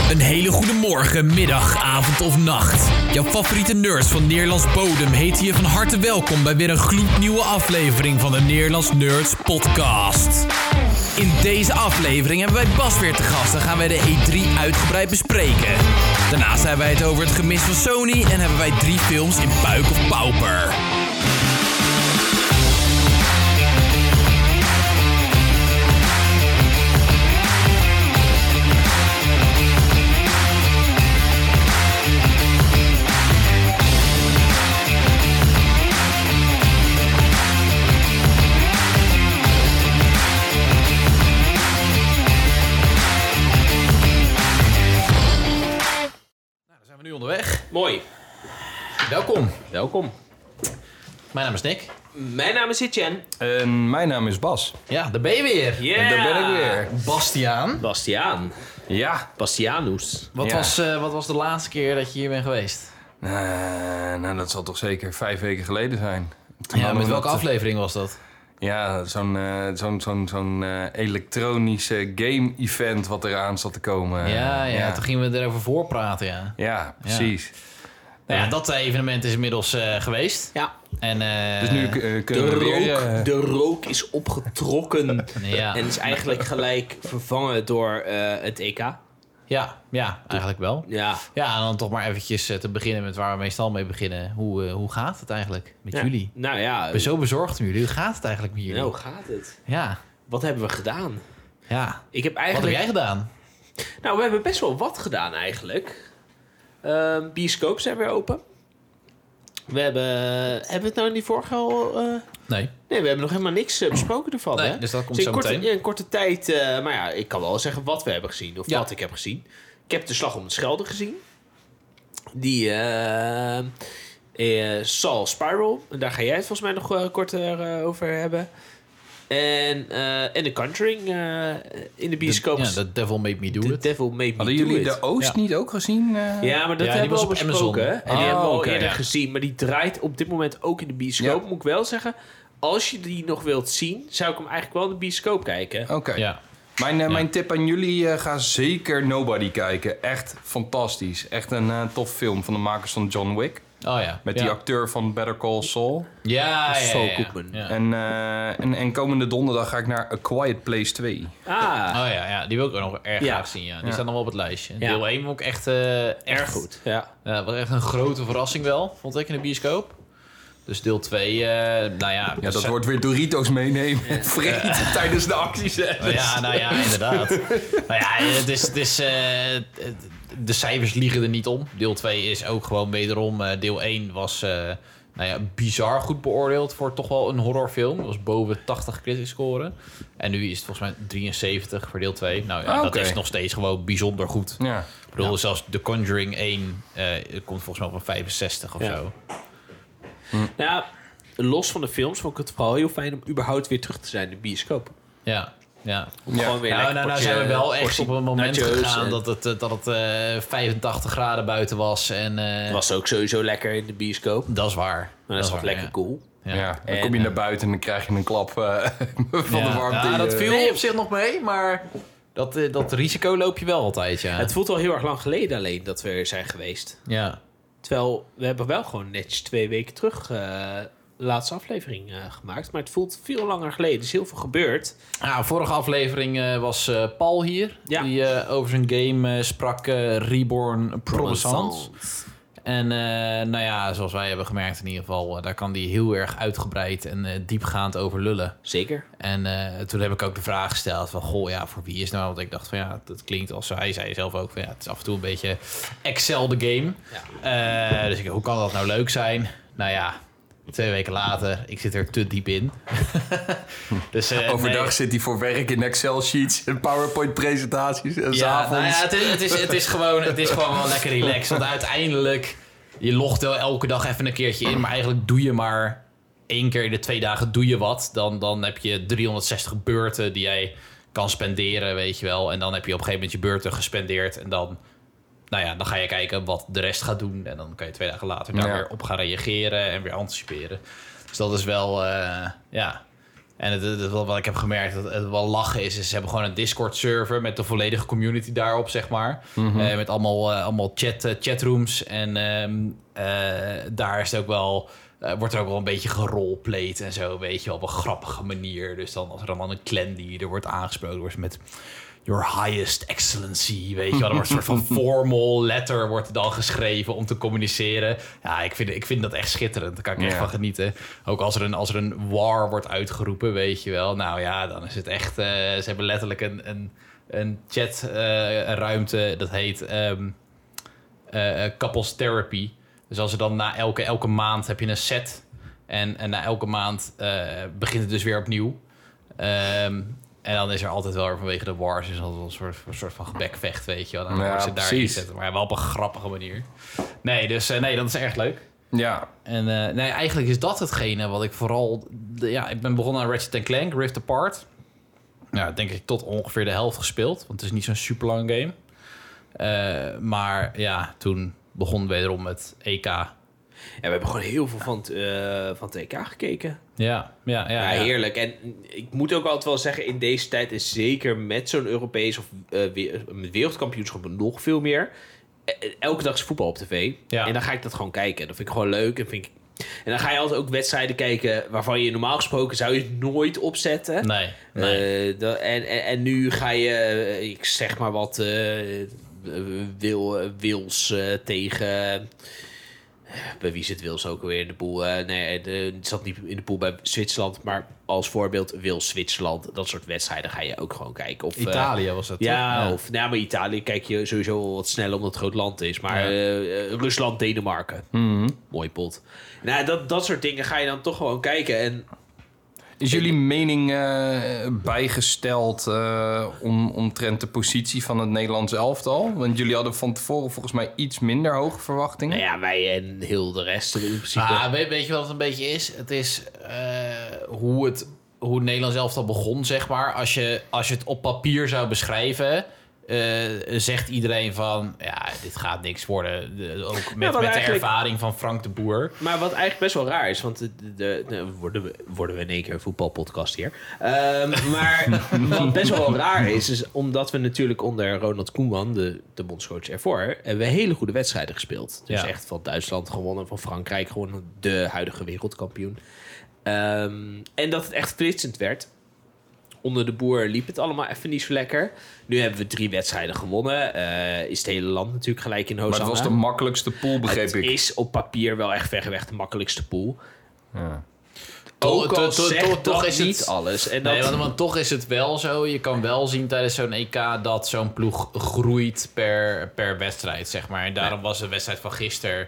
Een hele goede morgen, middag, avond of nacht. Jouw favoriete nerds van Nederlands bodem heten je van harte welkom bij weer een gloednieuwe aflevering van de Nederlands Nerds Podcast. In deze aflevering hebben wij Bas weer te gast en gaan wij de E3 uitgebreid bespreken. Daarnaast hebben wij het over het gemis van Sony en hebben wij 3 films in puik of pauper. Onderweg. Mooi. Welkom. Mijn naam is Nick. Mijn naam is Etienne. En mijn naam is Bas. Ja, daar ben je weer. Yeah. En daar ben ik weer. Bastiaan. Ja. Bastianus. Wat was de laatste keer dat je hier bent geweest? Nou, dat zal toch zeker 5 weken geleden zijn. Toen Ja, hadden met we welke dat, aflevering was dat? Ja, zo'n elektronische game-event wat eraan zat te komen. Ja, toen gingen we erover voorpraten, ja. Ja, precies. Nou ja, dat evenement is inmiddels geweest. Ja. En, Dus nu kunnen we weer... De rook is opgetrokken. Ja. En is eigenlijk gelijk vervangen door het EK. Ja, eigenlijk wel. Ja. Ja, en dan toch maar eventjes te beginnen met waar we meestal mee beginnen. Hoe gaat het eigenlijk met jullie? Nou ja. Ik ben zo bezorgd om jullie. Hoe gaat het eigenlijk met jullie? Nou, hoe gaat het? Ja. Wat hebben we gedaan? Ja. Ik heb Wat eigenlijk... heb jij gedaan? Nou, we hebben best wel wat gedaan eigenlijk. Bioscoop zijn weer open. Hebben we het nou in die vorige al... Nee. Nee, we hebben nog helemaal niks besproken ervan. Nee, hè? dus dat komt in zo korte, meteen. ja, in korte tijd... maar ja, ik kan wel zeggen wat we hebben gezien. Of Ja. wat ik heb gezien. Ik heb de Slag om de Schelde gezien. Die Saw Spiral. En daar ga jij het volgens mij nog korter over hebben. En The Conjuring in de bioscoop. Ja, The Devil Made Me Do The It. Devil Made Me Hadden Do jullie It. de Oost niet ook gezien? Ja, maar dat Ja, die hebben we was al op Amazon. besproken. En die Oh, hebben we al oké, eerder ja. gezien. Maar die draait op dit moment ook in de bioscoop. Ja. Moet ik wel zeggen. Als je die nog wilt zien, zou ik hem eigenlijk wel in de bioscoop kijken. Oké. Ja. Mijn tip aan jullie, ga zeker Nobody kijken. Echt fantastisch. Echt een tof film van de makers van John Wick. Oh ja. Met ja. die acteur van Better Call Saul. Ja. Saul Goodman. Ja. En komende donderdag ga ik naar A Quiet Place 2. Ah, Oh ja, die wil ik ook nog erg Ja. graag zien. Ja. Die Ja. staat nog wel op het lijstje. Ja. Deel 1 vond ik echt erg goed. Ja. was echt een grote verrassing wel, vond ik in de bioscoop. Dus deel 2, nou ja. Ja, dus- dat wordt weer Doritos meenemen en vreten tijdens de actiescènes. Ja, nou ja, inderdaad. Nou ja, het is de cijfers liegen er niet om. Deel 2 is ook gewoon wederom... deel 1 was bizar goed beoordeeld voor toch wel een horrorfilm. Het was boven 80 critic scoren. En nu is het volgens mij 73 voor deel 2. Nou ja, dat oké. is nog steeds gewoon bijzonder goed. Ja. Ik bedoel, zelfs The Conjuring 1 komt volgens mij op een 65 of Ja. zo. Nou, los van de films vond ik het vooral heel fijn om überhaupt weer terug te zijn in de bioscoop. Ja. Om Ja. gewoon weer Nou, lekker nou portie- zijn we wel echt portie op een moment nachos gegaan en- dat het 85 graden buiten was. En, Het was ook sowieso lekker in de bioscoop. dat is waar. Maar dat is waar, toch lekker ja. cool. Ja. Dan En, kom je naar buiten en dan krijg je een klap van de warmte. Ja, dat viel op zich nog mee, maar dat risico loop je wel altijd, ja. Het voelt al heel erg lang geleden alleen dat we er zijn geweest. Ja. Terwijl we hebben wel gewoon netjes 2 weken terug de laatste aflevering gemaakt. Maar het voelt veel langer geleden. Er is heel veel gebeurd. Nou, vorige aflevering was Paul hier, Ja. die over zijn game sprak, Reborn Promisance. En nou ja, zoals wij hebben gemerkt in ieder geval, daar kan hij heel erg uitgebreid en diepgaand over lullen. Zeker. En toen heb ik ook de vraag gesteld van, goh, ja, voor wie is het nou? Want ik dacht van, ja, dat klinkt als hij zei zelf ook van, ja, het is af en toe een beetje Excel de game. Ja. Dus ik dacht, hoe kan dat nou leuk zijn? Nou ja, 2 weken later, ik zit er te diep in. Dus, Overdag nee. zit hij voor werk in Excel-sheets en PowerPoint-presentaties. En Ja, s'avonds... nou ja, het is gewoon wel lekker relaxed. Want uiteindelijk, je logt wel elke dag even een keertje in. Maar eigenlijk doe je maar 1 keer in de 2 dagen doe je wat. Dan heb je 360 beurten die jij kan spenderen, weet je wel. En dan heb je op een gegeven moment je beurten gespendeerd. En dan, nou ja, dan ga je kijken wat de rest gaat doen. En dan kan je 2 dagen later daar weer op gaan reageren en weer anticiperen. Dus dat is wel, ja... En wat ik heb gemerkt, dat het wel lachen is... ze hebben gewoon een Discord-server met de volledige community daarop, zeg maar. Met allemaal chatrooms. En daar is het ook wel... wordt er ook wel een beetje geroleplayed en zo, weet je, op een grappige manier. Dus dan als er dan een clan die er wordt aangesproken wordt met your highest excellency, weet je wel. Dan wordt een soort van formal letter wordt er dan geschreven om te communiceren. Ja, ik vind dat echt schitterend. Daar kan ik echt van genieten. Ook als er een war wordt uitgeroepen, weet je wel. Nou ja, dan is het echt... ze hebben letterlijk een chatruimte, dat heet couples therapy. Dus als er dan na elke maand heb je een set. En na elke maand begint het dus weer opnieuw. En dan is er altijd wel vanwege de wars... is altijd een soort van gebekvecht, weet je wel. Dan worden ze daar inzetten. Maar wel op een grappige manier. Nee, dus dat is erg leuk. Ja. En eigenlijk is dat hetgene wat ik vooral... ik ben begonnen aan Ratchet & Clank, Rift Apart. Nou, denk ik tot ongeveer de helft gespeeld. Want het is niet zo'n super lang game. Maar ja, toen... begon wederom met EK. Ja, we hebben gewoon heel veel van het EK gekeken. Ja, heerlijk. En ik moet ook altijd wel zeggen... in deze tijd is zeker met zo'n Europees... of wereldkampioenschap nog veel meer... elke dag is voetbal op tv. Ja. En dan ga ik dat gewoon kijken. Dat vind ik gewoon leuk. En dan ga je altijd ook wedstrijden kijken... waarvan je normaal gesproken zou je het nooit opzetten. Nee. En nu ga je... ik zeg maar wat... Wils tegen... bij wie zit Wils ook weer in de pool? Het zat niet in de pool bij Zwitserland... maar als voorbeeld Wils-Zwitserland. Dat soort wedstrijden ga je ook gewoon kijken. Of, Italië was dat, ja, toch? Maar Italië kijk je sowieso wel wat sneller... omdat het groot land is. Maar Rusland-Denemarken. Mooi pot. Nou, dat soort dingen ga je dan toch gewoon kijken. En... Is jullie mening bijgesteld omtrent de positie van het Nederlands elftal? Want jullie hadden van tevoren volgens mij iets minder hoge verwachtingen. Nou ja, wij en heel de rest in principe. Weet je wat het een beetje is? Het is hoe het Nederlands elftal begon, zeg maar. Als je het op papier zou beschrijven... zegt iedereen van... ja, dit gaat niks worden. Ook met de ervaring van Frank de Boer. Maar wat eigenlijk best wel raar is... want worden we in één keer een voetbalpodcast hier. Maar wat best wel raar is omdat we natuurlijk onder Ronald Koeman... de bondscoach ervoor... hebben we hele goede wedstrijden gespeeld. Dus echt van Duitsland gewonnen, van Frankrijk gewonnen... de huidige wereldkampioen. En dat het echt flitsend werd... Onder de Boer liep het allemaal even niet zo lekker. Nu hebben we 3 wedstrijden gewonnen. Is het hele land natuurlijk gelijk in Hosanna. Maar het was de makkelijkste pool, begreep ik. Het is op papier wel echt verreweg de makkelijkste pool. Ja. Toch is het niet alles. En want toch is het wel zo. Je kan wel zien tijdens zo'n EK dat zo'n ploeg groeit per wedstrijd, zeg maar. En daarom was de wedstrijd van gisteren...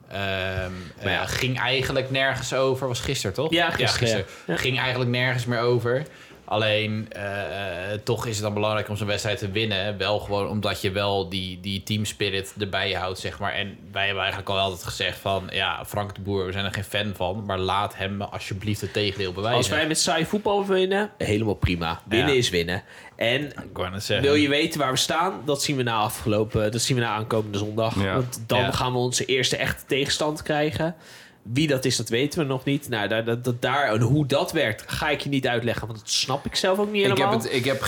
ging eigenlijk nergens over. Was gisteren, toch? Ja, gisteren. Ja. Ging eigenlijk nergens meer over. Alleen, toch is het dan belangrijk om zo'n wedstrijd te winnen. Wel gewoon omdat je wel die team spirit erbij houdt, zeg maar. En wij hebben eigenlijk al altijd gezegd van... ja, Frank de Boer, we zijn er geen fan van... maar laat hem alsjeblieft het tegendeel bewijzen. Als wij met saai voetbal winnen, helemaal prima. Winnen is winnen. En wil je weten waar we staan? Dat zien we na aankomende zondag. Ja. Want dan gaan we onze eerste echte tegenstand krijgen... Wie dat is, dat weten we nog niet. Nou, en hoe dat werkt, ga ik je niet uitleggen. Want dat snap ik zelf ook niet helemaal. Ik heb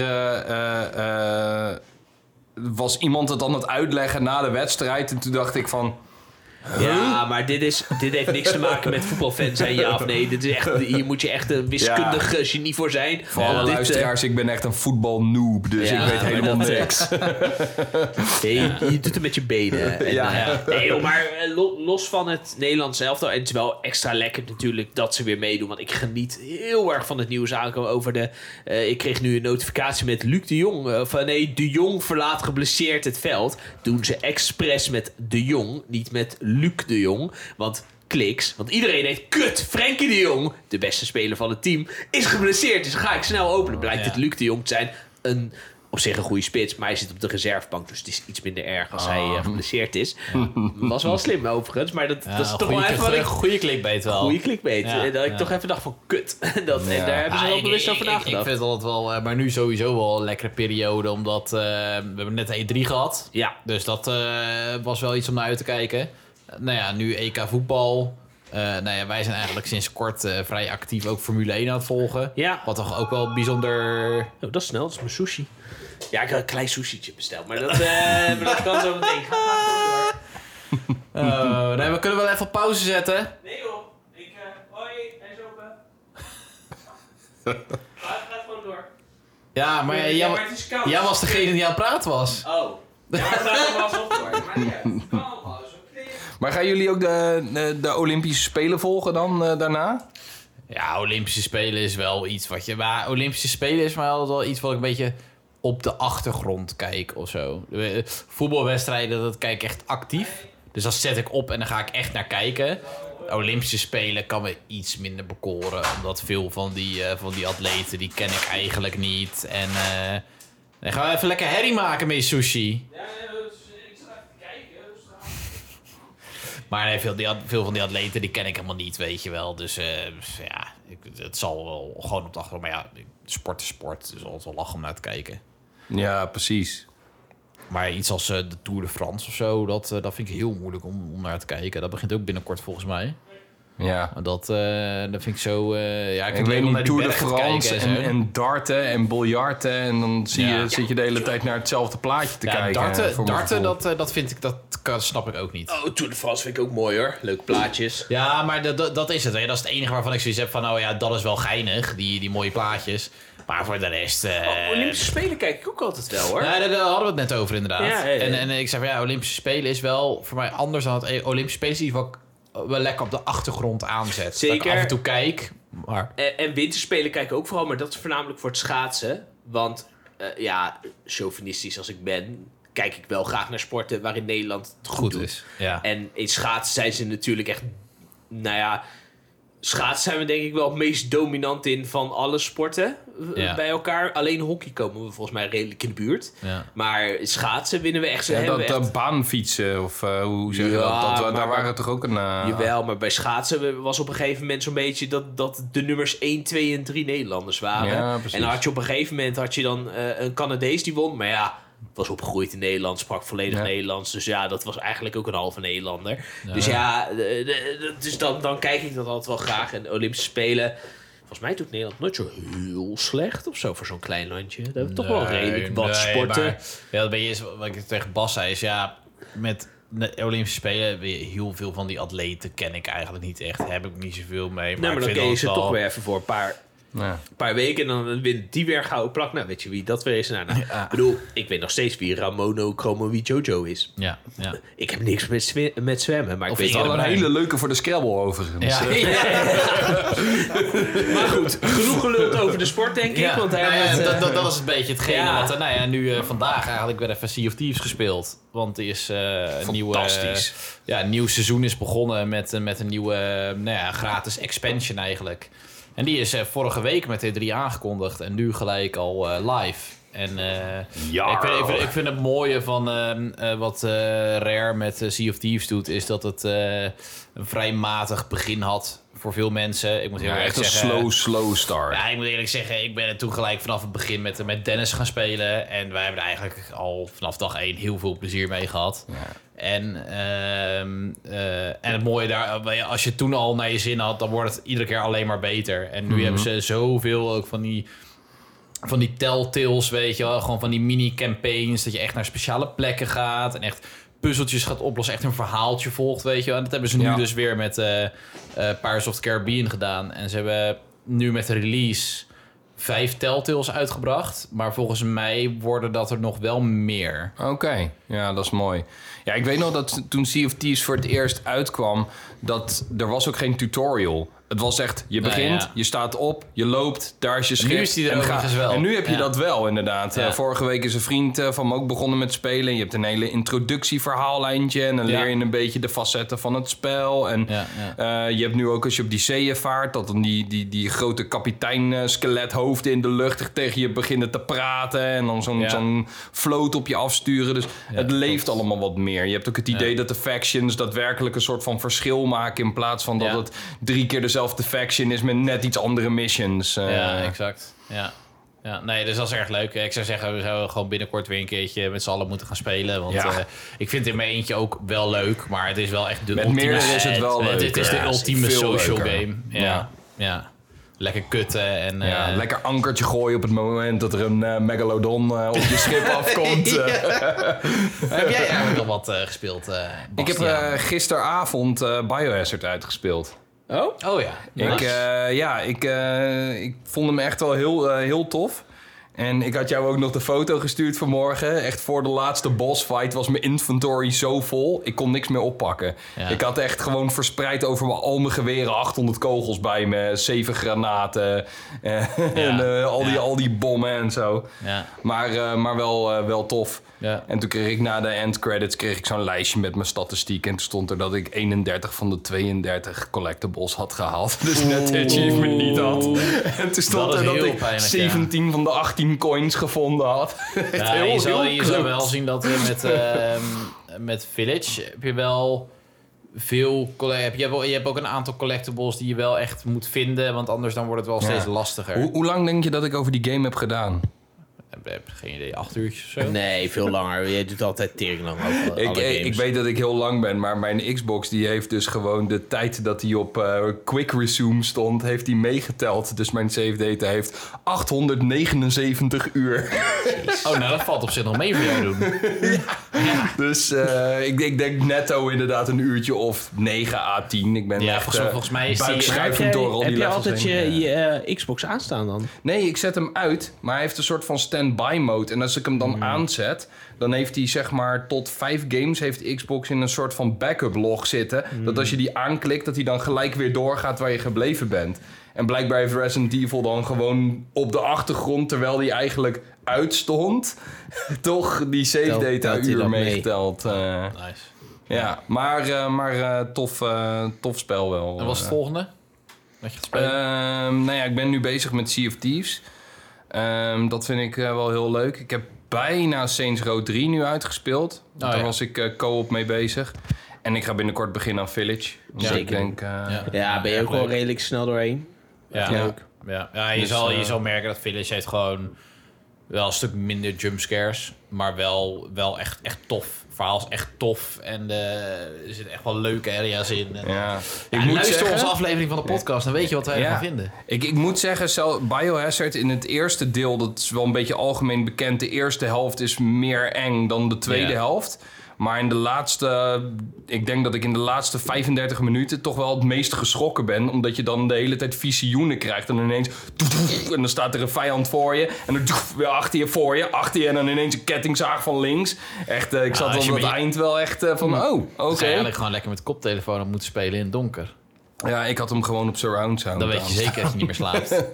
gisteren... was iemand het aan het uitleggen na de wedstrijd. En toen dacht ik van... Ja, maar dit heeft niks te maken met voetbalfans zijn, ja of nee. Dit is echt, hier moet je echt een wiskundige genie voor zijn. Voor alle luisteraars, ik ben echt een voetbalnoob. Dus ik weet helemaal niks. Je doet het met je benen. Nee, maar los van het Nederlands elftal. En het is wel extra lekker natuurlijk dat ze weer meedoen. Want ik geniet heel erg van het nieuws aankomen over ik kreeg nu een notificatie met Luc de Jong. De Jong verlaat geblesseerd het veld. Doen ze expres met de Jong, niet met Luc de Jong. Want kliks. Want iedereen heeft kut. Frenkie de Jong, de beste speler van het team, is geblesseerd. Dus ga ik snel openen. Blijkt het Luc de Jong te zijn. Op zich een goede spits, maar hij zit op de reservebank. Dus het is iets minder erg als hij geblesseerd is. Was wel slim overigens. Maar dat is toch wel even een goede clickbait wel. Goede clickbait. Dat ik toch even dacht van kut. En daar hebben ze wel bewust over nagedacht. Ik vind het altijd wel... maar nu sowieso wel een lekkere periode. Omdat we hebben net E3 gehad. Ja. Dus dat was wel iets om naar uit te kijken. Nou ja, nu EK voetbal. wij zijn eigenlijk sinds kort vrij actief ook Formule 1 aan het volgen. Ja. Wat toch ook wel bijzonder... Oh, dat is snel, dat is mijn sushi. Ja, ik had een klein sushietje besteld, maar dat kan zo meteen. we kunnen wel even op pauze zetten. Nee joh, hoi, hij is open. Gaat gewoon door. Ja, maar maar het is koud. jij was degene die aan het praten was. Oh. Ja, maar dat was op door. Maar niet uit. Kan allemaal, is oké. Maar gaan jullie ook de Olympische Spelen volgen dan daarna? Ja, Olympische Spelen is wel iets wat je... Maar Olympische Spelen is maar wel iets wat ik een beetje op de achtergrond kijk of zo. Voetbalwedstrijden, dat kijk ik echt actief. Dus dat zet ik op en dan ga ik echt naar kijken. Olympische Spelen kan me iets minder bekoren. Omdat veel van die atleten, die ken ik eigenlijk niet. En dan gaan we even lekker herrie maken met je sushi. Ja, ik sta even te kijken. Maar nee, veel van die atleten, die ken ik helemaal niet, weet je wel. Dus het zal wel gewoon op de achtergrond. Maar ja, sport is sport. Dus altijd wel lachen om naar te kijken. Ja, precies. Maar iets als de Tour de France of zo, dat vind ik heel moeilijk om naar te kijken. Dat begint ook binnenkort volgens mij. Ja. Maar dat vind ik zo... ik weet niet, Tour de France en darten en biljarten. En dan zit je de hele tijd naar hetzelfde plaatje te kijken. Darten, dat vind ik, dat snap ik ook niet. Oh, Tour de France vind ik ook mooi hoor. Leuke plaatjes. Ja, maar dat is het. Hè. Dat is het enige waarvan ik zoiets heb van... dat is wel geinig, die mooie plaatjes. Maar voor de rest... Olympische Spelen kijk ik ook altijd wel hoor. Ja, daar hadden we het net over inderdaad. Ja. En ik zei van Olympische Spelen is wel voor mij anders dan het Olympische Spelen. Is iets wat ik wel lekker op de achtergrond aanzet. Zeker. Dat ik af en toe kijk. Maar... En winterspelen kijk ik ook vooral, maar dat is voornamelijk voor het schaatsen. Want chauvinistisch als ik ben, kijk ik wel graag naar sporten waarin Nederland het goed doet. is. Ja. En in schaatsen zijn ze natuurlijk echt... Schaatsen zijn we denk ik wel het meest dominant in van alle sporten bij elkaar. Alleen hockey komen we volgens mij redelijk in de buurt. Ja. Maar schaatsen winnen we echt. Baanfietsen of hoe zeg je dat? Daar waren toch ook een... Jawel, maar bij schaatsen was op een gegeven moment zo'n beetje dat de nummers 1, 2 en 3 Nederlanders waren. Ja, en dan had je op een gegeven moment dan een Canadees die won. Maar ja, was opgegroeid in Nederland, sprak volledig Nederlands. Dus ja, dat was eigenlijk ook een halve Nederlander. Ja. Dus dus dan kijk ik dat altijd wel graag. En de Olympische Spelen, volgens mij doet Nederland nooit zo heel slecht of zo voor zo'n klein landje. Dat hebben toch wel redelijk wat sporten. Maar, dat ben je, wat ik tegen Bas zei, is met de Olympische Spelen, heel veel van die atleten ken ik eigenlijk niet echt. Heb ik niet zoveel mee. Maar dan ken je ze toch weer even voor een paar weken en dan wint die weer gouden plak. Nou, weet je wie dat weer is? Ik bedoel, ik weet nog steeds wie Ramono Kromowidjojo is. Ja. Ik heb niks met zwemmen, maar of ik weet wel een hele leuke voor de Scrabble overigens. Ja. Maar goed, genoeg geluld over de sport, denk ik. Want dat is een beetje hetgene wat nu vandaag eigenlijk weer even Sea of Thieves gespeeld. Want die is een nieuw seizoen is begonnen met een nieuwe gratis expansion eigenlijk. En die is vorige week met T3 aangekondigd en nu gelijk al live. En ik vind het mooie van wat Rare met Sea of Thieves doet, is dat het een vrij matig begin had voor veel mensen. Ik moet heel eerlijk zeggen, een slow start. Ja, ik moet eerlijk zeggen, ik ben er toen gelijk vanaf het begin met Dennis gaan spelen. En wij hebben er eigenlijk al vanaf dag 1 heel veel plezier mee gehad. Ja. En het mooie daar, als je toen al naar je zin had, dan wordt het iedere keer alleen maar beter. En nu hebben ze zoveel ook van die telltales, weet je wel. Gewoon van die mini-campaigns, dat je echt naar speciale plekken gaat en echt puzzeltjes gaat oplossen, echt een verhaaltje volgt, weet je wel. En dat hebben ze nu dus weer met Pirates of the Caribbean gedaan. En ze hebben nu met de release 5 telltales uitgebracht. Maar volgens mij worden dat er nog wel meer. Oké, ja, dat is mooi. Ja, ik weet nog dat toen Sea of Thieves voor het eerst uitkwam, dat er was ook geen tutorial. Het was echt, je begint, je staat op, je loopt, daar is je schip. Nu is die er overigens wel. En nu heb je dat wel, inderdaad. Ja. Vorige week is een vriend van me ook begonnen met spelen. Je hebt een hele introductieverhaallijntje en dan leer je een beetje de facetten van het spel. En je hebt nu ook, als je op die zeeën vaart, dat dan die grote kapitein skelethoofden in de lucht tegen je beginnen te praten. En dan zo'n vloot op je afsturen. Dus het leeft allemaal wat meer. Je hebt ook het idee dat de factions daadwerkelijk een soort van verschil maken, in plaats van dat het 3 keer dezelfde faction is met net iets andere missions. Ja, exact. Ja. Nee, dus dat is erg leuk. Ik zou zeggen, we zouden gewoon binnenkort weer een keertje met z'n allen moeten gaan spelen. Want ik vind het in mijn eentje ook wel leuk, maar het is wel echt de ultieme... Met meer is het wel leuk. Het is de ultieme social game. Ja. Lekker kutten en... lekker ankertje gooien op het moment dat er een megalodon op je schip afkomt. Heb jij eigenlijk nog wat gespeeld, Ik heb gisteravond Biohazard uitgespeeld. Oh ja. Ik vond hem echt wel heel tof. En ik had jou ook nog de foto gestuurd vanmorgen. Echt voor de laatste bossfight was mijn inventory zo vol. Ik kon niks meer oppakken. Ja. Ik had echt gewoon verspreid over al mijn geweren 800 kogels bij me. 7 granaten. En al die bommen en zo. Ja. Maar wel tof. Ja. En toen kreeg ik na de endcredits zo'n lijstje met mijn statistiek. En toen stond er dat ik 31 van de 32 collectibles had gehaald. Dus net de achievement niet had. En toen stond er dat ik 17 van de 18 coins gevonden had. Je zou wel zien dat met Village heb je wel veel... Je hebt ook een aantal collectibles die je wel echt moet vinden. Want anders dan wordt het wel steeds lastiger. Hoe lang denk je dat ik over die game heb gedaan? Ik heb geen idee, 8 uurtjes of zo? Nee, veel langer. Jij doet altijd tering lang over ik weet dat ik heel lang ben, maar mijn Xbox die heeft dus gewoon de tijd dat hij op Quick Resume stond, heeft hij meegeteld. Dus mijn save data heeft 879 uur. Dat valt op zich nog mee voor jou doen. Dus ik denk netto inderdaad een uurtje of 9 à 10. Ik ben volgens mij is buikschuivend door al die levels. Heb je altijd je Xbox aanstaan dan? Nee, ik zet hem uit, maar hij heeft een soort van standby mode. En als ik hem dan aanzet, dan heeft hij zeg maar tot 5 games heeft Xbox in een soort van backup log zitten. Dat als je die aanklikt, dat hij dan gelijk weer doorgaat waar je gebleven bent. En blijkbaar heeft Resident Evil dan gewoon op de achtergrond, terwijl die eigenlijk uitstond, toch die save data uur meegeteld. Nice. Ja, maar tof spel wel. En wat is het volgende? Wat je gaat spelen? Ik ben nu bezig met Sea of Thieves. Dat vind ik wel heel leuk. Ik heb bijna Saints Row 3 nu uitgespeeld. Daar was ik co-op mee bezig. En ik ga binnenkort beginnen aan Village. Zeker. Ik denk, ben je ook wel redelijk snel doorheen. Ja, leuk. Ja, je zal merken dat Village heeft gewoon wel een stuk minder jumpscares. Maar wel echt tof. Het verhaal is echt tof. En er zitten echt wel leuke area's in. Luister onze aflevering van de podcast. Dan weet je wat wij ervan vinden. Ik moet zeggen, Biohazard in het eerste deel, dat is wel een beetje algemeen bekend. De eerste helft is meer eng dan de tweede helft. Maar ik denk dat ik in de laatste 35 minuten toch wel het meest geschrokken ben. Omdat je dan de hele tijd visioenen krijgt. En ineens... En dan staat er een vijand voor je. En dan weer achter je. En dan ineens een kettingzaag van links. Echt, ik zat op het eind wel echt van... oké. Dus eigenlijk gewoon lekker met koptelefoon op moeten spelen in het donker. Ja, ik had hem gewoon op surround sound. Dan weet je zeker dat je niet meer slaapt.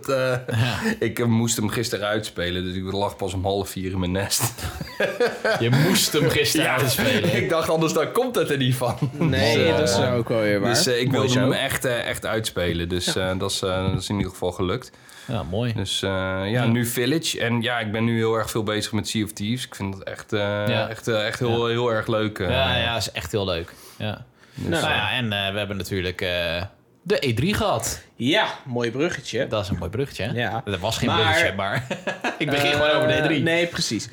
Ik moest hem gisteren uitspelen, dus ik lag pas om 3:30 in mijn nest. Je moest hem gisteren uitspelen. Ik dacht, anders dan komt het er niet van. Nee, dat is ook wel weer waar. Dus ik wilde hem echt uitspelen. Dus dat is in ieder geval gelukt. Ja, mooi. Dus nu Village. En ik ben nu heel erg veel bezig met Sea of Thieves. Ik vind het echt heel erg leuk. Ja, is echt heel leuk. Ja. Dus, en we hebben natuurlijk de E3 gehad. Ja, mooi bruggetje. Dat is een mooi bruggetje. Ja. Dat was geen bruggetje, maar ik begin gewoon over de E3. Nee, precies.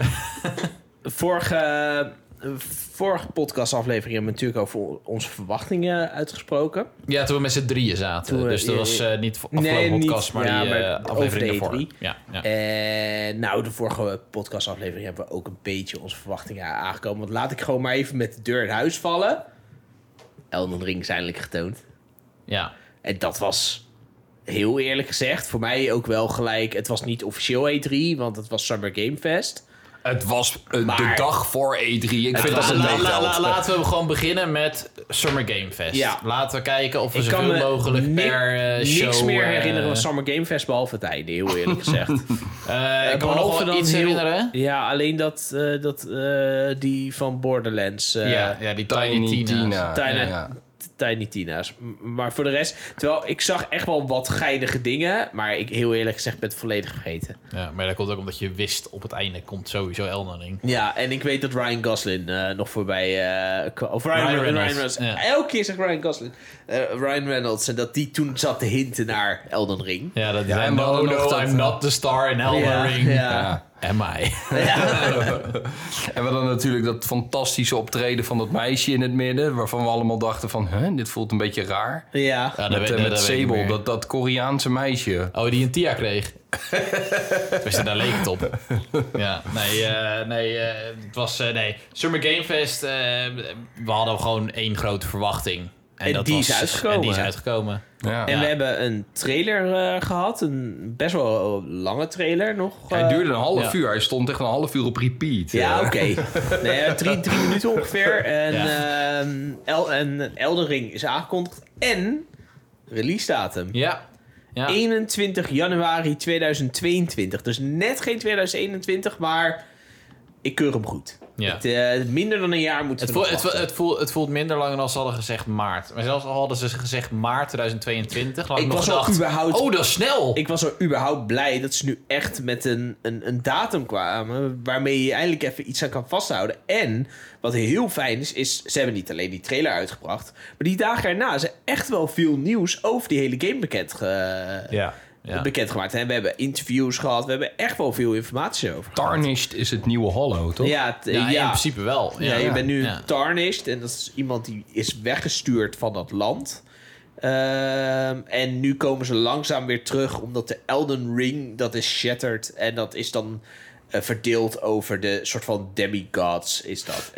Vorige podcastaflevering hebben we natuurlijk over onze verwachtingen uitgesproken. Ja, toen we met z'n drieën zaten. Dus dat was niet afgelopen podcast, maar die aflevering ervoor. Ja. En de vorige podcastaflevering hebben we ook een beetje onze verwachtingen aangekomen. Want laat ik gewoon maar even met de deur in huis vallen. Elden Ring is eindelijk getoond. Ja. En dat was, heel eerlijk gezegd, voor mij ook wel gelijk... Het was niet officieel E3, want het was Summer Game Fest. Het was de dag voor E3. Ik vind dat het meetelt. Laten we gewoon beginnen met Summer Game Fest. Ja. Laten we kijken of we zoveel mogelijk per show... niks meer herinneren van Summer Game Fest, behalve het einde, heel eerlijk gezegd. Ik kan me nog wel iets herinneren. Ja, alleen dat die van Borderlands. Die Tiny Tina. Tiny Tina's. Maar voor de rest... Terwijl ik zag echt wel wat geinige dingen. Maar ik heel eerlijk gezegd ben het volledig vergeten. Ja, maar dat komt ook omdat je wist op het einde komt sowieso Elden Ring. Ja, en ik weet dat Ryan Gosling nog voorbij... of Ryan Reynolds. Ja. Elke keer zegt Ryan Gosling. Ryan Reynolds. En dat die toen zat te hinten naar Elden Ring. Ja, dat ja, no, I'm not the star in Elden Ring. Ja. Am I? Ja. En we hadden natuurlijk dat fantastische optreden van dat meisje in het midden... waarvan we allemaal dachten van, dit voelt een beetje raar. Ja. Met Sable, dat Koreaanse meisje. Oh, die een Tia kreeg. Daar leek het op. Ja, het was... Summer Game Fest, we hadden gewoon één grote verwachting. En die is uitgekomen. Ja. En we hebben een trailer gehad. Een best wel lange trailer nog. Hij duurde een half uur. Hij stond echt een half uur op repeat. Ja, oké. Nee, 3 minuten ongeveer. En Elden Ring is aangekondigd. En release datum. Ja. 21 januari 2022. Dus net geen 2021, maar ik keur hem goed. Ja. Minder dan een jaar moeten we het voelt minder lang dan als ze hadden gezegd maart. Maar zelfs al hadden ze gezegd maart 2022. Ik was al überhaupt... Oh, dat is snel! Ik was al überhaupt blij dat ze nu echt met een datum kwamen... waarmee je eindelijk even iets aan kan vasthouden. En wat heel fijn is... ze hebben niet alleen die trailer uitgebracht... maar die dagen erna is er echt wel veel nieuws over die hele game bekendgemaakt. En we hebben interviews gehad. We hebben echt wel veel informatie over gehad. Tarnished is het nieuwe Hollow, toch? Ja, in principe wel. Ja, je bent nu Tarnished. En dat is iemand die is weggestuurd van dat land. En nu komen ze langzaam weer terug. Omdat de Elden Ring, dat is shattered. En dat is dan... verdeeld over de soort van demigods is dat.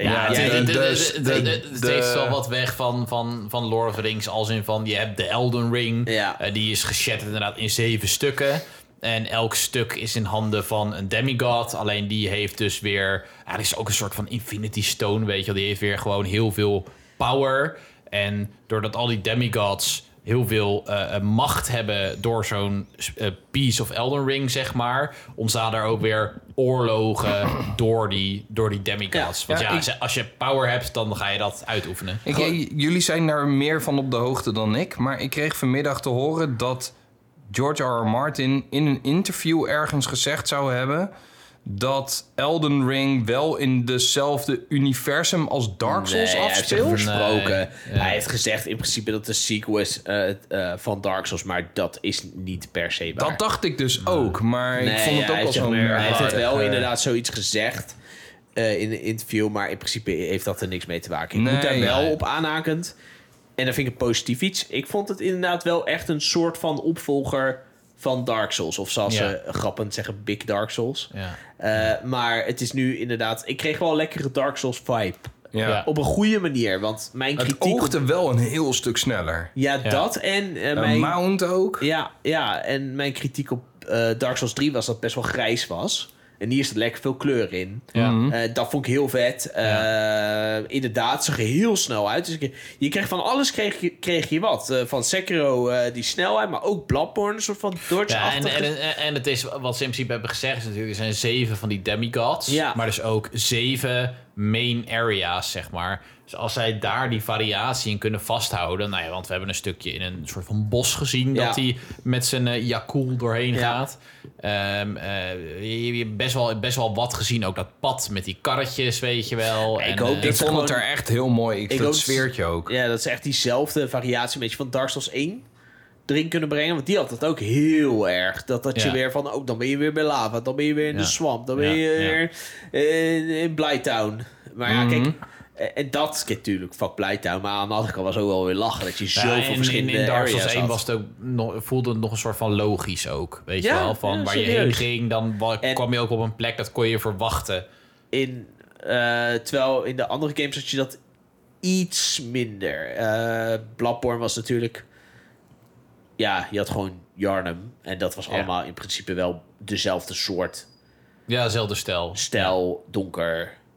Het heeft wel wat weg van Lord of the Rings. Als in van, je hebt de Elden Ring. Ja. Die is geshatterd inderdaad in 7 stukken. En elk stuk is in handen van een demigod. Alleen die heeft dus weer... er is ook een soort van Infinity Stone, weet je wel. Die heeft weer gewoon heel veel power. En doordat al die demigods... heel veel macht hebben door zo'n piece of Elden Ring, zeg maar... ontstaan er ook weer oorlogen door die demigods. Want als je power hebt, dan ga je dat uitoefenen. Jullie zijn daar meer van op de hoogte dan ik... maar ik kreeg vanmiddag te horen dat George R.R. Martin... in een interview ergens gezegd zou hebben... dat Elden Ring wel in dezelfde universum als Dark Souls afspeelt? Hij heeft gezegd in principe dat de sequel is van Dark Souls, maar dat is niet per se waar. Dat dacht ik dus ook, maar ik vond het ook wel zo merkwaardig. Hij heeft het wel inderdaad zoiets gezegd in een interview, maar in principe heeft dat er niks mee te maken. Ik moet daar wel op aanhakend, en dan vind ik het positief iets. Ik vond het inderdaad wel echt een soort van opvolger van Dark Souls. Of zoals ze grappend zeggen, Big Dark Souls. Ja. Maar het is nu inderdaad... Ik kreeg wel een lekkere Dark Souls vibe. Ja. Op een goede manier, want mijn kritiek... Het oogde wel een heel stuk sneller. Ja, dat en... mijn mount ook. Ja, en mijn kritiek op Dark Souls 3 was dat het best wel grijs was. En hier zit lekker veel kleur in. Ja. Dat vond ik heel vet. Inderdaad, zag er heel snel uit. Dus je kreeg van alles kreeg je wat. Van Sekiro die snelheid, maar ook Bloodborne, een soort van dodge-achtige. En het is, wat ze in principe hebben gezegd, is natuurlijk, er zijn 7 van die demigods. Ja. Maar dus ook 7 main areas, zeg maar. Dus als zij daar die variatie in kunnen vasthouden... Nou ja, want we hebben een stukje in een soort van bos gezien... dat hij met zijn Yakul doorheen gaat. Je hebt best wel wat gezien. Ook dat pad met die karretjes, weet je wel. Ik vond het er echt heel mooi. Dat sfeertje ook. Ja, dat is echt diezelfde variatie... een beetje van Dark Souls 1 erin kunnen brengen. Want die had dat ook heel erg. Dat je weer van... dan ben je weer bij lava. Dan ben je weer in de swamp. Dan ben je weer in Blighttown. Maar kijk... En dat is natuurlijk fuck Blighttown. Maar aan de andere kant was ook wel weer lachen. Dat je zoveel verschillende in Dark Souls 1 was het ook voelde het nog een soort van logisch ook. Weet je wel? Van waar je heen ging, dan kwam je ook op een plek. Dat kon je verwachten. Terwijl in de andere games had je dat iets minder. Bloodborne was natuurlijk... Ja, je had gewoon Yharnam. En dat was allemaal in principe wel dezelfde soort... Ja, dezelfde stijl. Stijl, donker...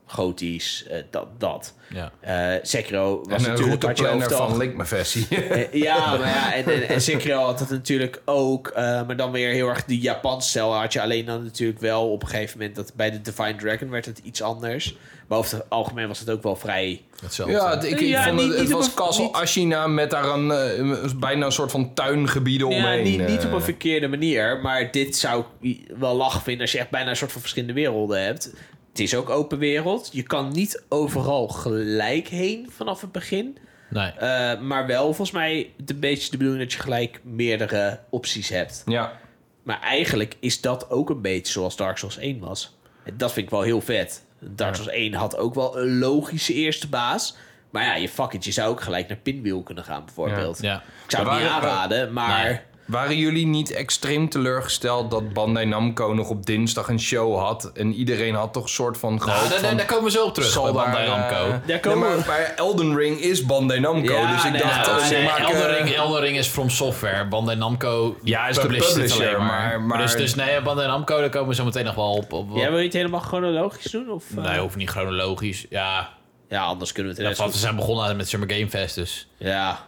gotisch, dat. Ja. Sekiro was en natuurlijk een routeplanner van Link My versie. ja, maar ja, en Sekiro had het natuurlijk ook, maar dan weer heel erg die Japanse stijl had je alleen dan natuurlijk wel op een gegeven moment dat bij de Divine Dragon werd het iets anders. Maar over het algemeen was het ook wel vrij... Hetzelfde. Ja, ik vond het was Castle niet, Ashina met daar bijna een soort van tuingebieden omheen. Ja, niet op een verkeerde manier, maar dit zou ik wel lach vinden als je echt bijna een soort van verschillende werelden hebt. Het is ook open wereld. Je kan niet overal gelijk heen vanaf het begin. Nee. Maar wel volgens mij een beetje de bedoeling dat je gelijk meerdere opties hebt. Ja. Maar eigenlijk is dat ook een beetje zoals Dark Souls 1 was. En dat vind ik wel heel vet. Dark Souls 1 had ook wel een logische eerste baas. Maar ja, je zou ook gelijk naar Pinwheel kunnen gaan bijvoorbeeld. Ja. Ik zou het niet aanraden, maar... Nee. Waren jullie niet extreem teleurgesteld dat Bandai Namco nog op dinsdag een show had en iedereen had toch een soort van gehoopt daar komen we zo op terug bij Bandai Namco. Maar Elden Ring is Bandai Namco, Ja, dus ik dacht... Elden Ring is From Software. Bandai Namco is de publisher, maar... Dus nee, Bandai Namco, daar komen we zo meteen nog wel op. Ja, wil je het helemaal chronologisch doen? Of, Nee, hoeft niet chronologisch. Ja, anders kunnen we het we zijn begonnen met Summer Game Fest, dus... Ja.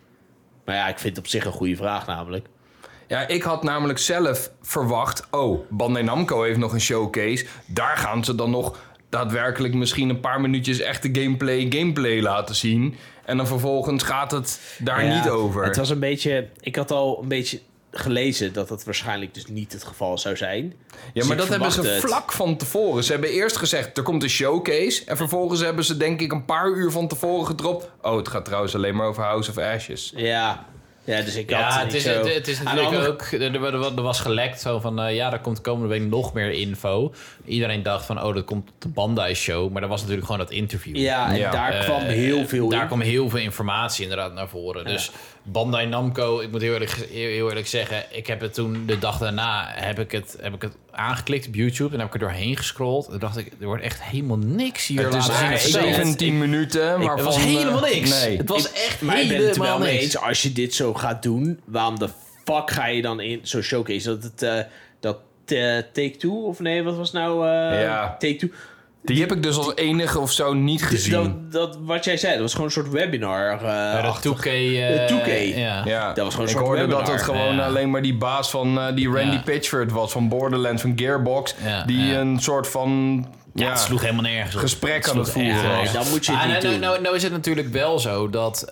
Maar ja, ik vind het op zich een goede vraag namelijk. Ja, ik had namelijk zelf verwacht... Bandai Namco heeft nog een showcase. Daar gaan ze dan nog daadwerkelijk misschien een paar minuutjes echte gameplay laten zien. En dan vervolgens gaat het daar niet over. Het was een beetje... Ik had al een beetje gelezen dat dat waarschijnlijk dus niet het geval zou zijn. Ja, Dus maar dat hebben ze vlak van tevoren. Ze hebben eerst gezegd, er komt een showcase. En vervolgens hebben ze denk ik een paar uur van tevoren gedropt. Het gaat trouwens alleen maar over House of Ashes. Ja, dus ik had het is natuurlijk ook... Er was gelekt zo van... er komt de komende week nog meer info. Iedereen dacht van... dat komt op de Bandai-show. Maar dat was natuurlijk gewoon dat interview. Ja, en daar kwam heel veel Daar kwam heel veel informatie inderdaad naar voren. Ja. Dus Bandai Namco... Ik moet heel eerlijk zeggen... Ik heb het toen de dag daarna... Heb ik het aangeklikt op YouTube... En heb ik er doorheen gescrolld. En dacht ik... Er wordt echt helemaal niks hier. Het is 17 minuten. Maar het was helemaal niks. Nee. Het was echt maar helemaal ik ben het er wel mee niks. eens. Als je dit zo gaat doen... Waarom de fuck ga je dan in zo'n showcase? Dat Take-Two... Of nee, wat was nou... Take-Two... Die heb ik dus als enige of zo niet gezien. Dat wat jij zei, dat was gewoon een soort webinar. De 2K. Ja. Dat was gewoon een soort hoorde webinar. dat het gewoon alleen maar die baas van die Randy Pitchford was van Borderlands, van Gearbox. Die een soort van... het sloeg helemaal nergens op. Gesprek aan het voeren. Nee, dan moet je het niet doen. Nou is het natuurlijk wel zo dat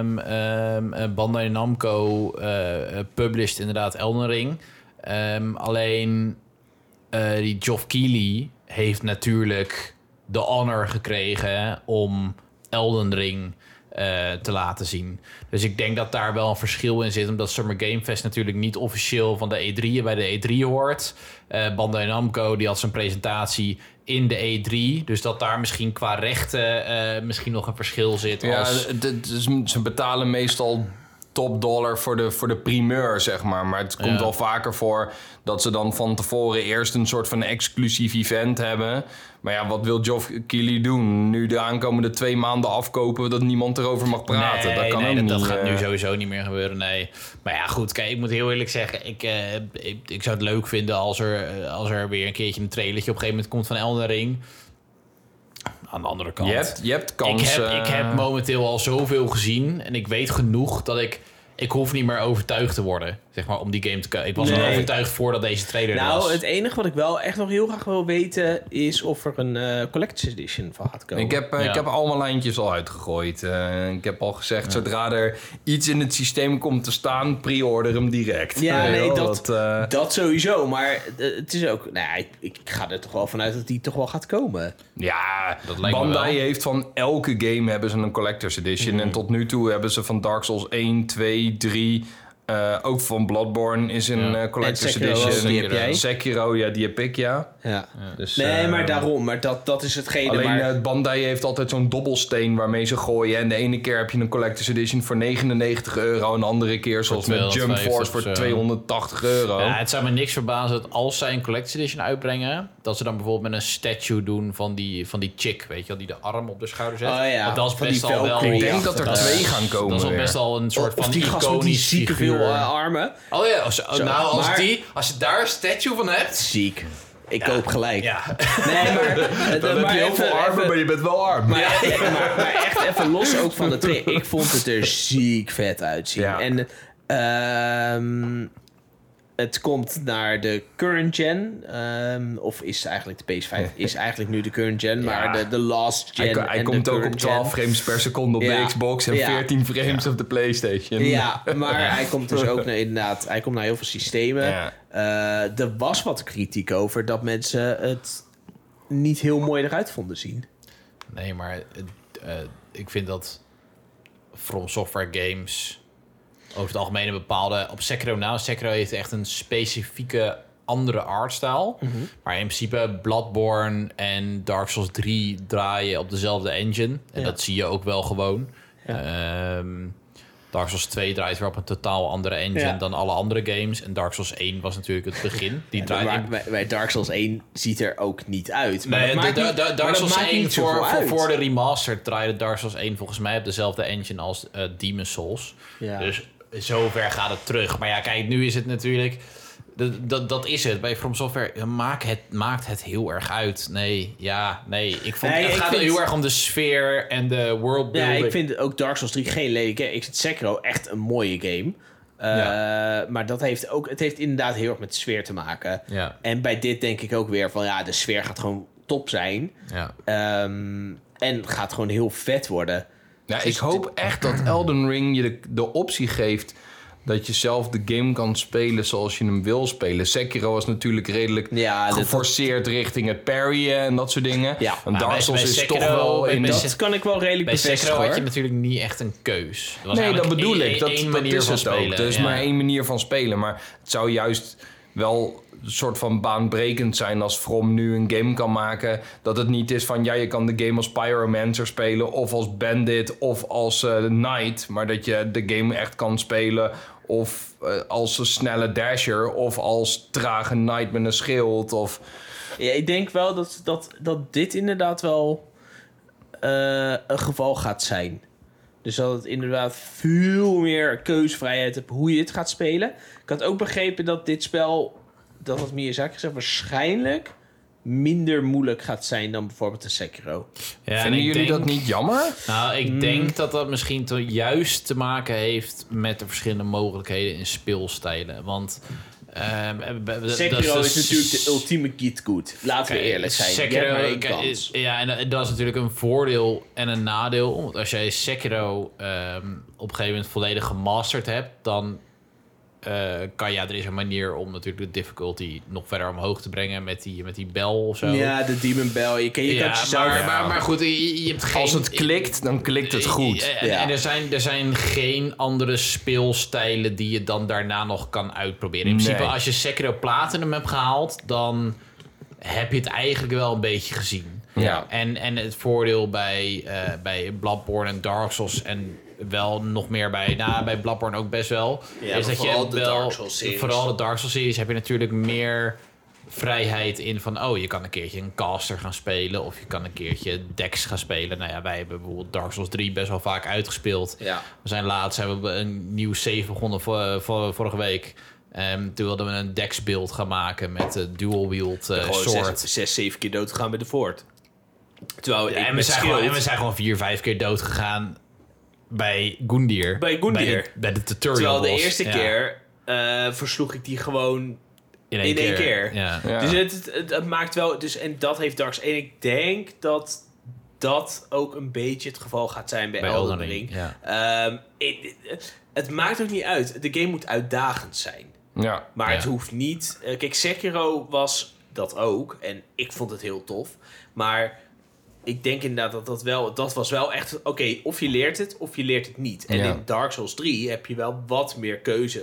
Bandai Namco published inderdaad Elden Ring. Alleen die Geoff Keighley heeft natuurlijk de honor gekregen om Elden Ring te laten zien. Dus ik denk dat daar wel een verschil in zit, omdat Summer Game Fest natuurlijk niet officieel van de E3 bij de E3 hoort. Bandai Namco die had zijn presentatie in de E3, dus dat daar misschien qua rechten misschien nog een verschil zit. Ze betalen meestal top dollar voor de primeur, zeg maar. Maar het komt wel vaker voor dat ze dan van tevoren eerst een soort van exclusief event hebben. Maar ja, wat wil Geoff Keighley doen? Nu de aankomende 2 maanden afkopen dat niemand erover mag praten. Dat kan ook niet. Dat gaat nu sowieso niet meer gebeuren, nee. Maar ja, goed, kijk, ik moet heel eerlijk zeggen... Ik zou het leuk vinden als er weer een keertje een trailertje op een gegeven moment komt van Elden Ring. Aan de andere kant. Je hebt kans. Ik heb momenteel al zoveel gezien en ik weet genoeg dat ik hoef niet meer overtuigd te worden, zeg maar, om die game te kijken. Ik was al overtuigd voordat deze trailer was. Nou, het enige wat ik wel echt nog heel graag wil weten is of er een Collector's Edition van gaat komen. Ik heb al mijn lijntjes al uitgegooid. Ik heb al gezegd, zodra er iets in het systeem komt te staan, pre-order hem direct. Ja, dat sowieso. Maar het is ook... ik ga er toch wel vanuit dat die toch wel gaat komen. Ja, dat lijkt Bandai heeft van elke game hebben ze een Collector's Edition. En tot nu toe hebben ze van Dark Souls 1, 2, 3... ook van Bloodborne is een Collector's Edition. Die heb jij? Sekiro, die heb ik, ja. Dus, nee, maar daarom. Maar dat is hetgene. Alleen Bandai heeft altijd zo'n dobbelsteen waarmee ze gooien. En de ene keer heb je een Collector's Edition voor €99. En de andere keer, zoals met Jump Force, voor €280. Ja, het zou me niks verbazen dat als zij een Collector's Edition uitbrengen, dat ze dan bijvoorbeeld met een statue doen van die chick, weet je wel, die de arm op de schouder zet. Want dat is best al wel... Ik denk dat er 2 gaan komen. Dat is al best al een soort van die iconisch figuur. Armen. Oh ja, als je daar een statue van hebt. Ziek. Ik koop gelijk. Ja. Nee, maar... Dan heb je heel veel armen, maar je bent wel arm. Maar echt even los ook van de trailer. Ik vond het er ziek vet uitzien. Ja. En het komt naar de current gen. Of is eigenlijk de PS5 is eigenlijk nu de current gen. Maar de last gen Hij komt ook op 12 frames per seconde op de Xbox en 14 frames op de PlayStation. Ja, maar hij komt dus ook naar hij komt naar heel veel systemen. Ja. Er was wat kritiek over dat mensen het niet heel mooi eruit vonden zien. Nee, maar ik vind dat From Software games over het algemeen een bepaalde... Op Sekiro Sekiro heeft echt een specifieke andere artstyle. Mm-hmm. Maar in principe Bloodborne en Dark Souls 3 draaien op dezelfde engine. En dat zie je ook wel gewoon. Ja. Dark Souls 2 draait weer op een totaal andere engine dan alle andere games. En Dark Souls 1 was natuurlijk het begin. Die bij Dark Souls 1 ziet er ook niet uit. Maar nee, Dark Souls 1 voor de remastered draaide Dark Souls 1 volgens mij op dezelfde engine als Demon's Souls. Ja. Dus zover gaat het terug. Maar ja, kijk, nu is het natuurlijk... Dat is het. Bij From Software maakt het heel erg uit. Nee. Het gaat heel erg om de sfeer en de worldbuilding. Ja, ik vind ook Dark Souls 3 geen lelijke game. Ik vind Sekiro echt een mooie game. Maar dat heeft ook... Het heeft inderdaad heel erg met de sfeer te maken. Ja. En bij dit denk ik ook weer van... Ja, de sfeer gaat gewoon top zijn. Ja. En gaat gewoon heel vet worden. Ja, ik hoop echt dat Elden Ring je de optie geeft... dat je zelf de game kan spelen zoals je hem wil spelen. Sekiro was natuurlijk redelijk geforceerd richting het parryen en dat soort dingen. Ja. En Dark Souls is Sekiro, toch wel... Dat kan ik wel redelijk bevestigen. Bij Sekiro had je natuurlijk niet echt een keus. Nee, dat bedoel ik. Dat manier is van het spelen. ook. Er is maar één manier van spelen. Maar het zou juist wel een soort van baanbrekend zijn als From nu een game kan maken. Dat het niet is van, je kan de game als Pyromancer spelen... of als Bandit of als Knight. Maar dat je de game echt kan spelen... of als een snelle dasher... of als trage knight met een schild. Of... Ja, ik denk wel dat dit inderdaad wel een geval gaat zijn. Dus dat het inderdaad veel meer keuzevrijheid hebt... hoe je het gaat spelen. Ik had ook begrepen dat dit spel... dat wat Miyazaki gezegd waarschijnlijk... minder moeilijk gaat zijn dan bijvoorbeeld een Sekiro. Ja, vinden jullie dat niet jammer? Nou, ik denk dat misschien juist te maken heeft... met de verschillende mogelijkheden in speelstijlen. Want... Sekiro is natuurlijk de ultieme git-goed. Laten we eerlijk zijn. Sekiro, en dat is natuurlijk een voordeel en een nadeel. Want als jij Sekiro op een gegeven moment volledig gemasterd hebt... dan er is een manier om natuurlijk de difficulty nog verder omhoog te brengen met die bel of zo. Ja, de demon bell. Je kan maar goed, je hebt geen... Als het klikt, dan klikt het goed. En er zijn geen andere speelstijlen die je dan daarna nog kan uitproberen. In principe, als je Sekiro Platinum hebt gehaald, dan heb je het eigenlijk wel een beetje gezien. Ja. En het voordeel bij Bloodborne en Dark Souls en wel nog meer bij Bloodborne ook best wel. Ja, is dat vooral de Dark Souls series. Vooral de Dark Souls series heb je natuurlijk meer vrijheid in van... je kan een keertje een caster gaan spelen... of je kan een keertje Dex gaan spelen. Nou ja, wij hebben bijvoorbeeld Dark Souls 3 best wel vaak uitgespeeld. Ja. Zijn we een nieuw save begonnen vorige week... toen wilden we een Dex build gaan maken met dual wield sword. 6-7 keer dood gegaan bij de Fort. En we zijn gewoon 4-5 keer dood gegaan... bij Gundyr. Bij de tutorial. Terwijl de eerste keer versloeg ik die gewoon in één keer. Ja. Dus het maakt wel... Dus, en dat heeft Dark Souls. En ik denk dat ook een beetje het geval gaat zijn bij Elden Ring. Ja. Het maakt ook niet uit. De game moet uitdagend zijn. Ja. Maar het hoeft niet... kijk, Sekiro was dat ook. En ik vond het heel tof. Maar... Ik denk inderdaad dat was wel echt... Oké, of je leert het, of je leert het niet. En in Dark Souls 3 heb je wel wat meer keuze.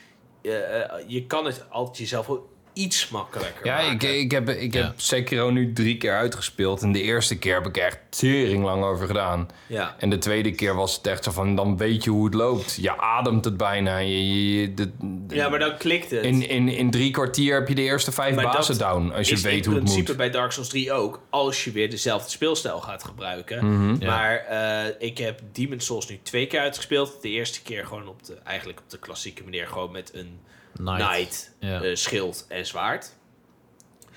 Je kan het altijd jezelf wel iets makkelijker maken. Ik heb Sekiro nu 3 keer uitgespeeld. En de eerste keer heb ik echt tering lang over gedaan. Ja. En de tweede keer was het echt zo van... Dan weet je hoe het loopt. Je ademt het bijna. Maar dan klikt het. In 3 kwartier heb je de eerste 5 bazen down. Als je weet hoe het moet. In principe bij Dark Souls 3 ook. Als je weer dezelfde speelstijl gaat gebruiken. Mm-hmm. Maar ik heb Demon's Souls nu 2 keer uitgespeeld. De eerste keer gewoon eigenlijk op de klassieke manier. Gewoon met een Knight, schild en zwaard.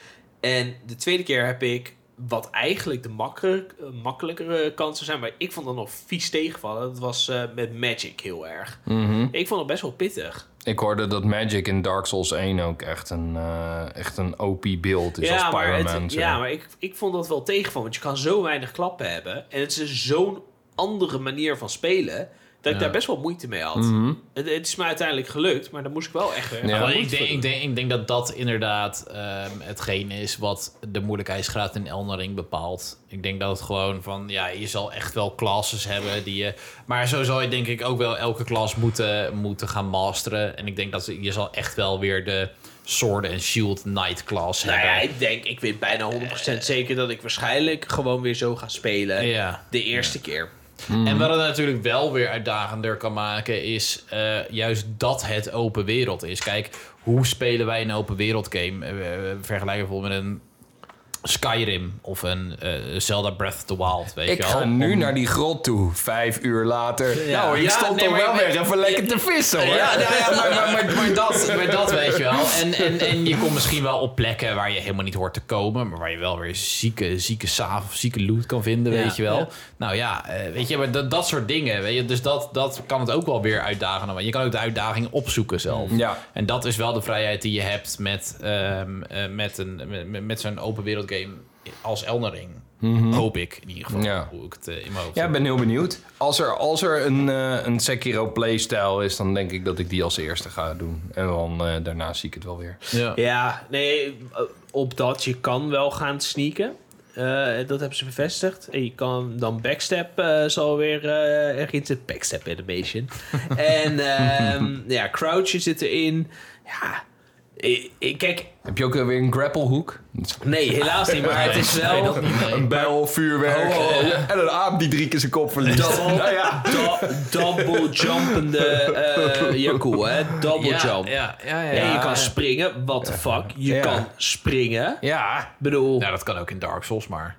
En de tweede keer heb ik, wat eigenlijk de makkelijkere kansen zijn, maar ik vond dat nog vies tegenvallen. Dat was met Magic heel erg. Mm-hmm. Ik vond het best wel pittig. Ik hoorde dat Magic in Dark Souls 1 ook echt een OP-beeld is als Pyromancer. Maar ik vond dat wel tegenvallen, want je kan zo weinig klappen hebben. En het is zo'n andere manier van spelen, dat ik daar best wel moeite mee had. Mm-hmm. Het is me uiteindelijk gelukt, maar dan moest ik wel echt weer... Ja, ik denk dat dat inderdaad hetgeen is wat de moeilijkheidsgraad in Elden Ring bepaalt. Ik denk dat het gewoon van, je zal echt wel classes hebben die je... Maar zo zal je denk ik ook wel elke klas moeten gaan masteren. En ik denk dat je zal echt wel weer de Sword and Shield Knight class hebben. Ik weet bijna 100% zeker dat ik waarschijnlijk gewoon weer zo ga spelen de eerste keer. Mm. En wat het natuurlijk wel weer uitdagender kan maken is juist dat het open wereld is. Kijk, hoe spelen wij een open wereld game? Vergelijken bijvoorbeeld met een Skyrim of een Zelda Breath of the Wild, weet je wel. Ik ga nu naar die grot toe, 5 uur later. Ja. Nou, je stond toch wel weer even lekker te vissen, hoor. Maar dat weet je wel. En je komt misschien wel op plekken waar je helemaal niet hoort te komen, maar waar je wel weer zieke saaf of zieke loot kan vinden, weet je wel. Ja. Nou weet je, maar dat soort dingen, weet je. Dus dat kan het ook wel weer uitdagen. Maar je kan ook de uitdaging opzoeken zelf. Ja. En dat is wel de vrijheid die je hebt met zo'n open wereld game als Elden Ring. Mm-hmm. Hoop ik in ieder geval. Hoe ik het in mijn hoofd ik ben heel benieuwd. Als er een Sekiro playstyle is, dan denk ik dat ik die als eerste ga doen. En dan daarna zie ik het wel weer. Op dat je kan wel gaan sneaken. Dat hebben ze bevestigd. En je kan dan backstep zal weer erin zitten. Backstep animation. En crouchen zit erin. Ja, kijk... Heb je ook weer een grapplehoek? Nee, helaas niet. Maar het is wel... Een bijl, vuurwerk en een aap die 3 keer zijn kop verliest. Double jumpende Yaku, hè? Double jump. En je kan springen. What the fuck? Je kan springen. Ja. Bedoel... Nou, dat kan ook in Dark Souls, maar...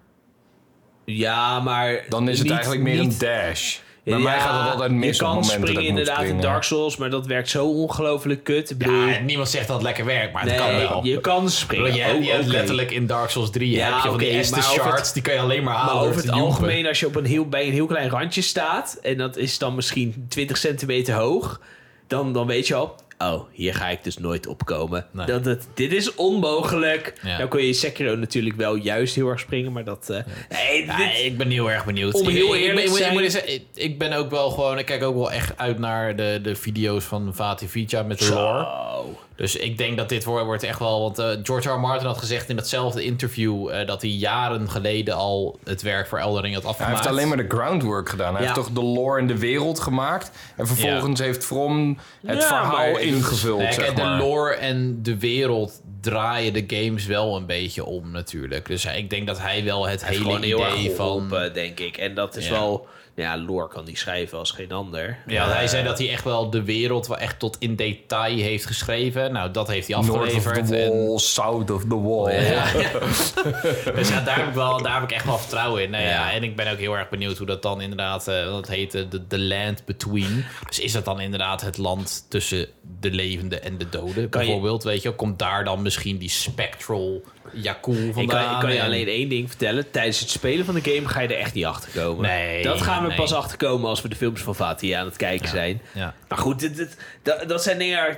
Ja, maar... Dan is het eigenlijk meer een dash. Bij mij gaat het altijd mis. Je kan springen inderdaad in Dark Souls, maar dat werkt zo ongelooflijk kut. Ik bedoel, niemand zegt dat het lekker werkt, maar het kan wel. Je kan springen. Je hebt letterlijk in Dark Souls 3 heb je van die Estus shards, die kan je alleen maar halen. Maar over het algemeen, als je bij een heel klein randje staat, en dat is dan misschien 20 centimeter hoog, dan weet je al... Oh, hier ga ik dus nooit opkomen. Nee. Dit is onmogelijk. Ja. Nou kon je in Sekiro natuurlijk wel juist heel erg springen, maar dat... ik ben heel erg benieuwd. Om heel eerlijk te zijn... Ik ben ook wel gewoon... Ik kijk ook wel echt uit naar de video's van Vati Vicha met de lore. Dus ik denk dat dit wordt echt wel... Want George R. Martin had gezegd in datzelfde interview... dat hij jaren geleden al het werk voor Elden Ring had afgemaakt. Hij heeft alleen maar de groundwork gedaan. Hij heeft toch de lore en de wereld gemaakt. En vervolgens heeft From het verhaal ingevuld, zeg maar. De lore en de wereld draaien de games wel een beetje om natuurlijk. Dus ik denk dat hij wel het hele idee van... denk ik. En dat is wel... Ja, lore kan die schrijven als geen ander. Ja, hij zei dat hij echt wel de wereld wel echt tot in detail heeft geschreven. Nou, dat heeft hij afgeleverd. North of the wall, south of the wall. Ja. Dus daar heb ik echt wel vertrouwen in. En ik ben ook heel erg benieuwd hoe dat dan inderdaad... dat heet The Land Between. Dus is dat dan inderdaad het land tussen de levenden en de doden? Bijvoorbeeld, weet je, komt daar dan misschien die spectral... Yaku vandaan. Ik kan je alleen één ding vertellen. Tijdens het spelen van de game ga je er echt niet achter komen. Nee, dat gaan we pas achterkomen als we de films van Vati aan het kijken zijn. Ja. Maar goed, dat zijn dingen...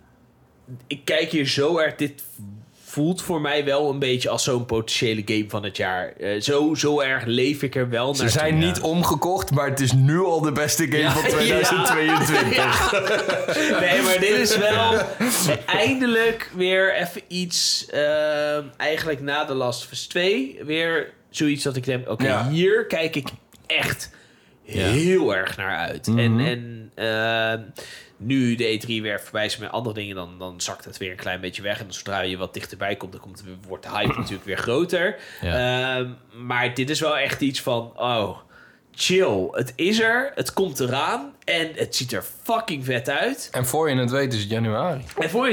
Ik kijk hier zo erg... Dit voelt voor mij wel een beetje als zo'n potentiële game van het jaar. Zo erg leef ik er wel naar. Ze zijn niet omgekocht, maar het is nu al de beste game van 2022. Ja. Nee, maar dit is wel eindelijk weer even iets... eigenlijk na The Last of Us 2 weer zoiets dat ik denk... Oké, hier kijk ik echt heel erg naar uit. Mm-hmm. En nu de E3 weer voorbij is met andere dingen... dan zakt het weer een klein beetje weg. En zodra je wat dichterbij komt... dan wordt de hype natuurlijk weer groter. Ja. Maar dit is wel echt iets van... Oh, chill. Het is er. Het komt eraan. En het ziet er fucking vet uit. En voor je het weet is het januari.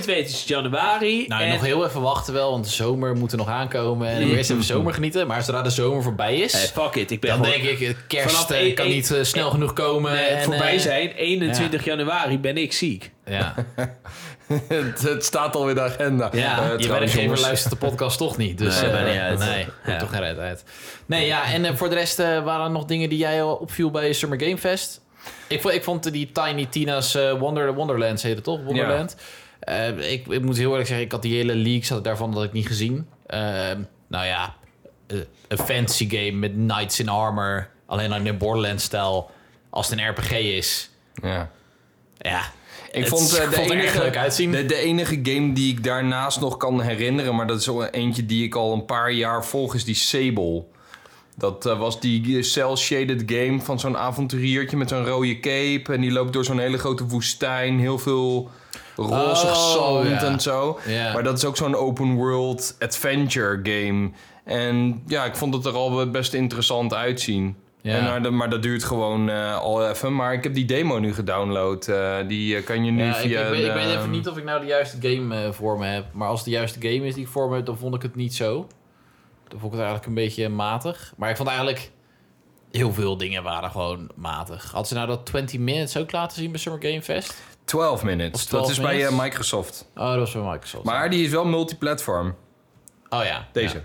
Nou, nog heel even wachten wel. Want de zomer moet er nog aankomen. En eerst even zomer genieten. Maar zodra de zomer voorbij is... fuck it. Dan denk ik, kerst kan niet snel genoeg komen. En voorbij zijn. 21 januari ben ik ziek. Ja. Het staat al in de agenda. Ja, je werkgever luistert de podcast toch niet. Dus niet uit. Nee, komt toch geen red uit. Nee, ja, en voor de rest waren er nog dingen die jij opviel bij Summer Game Fest? Ik vond die Tiny Tina's Wonderlands, heet het toch? Wonderland. Ja. Ik moet heel eerlijk zeggen, ik had die hele leaks daarvan dat ik niet gezien. Nou ja, een fantasy game met knights in armor. Alleen in een Borderlands-stijl. Als het een RPG is. Ja. Ja. Ik vond de enige game die ik daarnaast nog kan herinneren... maar dat is eentje die ik al een paar jaar volg, is die Sable. Dat was die cel-shaded game van zo'n avonturiertje met zo'n rode cape... en die loopt door zo'n hele grote woestijn. Heel veel rozig zand en zo. Yeah. Maar dat is ook zo'n open world adventure game. En ja, ik vond het er al best interessant uitzien. Ja. Maar dat duurt gewoon al even. Maar ik heb die demo nu gedownload. Die kan je nu via... Ik weet even niet of ik nou de juiste game voor me heb. Maar als het de juiste game is die ik voor me heb, dan vond ik het niet zo. Dan vond ik het eigenlijk een beetje matig. Maar ik vond eigenlijk... Heel veel dingen waren gewoon matig. Hadden ze nou dat 20 Minutes ook laten zien bij Summer Game Fest? 12 Minutes. 12 dat is minutes? Bij Microsoft. Oh, dat was bij Microsoft. Maar die is wel multiplatform. Oh ja. Deze.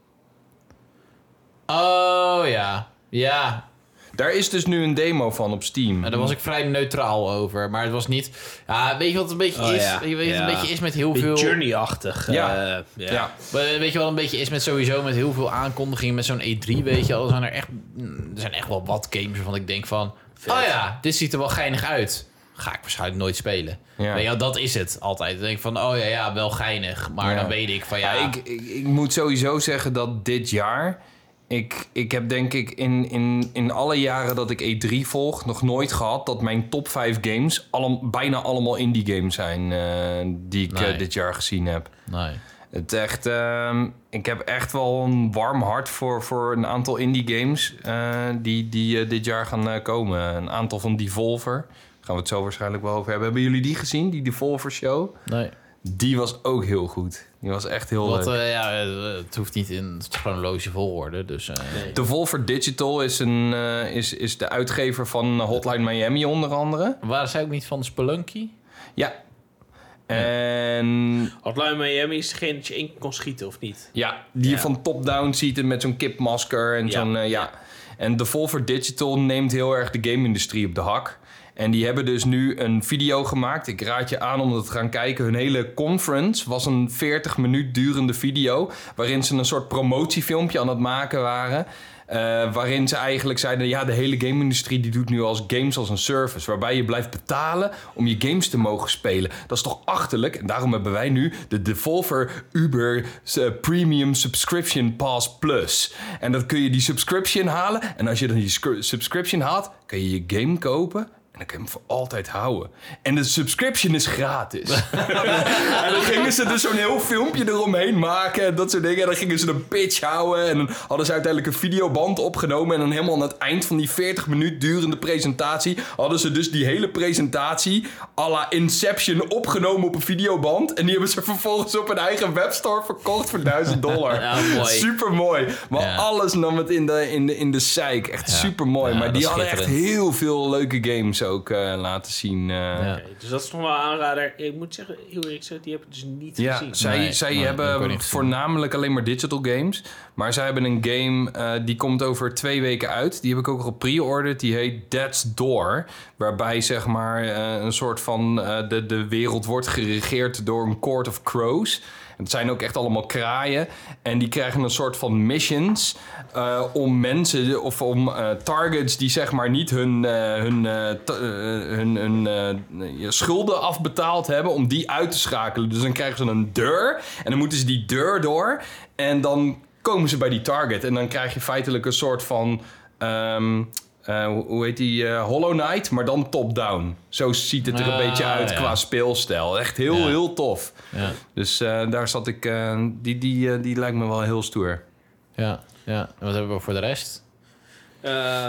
Ja. Oh ja. Ja. Daar is dus nu een demo van op Steam. En daar was ik vrij neutraal over. Maar het was niet... Ja, weet je wat het een beetje is? Ja. Je weet wat het een beetje is met heel veel... Journey-achtig. Ja. Weet je wat een beetje is met sowieso met heel veel aankondigingen met zo'n E3, weet je? Er zijn echt wel wat games waarvan ik denk van... Vet. Oh ja, dit ziet er wel geinig uit. Ga ik waarschijnlijk nooit spelen. Ja. Weet je, dat is het altijd. Dan denk ik van, oh ja, wel geinig. Maar dan weet ik van ja... Ik moet sowieso zeggen dat dit jaar... Ik heb denk ik in alle jaren dat ik E3 volg... nog nooit gehad dat mijn top 5 games... bijna allemaal indie games zijn... die ik dit jaar gezien heb. Nee. Het echt, ik heb echt wel een warm hart voor een aantal indie games... die dit jaar gaan komen. Een aantal van Devolver. Daar gaan we het zo waarschijnlijk wel over hebben. Hebben jullie die gezien, die Devolver show? Nee. Die was ook heel goed. Die was echt heel leuk. Het hoeft niet in chronologische volgorde. Dus, nee. Devolver Digital is de uitgever van Hotline Miami onder andere. Waren zij ook niet van Spelunky? Ja. En... Hotline Miami is degene dat je in kon schieten, of niet? Ja, die je van top-down ziet met zo'n kipmasker en zo'n... En Devolver Digital neemt heel erg de game-industrie op de hak. En die hebben dus nu een video gemaakt. Ik raad je aan om dat te gaan kijken. Hun hele conference was een 40 minuut durende video... waarin ze een soort promotiefilmpje aan het maken waren... waarin ze eigenlijk zeiden... ja, de hele game-industrie die doet nu als games als een service... waarbij je blijft betalen om je games te mogen spelen. Dat is toch achterlijk? En daarom hebben wij nu de Devolver Uber Premium Subscription Pass Plus. En dan kun je die subscription halen... en als je dan die subscription haalt... kun je je game kopen... En dan kun je hem voor altijd houden. En de subscription is gratis. En dan gingen ze dus zo'n heel filmpje eromheen maken. En dat soort dingen. En dan gingen ze een pitch houden. En dan hadden ze uiteindelijk een videoband opgenomen. En dan helemaal aan het eind van die 40 minuut durende presentatie... hadden ze dus die hele presentatie... à la Inception opgenomen op een videoband. En die hebben ze vervolgens op een eigen webstore verkocht voor $1,000. Ja, mooi. Super mooi. Maar alles nam het in de zeik. Echt super mooi. Maar die hadden echt heel veel leuke games ook laten zien. Okay, dus dat is nog wel een aanrader. Ik moet zeggen, heel eerlijk gezegd, die heb ik dus niet gezien. Zij hebben voornamelijk alleen maar digital games. Maar zij hebben een game, die komt over 2 weken uit. Die heb ik ook al pre-ordered. Die heet Death's Door. Waarbij zeg maar een soort van de wereld wordt geregeerd door een Court of Crows. Het zijn ook echt allemaal kraaien. En die krijgen een soort van missions... om mensen of om targets die zeg maar niet hun schulden afbetaald hebben... om die uit te schakelen. Dus dan krijgen ze een deur. En dan moeten ze die deur door. En dan komen ze bij die target. En dan krijg je feitelijk een soort van... hoe heet die? Hollow Knight, maar dan top-down. Zo ziet het er een beetje uit qua speelstijl. Echt heel tof. Ja. Dus daar zat ik... Die lijkt me wel heel stoer. Ja. En wat hebben we voor de rest?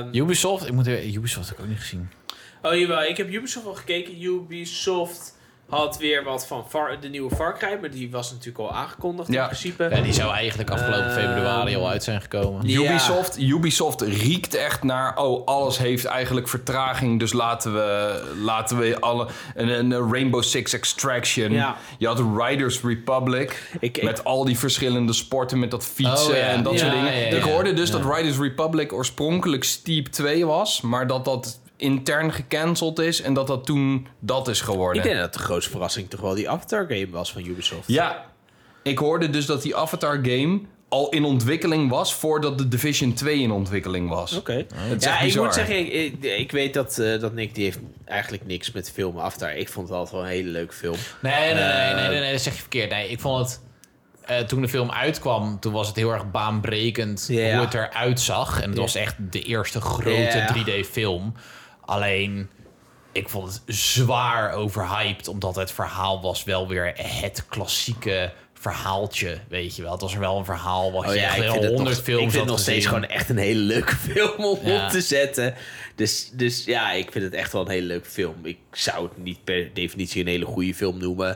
Ubisoft? Ubisoft heb ik ook niet gezien. Oh jawel, ik heb Ubisoft al gekeken. Ubisoft had weer wat van de nieuwe Far Cry, maar die was natuurlijk al aangekondigd in principe. Ja, die zou eigenlijk afgelopen februari al uit zijn gekomen. Ubisoft riekt echt naar, alles heeft eigenlijk vertraging, dus laten we een Rainbow Six Extraction. Ja. Je had Riders Republic met al die verschillende sporten, met dat fietsen en dat soort dingen. Ik hoorde dus dat Riders Republic oorspronkelijk Steep 2 was, maar dat intern gecanceld is en dat toen dat is geworden. Ik denk dat de grootste verrassing toch wel die Avatar game was van Ubisoft. Ja, ik hoorde dus dat die Avatar game al in ontwikkeling was voordat de Division 2 in ontwikkeling was. Oké. Ik moet zeggen, ik weet dat Nick, die heeft eigenlijk niks met film Avatar. Ik vond het altijd wel een hele leuke film. Nee, dat zeg je verkeerd. Nee, ik vond het... toen de film uitkwam, toen was het heel erg baanbrekend hoe het eruit zag. En het was echt de eerste grote 3D-film. Alleen, ik vond het zwaar overhyped, omdat het verhaal was wel weer het klassieke verhaaltje, weet je wel. Het was er wel een verhaal wat je echt 100 films had. Ik vind het nog steeds gewoon echt een hele leuke film om op te zetten. Dus ja, ik vind het echt wel een hele leuke film. Ik zou het niet per definitie een hele goede film noemen.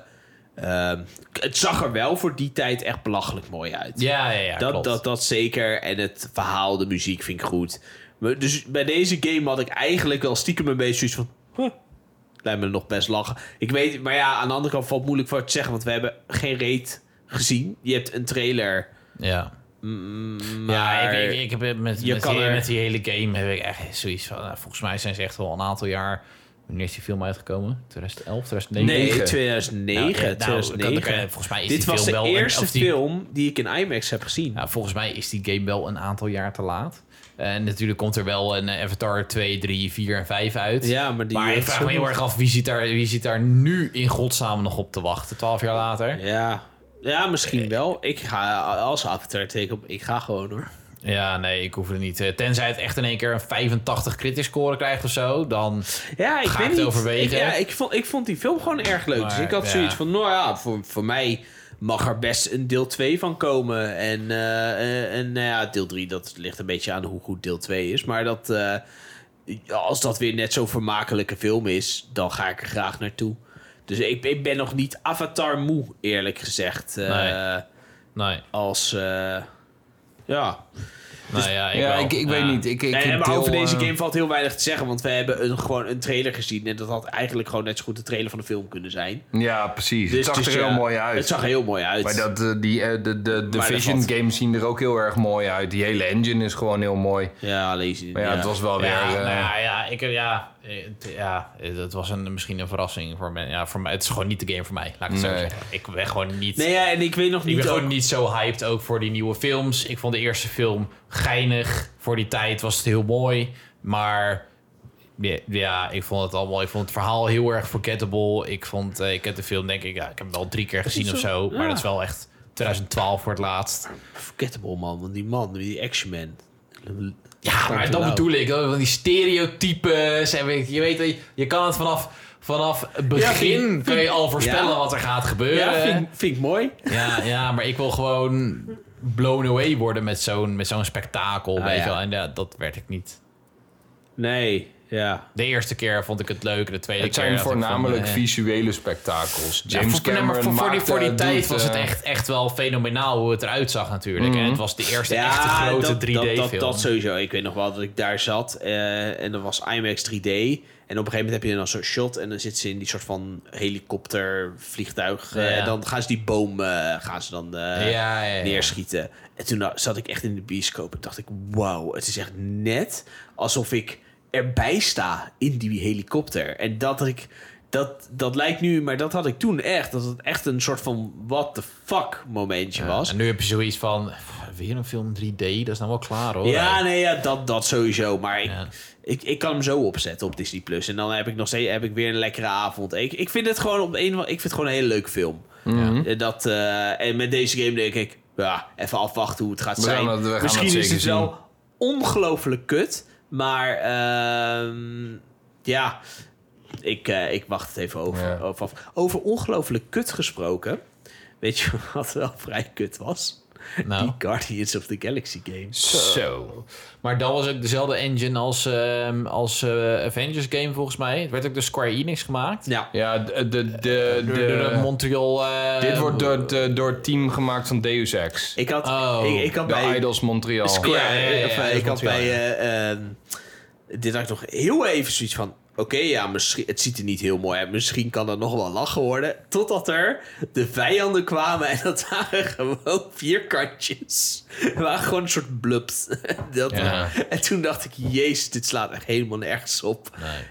Het zag er wel voor die tijd echt belachelijk mooi uit. Ja, dat zeker. En het verhaal, de muziek vind ik goed. Dus bij deze game had ik eigenlijk wel stiekem een beetje zoiets van... lijkt me nog best lachen. Ik weet, maar ja, aan de andere kant valt het moeilijk voor te zeggen, want we hebben geen reet gezien. Je hebt een trailer. Ja. Maar ik heb met die hele game heb ik echt zoiets van... volgens mij zijn ze echt wel een aantal jaar... Wanneer is die film uitgekomen? 2011, 2009? Nee, 2009. 2009. Volgens mij is dit die was film de wel eerste film die ik in IMAX heb gezien. Ja, volgens mij is die game wel een aantal jaar te laat. En natuurlijk komt er wel een Avatar 2, 3, 4 en 5 uit. Ja, maar ik vraag me heel erg af, wie zit daar nu in godsnaam nog op te wachten, 12 jaar later? Ja, misschien wel. Ik ga als Avatar teken, ik ga gewoon hoor. Ja, nee, ik hoef het niet. Tenzij het echt in één keer een 85 critic score krijgt of zo, dan ga ik het overwegen. Ik vond die film gewoon erg leuk. Maar, dus ik had zoiets van, nou ja, voor mij mag er best een deel 2 van komen. En deel 3, dat ligt een beetje aan hoe goed deel 2 is. Maar als dat weer net zo'n vermakelijke film is, dan ga ik er graag naartoe. Dus ik ben nog niet Avatar moe, eerlijk gezegd. Nee. Als... ik weet niet. Maar over deze game valt heel weinig te zeggen, want we hebben gewoon een trailer gezien en dat had eigenlijk gewoon net zo goed de trailer van de film kunnen zijn. Ja, precies. Dus, het zag er heel mooi uit. Het zag er heel mooi uit. Maar de Division games zien er ook heel erg mooi uit. Die hele engine is gewoon heel mooi. Ja, maar het was wel weer... het was misschien een verrassing voor mij. Ja, voor mij. Het is gewoon niet de game voor mij. Laat ik het zo zeggen. Ik ben gewoon niet... en ik weet nog niet... Ik ben gewoon niet zo hyped ook voor die nieuwe films. Ik vond de eerste film geinig. Voor die tijd was het heel mooi. Maar ik vond het allemaal... Ik vond het verhaal heel erg forgettable. Ik heb de film denk ik... Ja, ik heb hem wel 3 keer gezien of zo. Ja. Maar dat is wel echt 2012 voor het laatst. Forgettable, man. Want die Action Man... Ja, maar dat bedoel ik. Van die stereotypes. Je weet, je kan het vanaf het begin kun je al voorspellen wat er gaat gebeuren. Ja, vind ik mooi. Ja, maar ik wil gewoon blown away worden met zo'n spektakel. Weet je wel. En dat werd ik niet. Nee, ja. De eerste keer vond ik het leuk. De tweede keer... Het zijn voornamelijk visuele spektakels. James Cameron voor die tijd was het echt wel fenomenaal hoe het eruit zag natuurlijk. En het was de eerste echte grote 3D-film. Dat sowieso. Ik weet nog wel dat ik daar zat. En dat was IMAX 3D. En op een gegeven moment heb je dan zo'n shot. En dan zitten ze in die soort van helikoptervliegtuig. En dan gaan ze die boom neerschieten. En toen zat ik echt in de bioscoop. En dacht ik, wauw. Het is echt net alsof ik erbij sta in die helikopter. En dat lijkt nu, maar dat had ik toen echt. Dat het echt een soort van what the fuck momentje was. En nu heb je zoiets van, weer een film 3D, dat is nou wel klaar hoor. Ja, dat sowieso. Maar ik kan hem zo opzetten op Disney Plus. En dan heb ik weer een lekkere avond. Ik vind het gewoon ik vind het gewoon een hele leuke film. Mm-hmm. En met deze game denk ik, even afwachten hoe het gaat zijn. Misschien is het wel ongelooflijk kut. Maar ik wacht het even over. Over ongelooflijk kut gesproken. Weet je wat wel vrij kut was? Nou. Die Guardians of the Galaxy game. Zo. Maar dat was ook dezelfde engine als Avengers game volgens mij. Het werd ook door Square Enix gemaakt. Ja, De Montreal... dit wordt door het team gemaakt van Deus Ex. ik had De bij Idols Montreal. Square, ik had Montreal, bij dit had ik nog heel even zoiets van... Oké, misschien, het ziet er niet heel mooi uit. Misschien kan dat nog wel lachen worden. Totdat er de vijanden kwamen. En dat waren gewoon vierkantjes. Het waren gewoon een soort blubs. En toen dacht ik... Jezus, dit slaat echt helemaal nergens op.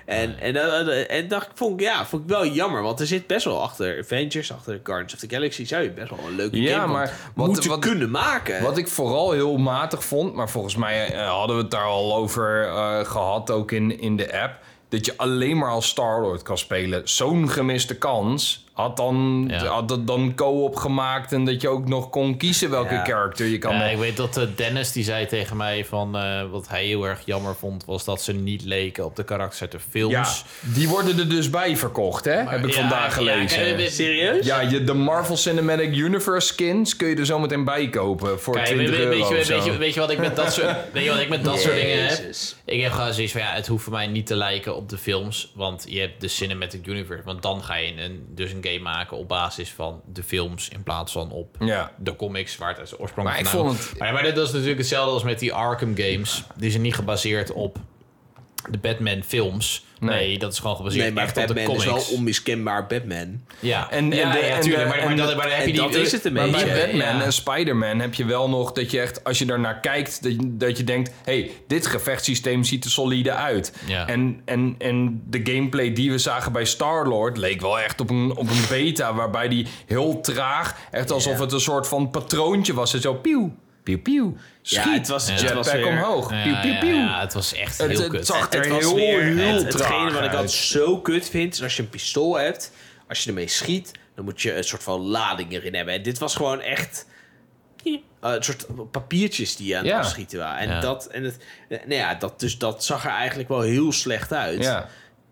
En dacht ik, vond ik wel jammer. Want er zit best wel achter Avengers... Achter Guardians of the Galaxy... Zou je best wel een leuke game maar moeten kunnen maken. Wat ik vooral heel matig vond... Maar volgens mij hadden we het daar al over gehad. Ook in de app... Dat je alleen maar als Star-Lord kan spelen. Zo'n gemiste kans. Had het dan co-op gemaakt... en dat je ook nog kon kiezen welke character je kan... ik weet dat Dennis die zei tegen mij van... wat hij heel erg jammer vond... was dat ze niet leken op de karakters uit de films. Ja, die worden er dus bij verkocht, hè? Heb ik vandaag gelezen. Serieus? Ja, de Marvel Cinematic Universe skins... kun je er zometeen bij kopen voor €20 weet je wat ik met dat soort dingen heb? Ik heb gewoon zoiets van... het hoeft voor mij niet te lijken op de films... want je hebt de Cinematic Universe... want dan ga je een game maken op basis van de films in plaats van op de comics waar het oorspronkelijk maar ik vond het... Maar dat is natuurlijk hetzelfde als met die Arkham games. Die zijn niet gebaseerd op de Batman films. Nee, dat is gewoon gebaseerd echt op de comics. Batman is wel onmiskenbaar Batman. Ja, natuurlijk. Maar heb je dat is het een beetje. Maar bij Batman en Spider-Man heb je wel nog dat je echt... als je daarnaar kijkt, dat je denkt... hey, dit gevechtssysteem ziet er solide uit. Ja. En de gameplay die we zagen bij Star-Lord... leek wel echt op een beta... waarbij die heel traag... echt alsof het een soort van patroontje was. En zo pieuw, pieuw, pieuw. Schiet, het was jetpack omhoog. Pieuw, pieuw, pieuw. Ja, het was echt heel kut. Het zag er heel traag hetgene wat ik uit. altijd zo kut vind... is als je een pistool hebt... als je ermee schiet... dan moet je een soort van lading erin hebben. En dit was gewoon echt... een soort papiertjes die je aan het afschieten waren. En dat zag er eigenlijk wel heel slecht uit. Ja.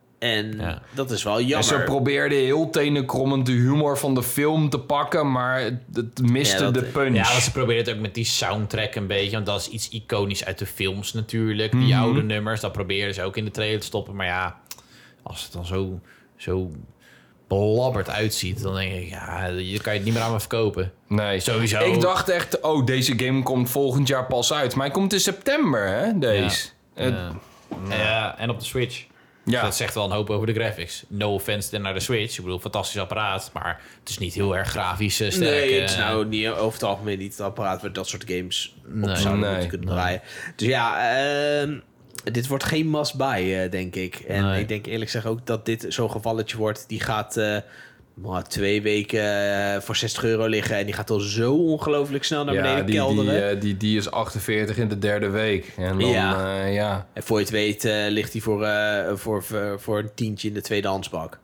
En dat is wel jammer. En ze probeerden heel tenenkrommend de humor van de film te pakken... maar het miste de punch. Ja, want ze probeerden het ook met die soundtrack een beetje... want dat is iets iconisch uit de films natuurlijk. Die oude nummers, dat probeerden ze ook in de trailer te stoppen. Maar ja, als het dan zo belabberd uitziet... dan denk ik, je kan je het niet meer aan me verkopen. Nee, sowieso. Ik dacht echt, deze game komt volgend jaar pas uit. Maar hij komt in september, hè, deze. Ja, en op de Switch. Ja. Dat zegt wel een hoop over de graphics. No offense naar de Switch. Ik bedoel, fantastisch apparaat. Maar het is niet heel erg grafisch sterk. Nee, het is nou niet, over het algemeen niet het apparaat... waar dat soort games op zouden moeten kunnen draaien. Dus dit wordt geen must-buy, denk ik. En ik denk eerlijk gezegd ook dat dit zo'n gevalletje wordt... die gaat 2 weken voor €60 liggen... en die gaat al zo ongelooflijk snel naar beneden kelderen. Die is 48 in de derde week. En dan, En voor je het weet ligt die voor een tientje in de tweedehandsbak.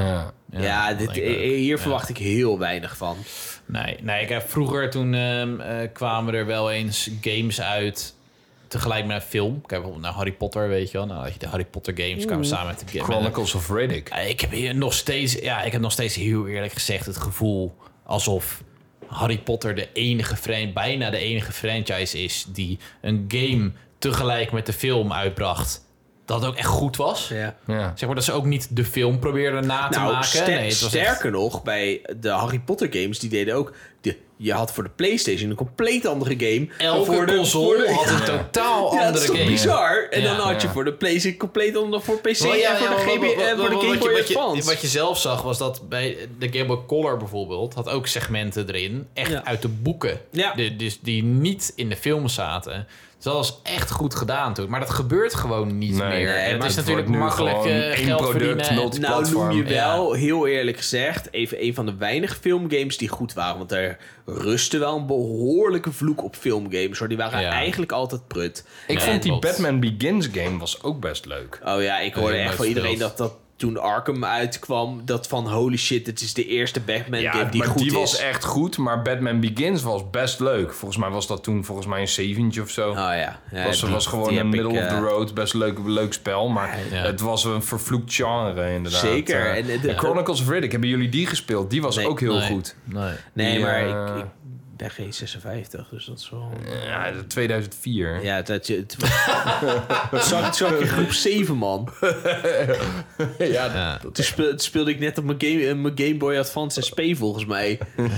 Hier verwacht ik heel weinig van. Nee, ik heb vroeger toen kwamen er wel eens games uit... tegelijk met een film. Kijk bijvoorbeeld naar Harry Potter, weet je wel. Nou, de Harry Potter games kwamen samen met de Chronicles of Riddick. Ik heb nog steeds heel eerlijk gezegd het gevoel... alsof Harry Potter bijna de enige franchise is... die een game tegelijk met de film uitbracht... dat ook echt goed was. Ja. Zeg maar dat ze ook niet de film probeerden na te maken. Het was sterker nog, bij de Harry Potter games... die deden ook... je had voor de PlayStation een compleet andere game. Elke console had een totaal andere game. Dat is toch bizar? En dan had je voor de PlayStation compleet andere voor PC... en voor de Game Boy Advance. Wat je zelf zag was dat bij de Game Boy Color bijvoorbeeld... had ook segmenten erin, echt uit de boeken. Ja. Dus die niet in de film zaten... Dus dat was echt goed gedaan toen. Maar dat gebeurt gewoon niet meer. En het is natuurlijk makkelijk geld verdienen. Nou noem je wel, heel eerlijk gezegd... even een van de weinige filmgames die goed waren. Want er rustte wel een behoorlijke vloek op filmgames. Hoor. Die waren eigenlijk altijd prut. Ik vond die Batman Begins game was ook best leuk. Oh ja, ik hoorde echt van iedereen dat toen Arkham uitkwam... dat van holy shit, het is de eerste Batman game die goed is. Die was echt goed, maar Batman Begins was best leuk. Volgens mij was dat toen een 7 of zo. Oh ja. was gewoon een middle of the road, best leuk spel. Maar het was een vervloekt genre inderdaad. Zeker. En Chronicles of Riddick, hebben jullie die gespeeld? Die was ook heel goed. Nee, maar ben geen 56, dus dat is wel... Ja, 2004. Ja, dat je... Zag ik in groep 7, man. Toen speelde ik net op mijn Game Boy Advance SP, volgens mij.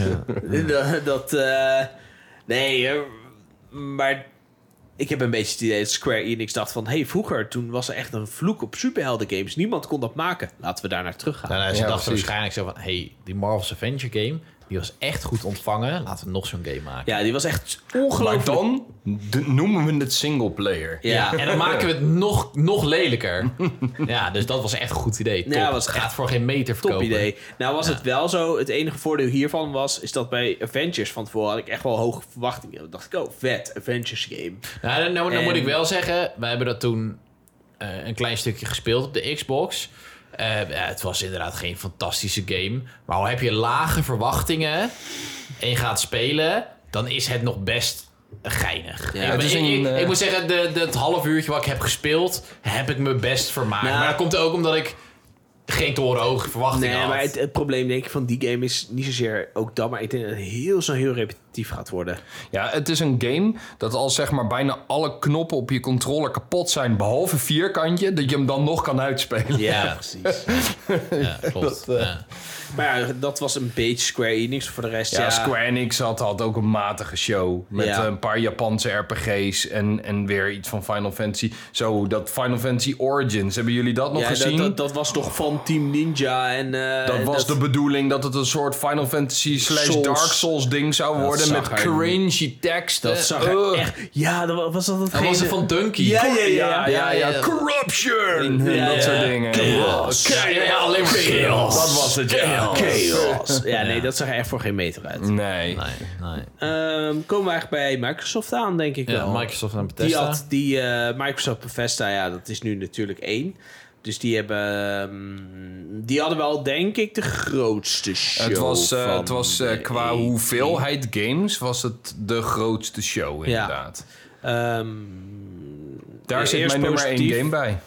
Maar ik heb een beetje het idee dat Square Enix dacht van... vroeger, toen was er echt een vloek op superhelden games. Niemand kon dat maken. Laten we daar naar terug gaan. Ze dachten waarschijnlijk zo van... die Marvel's Avenger game... die was echt goed ontvangen. Laten we nog zo'n game maken. Ja, die was echt ongelooflijk. Maar dan noemen we het singleplayer. Ja, en dan maken we het nog lelijker. Ja, dus dat was echt een goed idee. Ja, was gaat voor geen meter verkopen. Top idee. Nou was het wel zo. Het enige voordeel hiervan is dat bij Avengers van tevoren had ik echt wel hoge verwachtingen. Dan dacht ik, vet, Avengers game. Nou moet ik wel zeggen, wij hebben dat toen een klein stukje gespeeld op de Xbox. Het was inderdaad geen fantastische game. Maar al heb je lage verwachtingen en je gaat spelen, dan is het nog best geinig. Ja, ik moet zeggen, het half uurtje wat ik heb gespeeld, heb ik me best vermaakt. Nou, maar dat komt ook omdat ik geen torenhoge verwachtingen had. Maar het probleem denk ik van die game is niet zozeer ook dat, maar ik denk dat het heel snel heel repetitief gaat worden. Ja, het is een game dat als zeg maar bijna alle knoppen op je controller kapot zijn, behalve vierkantje, dat je hem dan nog kan uitspelen. Ja, precies. Ja, klopt. Maar ja, dat was een beetje Square Enix. Voor de rest, Ja, Square Enix had ook een matige show. Met een paar Japanse RPG's en weer iets van Final Fantasy. Zo, dat Final Fantasy Origins. Hebben jullie dat nog gezien? Dat was toch van Team Ninja. En, dat was de bedoeling dat het een soort Final Fantasy / Dark Souls ding zou worden. Met cringy teksten. Dat zag er echt... Ja, was dat dat was het van Donkey. Ja. Corruption. En dat soort dingen. Chaos. Ja, alleen maar chaos. Dat was het, ja. Chaos. Ja, nee, dat zag er echt voor geen meter uit. Nee. Komen we eigenlijk bij Microsoft aan, denk ik wel. Microsoft en Bethesda. Microsoft Bethesda, dat is nu natuurlijk 1. Dus die hadden wel, denk ik, de grootste show. Het was qua hoeveelheid games was het de grootste show, inderdaad. Daar zit mijn nummer 1 game bij.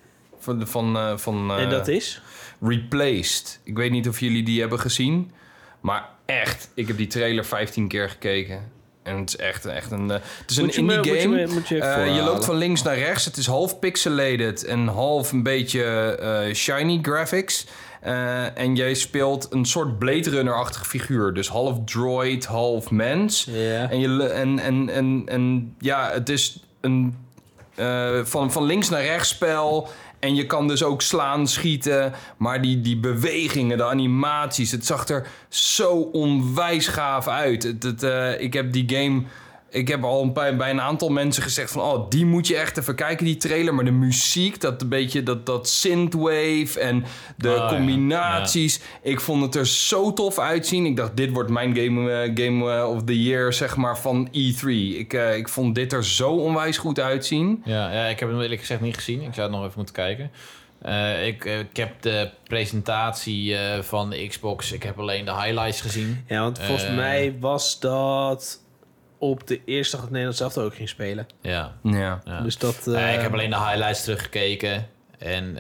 En dat is? Replaced. Ik weet niet of jullie die hebben gezien. Maar echt, ik heb die trailer 15 keer gekeken. En het is echt een... Het is een indie game. Je loopt van links naar rechts. Het is half pixelated en half een beetje shiny graphics. En jij speelt een soort Blade Runner-achtige figuur. Dus half droid, half mens. Yeah. En het is een van links naar rechts spel. En je kan dus ook slaan, schieten. Maar die bewegingen, de animaties, het zag er zo onwijs gaaf uit. Ik heb die game... Ik heb al bij een aantal mensen gezegd van... die moet je echt even kijken, die trailer. Maar de muziek, dat een beetje dat synthwave en de combinaties. Ja. Ik vond het er zo tof uitzien. Ik dacht, dit wordt mijn game of the year, zeg maar, van E3. Ik vond dit er zo onwijs goed uitzien. Ja, ik heb hem eerlijk gezegd niet gezien. Ik zou het nog even moeten kijken. Ik heb de presentatie van de Xbox. Ik heb alleen de highlights gezien. Ja, want volgens mij was dat... op de eerste dag dat Nederland zelf ook ging spelen. Ja. Dus dat... ik heb alleen de highlights teruggekeken. En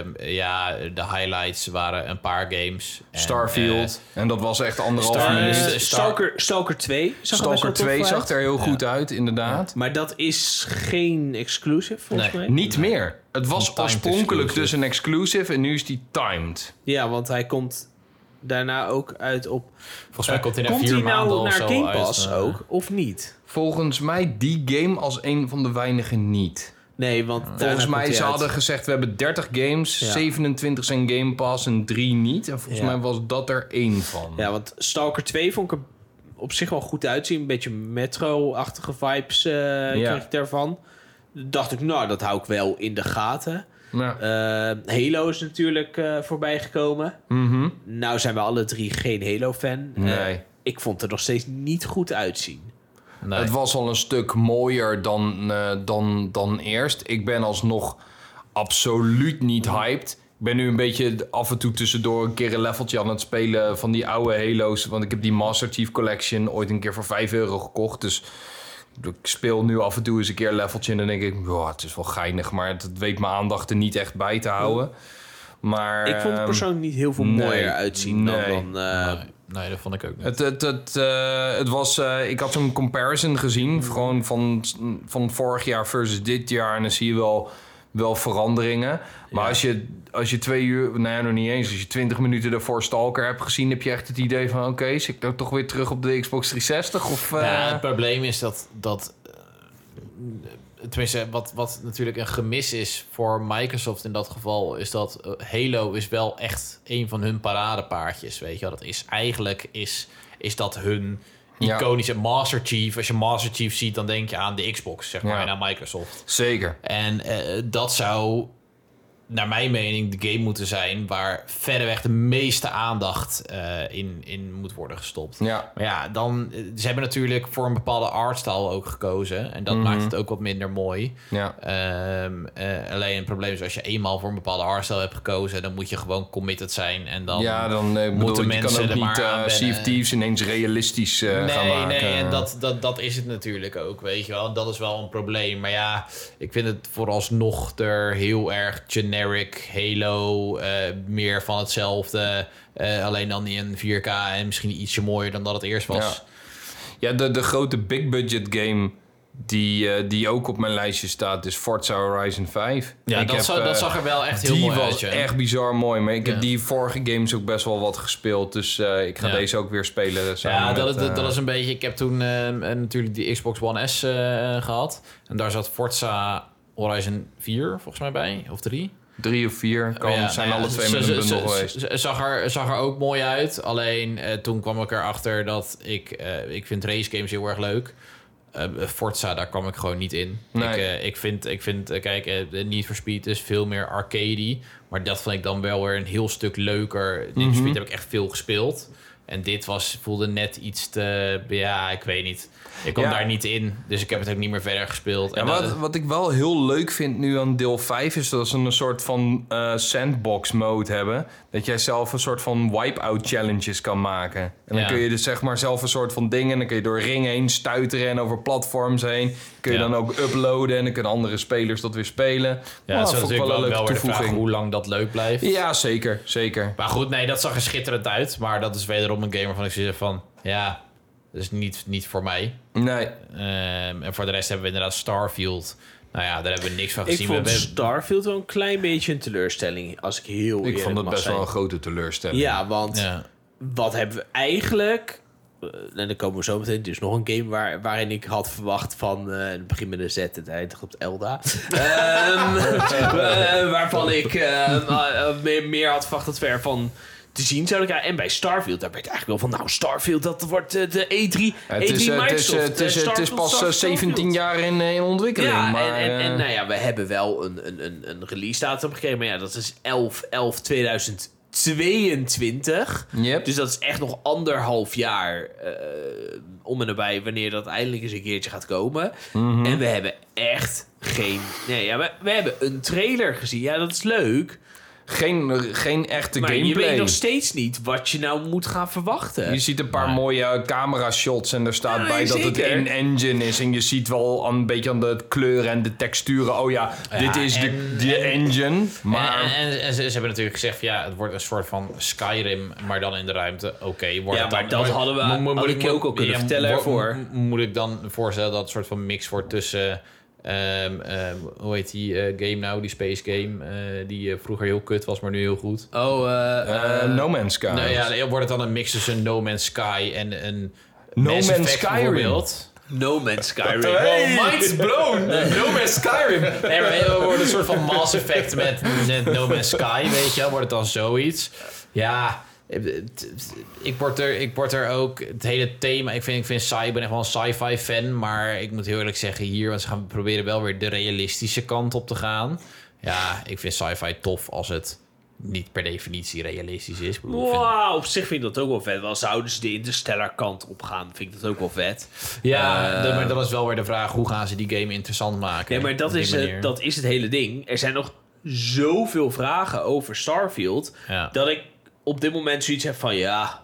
de highlights waren een paar games. Starfield. En dat was echt 1,5 minuut. Stalker 2. Stalker 2 zag er heel goed uit, inderdaad. Ja. Maar dat is geen exclusive, volgens mij. Niet meer. Het was oorspronkelijk dus een exclusive en nu is die timed. Ja, want hij komt... daarna ook uit op... Volgens mij komt hij na 4 maanden naar Game Pass ook, of niet? Volgens mij die game als een van de weinigen niet. Nee, want... volgens mij ze hadden gezegd, we hebben 30 games, 27 zijn Game Pass en 3 niet. En volgens mij was dat er 1 van. Ja, want Stalker 2 vond ik er op zich wel goed uitzien. Een beetje Metro-achtige vibes kreeg ik daarvan. Dacht ik, dat hou ik wel in de gaten. Ja. Halo is natuurlijk voorbij gekomen. Mm-hmm. Nou zijn we alle 3 geen Halo-fan. Nee. Ik vond het er nog steeds niet goed uitzien. Nee. Het was al een stuk mooier dan eerst. Ik ben alsnog absoluut niet hyped. Ik ben nu een beetje af en toe tussendoor een keer een leveltje aan het spelen van die oude Halo's. Want ik heb die Master Chief Collection ooit een keer voor €5 gekocht. Dus... ik speel nu af en toe eens een keer een leveltje en dan denk ik... het is wel geinig, maar het weet mijn aandacht er niet echt bij te houden. Maar, ik vond het persoonlijk niet heel veel mooier uitzien dan Nee, dat vond ik ook niet. Het was... ik had zo'n comparison gezien. Gewoon van vorig jaar versus dit jaar. En dan zie je wel veranderingen. Maar als je 2 uur... Nou ja, nog niet eens. Als je 20 minuten daarvoor Stalker hebt gezien... heb je echt het idee van... Oké, zit ik nou toch weer terug op de Xbox 360? Of, het probleem is dat tenminste, wat natuurlijk een gemis is voor Microsoft in dat geval... is dat Halo is wel echt een van hun paradepaardjes, weet je wel. Dat is eigenlijk... Is dat hun iconische Master Chief. Als je Master Chief ziet, dan denk je aan de Xbox, zeg maar, en aan Microsoft. Zeker. En dat zou, naar mijn mening, de game moeten zijn waar verreweg de meeste aandacht in moet worden gestopt. Ja. Maar ja, ze hebben natuurlijk voor een bepaalde artstyle ook gekozen. En dat maakt het ook wat minder mooi. Ja. Alleen het probleem is, als je eenmaal voor een bepaalde artstyle hebt gekozen, dan moet je gewoon committed zijn. En dan moeten mensen je kan ook er maar niet Sea of Thieves ineens realistisch gaan maken. Nee, en dat is het natuurlijk ook, weet je wel. Dat is wel een probleem. Maar ja, ik vind het vooralsnog er heel erg generic Halo, meer van hetzelfde. Alleen dan in 4K en misschien ietsje mooier dan dat het eerst was. Ja, de grote big budget game die ook op mijn lijstje staat is Forza Horizon 5. Ja, dat zag er wel echt heel mooi uit. Die was echt bizar mooi. Maar ik heb die vorige games ook best wel wat gespeeld. Dus ik ga deze ook weer spelen. Dat is een beetje... Ik heb toen natuurlijk die Xbox One S gehad. En daar zat Forza Horizon 4 volgens mij bij. Of 3. 3 of 4. Zijn alle twee met een bundel geweest. Zag er ook mooi uit. Alleen toen kwam ik erachter dat ik vind race games heel erg leuk. Forza, daar kwam ik gewoon niet in. Nee. Ik vind Need for Speed is veel meer arcadey. Maar dat vond ik dan wel weer een heel stuk leuker. Need for Speed heb ik echt veel gespeeld. En dit voelde net iets te... Ja, ik weet niet. Ik kwam daar niet in. Dus ik heb het ook niet meer verder gespeeld. Ja, en wat ik wel heel leuk vind nu aan deel 5... is dat ze een soort van sandbox mode hebben. Dat jij zelf een soort van wipe-out challenges kan maken. En dan kun je dus zeg maar zelf een soort van dingen... en dan kun je door ringen heen stuiteren en over platforms heen. Kun je dan ook uploaden en dan kunnen andere spelers dat weer spelen. Ja, dat is natuurlijk wel weer de vraag hoe lang dat leuk blijft. Ja, zeker. Maar goed, nee, dat zag er schitterend uit. Maar dat is wederom een game waarvan ik zeg van... Ja, dat is niet voor mij. Nee. En voor de rest hebben we inderdaad Starfield. Nou ja, daar hebben we niks van gezien. Ik vond Starfield wel een klein beetje een teleurstelling, als ik heel eerlijk mag zijn. Ik vond het best wel een grote teleurstelling. Ja, want wat hebben we eigenlijk... En dan komen we zo meteen. Het is nog een game waarin ik had verwacht van... het begint met een Z, het eindigt op Elda. Waarvan ik meer had verwacht dat ver van... te zien zou ik. En bij Starfield, daar werd eigenlijk wel van... Nou, Starfield, dat wordt de E3 Microsoft. Het is pas 17 jaar in ontwikkeling. Ja, maar, en nou ja, we hebben wel een release datum gekregen. Maar ja, dat is 11/11/2022. Yep. Dus dat is echt nog 1,5 jaar om en nabij... wanneer dat eindelijk eens een keertje gaat komen. En we hebben echt geen... Nee, ja, we hebben een trailer gezien. Ja, dat is leuk... Geen echte maar gameplay. Je weet nog steeds niet wat je nou moet gaan verwachten. Je ziet een paar mooie camera shots en er staat bij dat het in engine is. En je ziet wel een beetje aan de kleuren en de texturen. Oh ja, dit is de engine. Maar... En ze hebben natuurlijk gezegd, ja, het wordt een soort van Skyrim, maar dan in de ruimte. Oké, maar dat hadden we had ik ook al kunnen vertellen ervoor. Moet ik dan voorstellen dat het een soort van mix wordt tussen... hoe heet die game nou? Die space game die vroeger heel kut was, maar nu heel goed. No Man's Sky. Nou ja, wordt het dan een mix tussen No Man's Sky en een No Man's Skyrim. No Man's Skyrim. Oh, mind's blown. No Man's Skyrim. Nee, maar we worden een soort van Mass Effect met No Man's Sky, weet je. Wordt het dan zoiets? Ja... Ik word er ook het hele thema. Ik ben echt wel een sci-fi fan, maar ik moet heel eerlijk zeggen hier, want ze gaan proberen wel weer de realistische kant op te gaan. Ja, ik vind sci-fi tof als het niet per definitie realistisch is. Op zich vind ik dat ook wel vet. Wel zouden ze de interstellar kant op gaan, vind ik dat ook wel vet. Ja, maar dat is wel weer de vraag, hoe gaan ze die game interessant maken? Nee, maar dat is het hele ding. Er zijn nog zoveel vragen over Starfield, dat ik op dit moment zoiets heb van ja...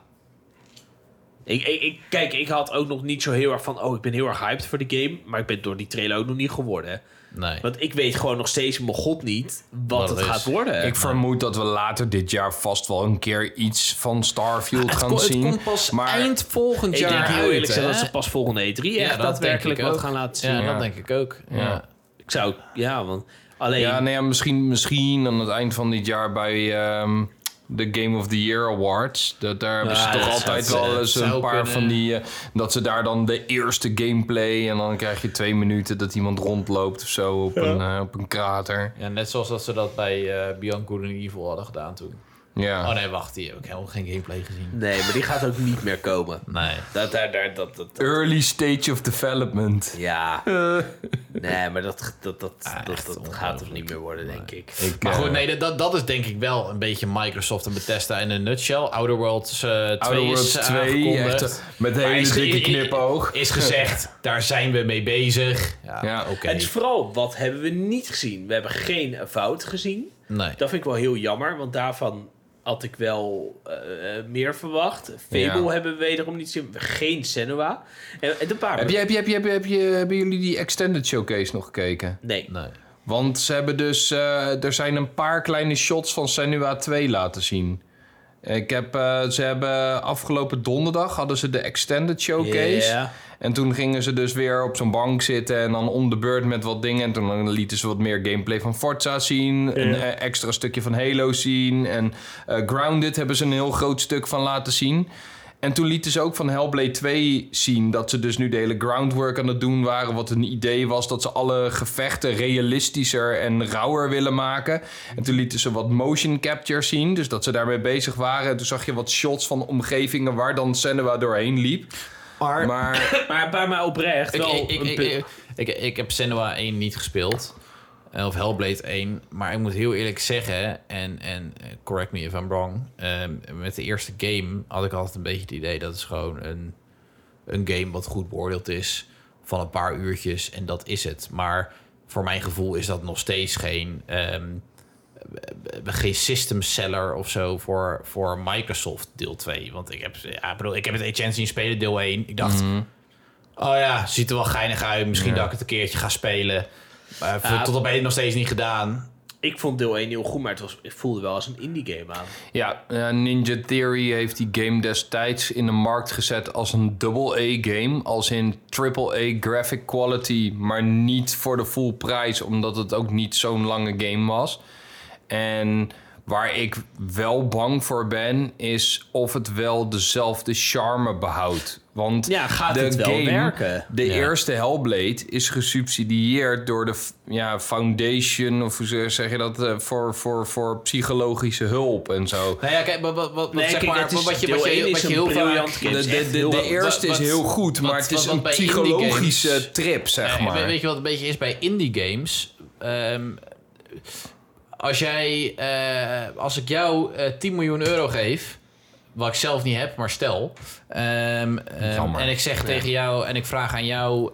Ik had ook nog niet zo heel erg van... ik ben heel erg hyped voor de game. Maar ik ben door die trailer ook nog niet geworden. Nee. Want ik weet gewoon nog steeds mijn god niet wat het gaat worden. Ik vermoed dat we later dit jaar vast wel een keer iets van Starfield gaan zien. Het komt pas eind volgend jaar. Ik denk heel eerlijk uit, dat ze pas volgende E3 echt daadwerkelijk wat gaan laten zien. Ja, dat denk ik ook. Ja. Ik zou... Ja, want alleen... Ja, misschien aan het eind van dit jaar bij... de Game of the Year Awards. Daar hebben ze toch altijd wel eens een paar van die... dat ze daar dan de eerste gameplay... en dan krijg je 2 minuten dat iemand rondloopt of zo op een krater. Ja, net zoals dat ze dat bij Beyond Good and Evil hadden gedaan toen. Ja. Oh nee, wacht, die heb ik helemaal geen gameplay gezien. Nee, maar die gaat ook niet meer komen. Nee. Dat. Early stage of development. Ja. Nee, maar dat gaat toch niet meer worden, denk ik. Maar goed, nee, dat is denk ik wel een beetje Microsoft en Bethesda in een nutshell. Outer Worlds 2 is aangekondigd. Met een hele dikke knipoog. Is gezegd, daar zijn we mee bezig. Ja, oké. Het is vooral, wat hebben we niet gezien? We hebben geen Avowed gezien. Nee. Dat vind ik wel heel jammer, want daarvan had ik wel meer verwacht. Fable hebben we wederom niet gezien. Geen Senua. En een paar... Hebben jullie die Extended Showcase nog gekeken? Nee. Want ze hebben dus... er zijn een paar kleine shots van Senua 2 laten zien. Ze hebben afgelopen donderdag hadden ze de Extended Showcase. Yeah. En toen gingen ze dus weer op zo'n bank zitten en dan om de beurt met wat dingen. En toen lieten ze wat meer gameplay van Forza zien. Yeah. Een extra stukje van Halo zien. En Grounded hebben ze een heel groot stuk van laten zien. En toen lieten ze ook van Hellblade 2 zien dat ze dus nu de hele groundwork aan het doen waren. Wat een idee was dat ze alle gevechten realistischer en rauwer willen maken. En toen lieten ze wat motion capture zien. Dus dat ze daarmee bezig waren. En toen zag je wat shots van omgevingen waar dan Senua doorheen liep. Maar bij mij oprecht wel... Ik heb Senua 1 niet gespeeld. Of Hellblade 1. Maar ik moet heel eerlijk zeggen... En correct me if I'm wrong... met de eerste game had ik altijd een beetje het idee... dat het gewoon een game wat goed beoordeeld is... van een paar uurtjes en dat is het. Maar voor mijn gevoel is dat nog steeds geen system seller of zo voor Microsoft deel 2. Want ik heb het Agent zien spelen deel 1. Ik dacht... Oh ja, ziet er wel geinig uit. Misschien dat ik het een keertje ga spelen... tot op heden nog steeds niet gedaan. Ik vond deel 1 heel goed, maar het voelde wel als een indie game aan. Ja, Ninja Theory heeft die game destijds in de markt gezet als een AA-game. Als in AAA graphic quality, maar niet voor de full prijs, omdat het ook niet zo'n lange game was. En waar ik wel bang voor ben, is of het wel dezelfde charme behoudt. Want gaat het wel werken? De eerste Hellblade is gesubsidieerd door de Foundation, of hoe zeg je dat, voor psychologische hulp en zo. Nou ja, kijk, wat je heel briljant de eerste is heel goed, maar het is een psychologische trip, zeg maar. Weet je wat een beetje is bij indie games? Als ik jou 10 miljoen euro geef... wat ik zelf niet heb, maar stel... en ik zeg tegen jou... en ik vraag aan jou...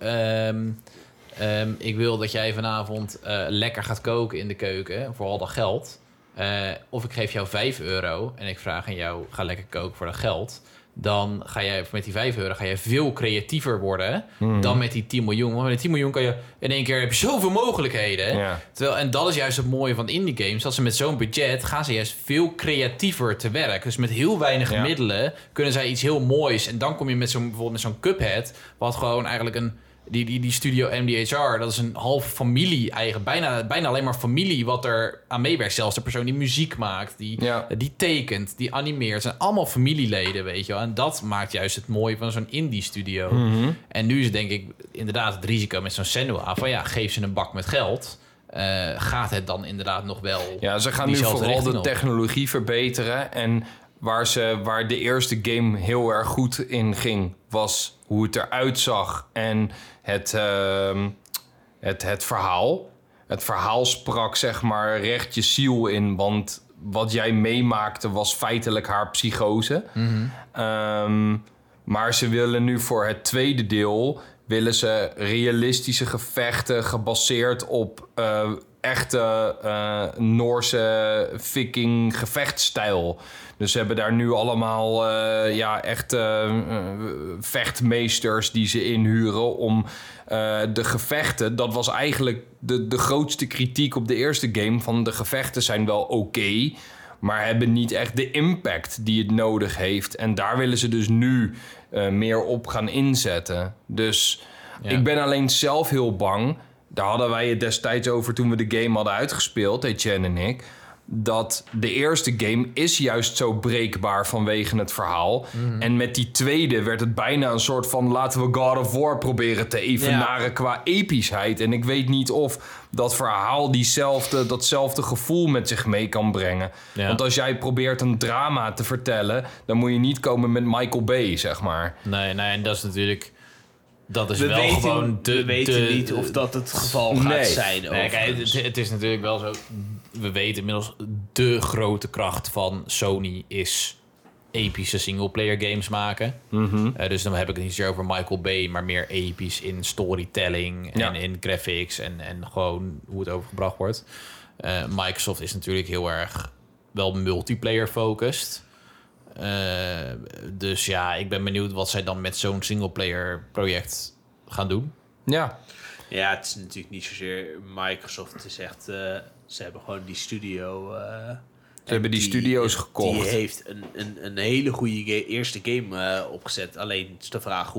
ik wil dat jij vanavond lekker gaat koken in de keuken... voor al dat geld. Of ik geef jou 5 euro... en ik vraag aan jou... ga lekker koken voor dat geld... dan ga jij met die 5 euro ga je veel creatiever worden dan met die 10 miljoen. Want met die 10 miljoen kan je in één keer heb je zoveel mogelijkheden. Ja. En dat is juist het mooie van indie games. Dat ze met zo'n budget gaan ze juist veel creatiever te werk. Dus met heel weinig middelen kunnen zij iets heel moois. En dan kom je bijvoorbeeld met zo'n Cuphead, wat gewoon eigenlijk die studio MDHR, dat is een halve familie eigenlijk. Bijna alleen maar familie wat er aan meewerkt. Zelfs de persoon die muziek maakt, die tekent, die animeert. Het zijn allemaal familieleden, weet je wel. En dat maakt juist het mooie van zo'n indie studio. Mm-hmm. En nu is het denk ik inderdaad het risico met zo'n Senua van geef ze een bak met geld. Gaat het dan inderdaad nog wel... Ja, ze gaan nu vooral de technologie verbeteren. En waar de eerste game heel erg goed in ging, was hoe het eruit zag en het verhaal. Het verhaal sprak zeg maar recht je ziel in, want wat jij meemaakte was feitelijk haar psychose. Mm-hmm. Maar ze willen nu voor het tweede deel willen ze realistische gevechten gebaseerd op echte Noorse viking gevechtstijl. Dus ze hebben daar nu allemaal echte vechtmeesters die ze inhuren om de gevechten. Dat was eigenlijk de grootste kritiek op de eerste game. Van de gevechten zijn wel oké, maar hebben niet echt de impact die het nodig heeft. En daar willen ze dus nu meer op gaan inzetten. Dus ik ben alleen zelf heel bang. Daar hadden wij het destijds over toen we de game hadden uitgespeeld, Etienne en ik. Dat de eerste game is juist zo breekbaar vanwege het verhaal. En met die tweede werd het bijna een soort van... laten we God of War proberen te evenaren qua epischheid. En ik weet niet of dat verhaal datzelfde gevoel met zich mee kan brengen. Ja. Want als jij probeert een drama te vertellen... dan moet je niet komen met Michael Bay, zeg maar. Nee, en dat is natuurlijk... Dat is we wel weten, gewoon we weten niet of dat het geval gaat zijn. Nee, kijk, het is natuurlijk wel zo... We weten inmiddels, de grote kracht van Sony is epische singleplayer games maken. Dus dan heb ik het niet zozeer over Michael Bay, maar meer episch in storytelling en in graphics en gewoon hoe het overgebracht wordt. Microsoft is natuurlijk heel erg wel multiplayer focused. Dus ja, ik ben benieuwd wat zij dan met zo'n singleplayer project gaan doen. Ja, het is natuurlijk niet zozeer Microsoft. Het is echt... ze hebben gewoon die studio... ze hebben die studio's gekocht. Die heeft een hele goede eerste game opgezet. Alleen is de vraag,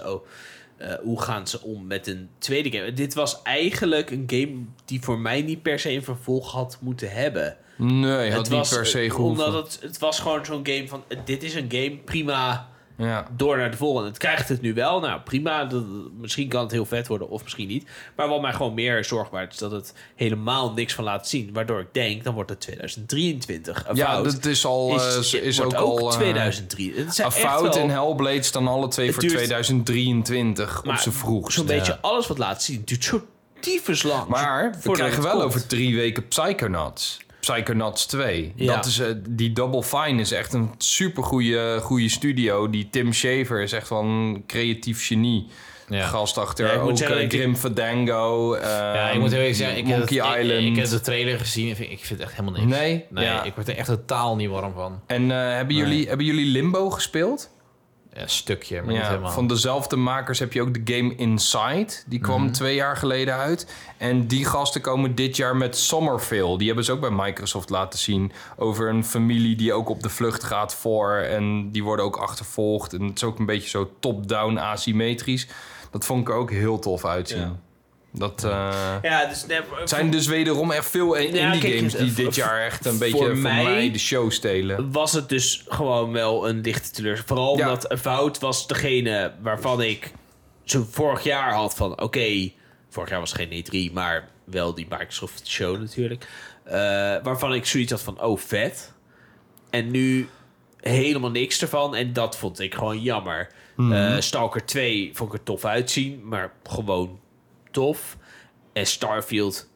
hoe gaan ze om met een tweede game? Dit was eigenlijk een game die voor mij niet per se een vervolg had moeten hebben. Nee, had niet per se gehoeven. Omdat het was gewoon zo'n game van... Dit is een game, prima... Door naar de volgende. Het krijgt het nu wel. Nou, prima. Misschien kan het heel vet worden of misschien niet. Maar wat mij gewoon meer zorg baart... is dat het helemaal niks van laat zien. Waardoor ik denk, dan wordt het 2023. Dat is al... is ook al 2003. Avowed en Hellblade staan alle twee voor 2023 op z'n vroegst. Zo'n beetje alles wat laat zien duurt zo tyfus lang. Maar we krijgen wel over 3 weken Psychonauts. Psychonauts 2. Ja. Dat is, die Double Fine is echt een super goede studio. Die Tim Schafer is echt wel een creatief genie. Gast achter ook Grim Fandango. Ik moet heel eerlijk zeggen, Monkey Island. Ik heb de trailer gezien. Ik vind het echt helemaal niks. Nee? Ik word er echt totaal niet warm van. En hebben jullie Limbo gespeeld? Ja, een stukje, maar niet helemaal. Van dezelfde makers heb je ook de game Inside. Die kwam 2 jaar geleden uit. En die gasten komen dit jaar met Somerville. Die hebben ze ook bij Microsoft laten zien. Over een familie die ook op de vlucht gaat voor. En die worden ook achtervolgd. En het is ook een beetje zo top-down asymmetrisch. Dat vond ik er ook heel tof uitzien. Ja. Dat zijn dus wederom echt veel indie games die dit jaar echt een beetje voor mij de show stelen. Was het dus gewoon wel een lichte teleurstelling. Vooral omdat Avowed was degene waarvan ik zo vorig jaar had van... Oké, vorig jaar was het geen E3, maar wel die Microsoft show natuurlijk. Waarvan ik zoiets had van, oh vet. En nu helemaal niks ervan. En dat vond ik gewoon jammer. Stalker 2 vond ik er tof uitzien, maar gewoon... tof. En Starfield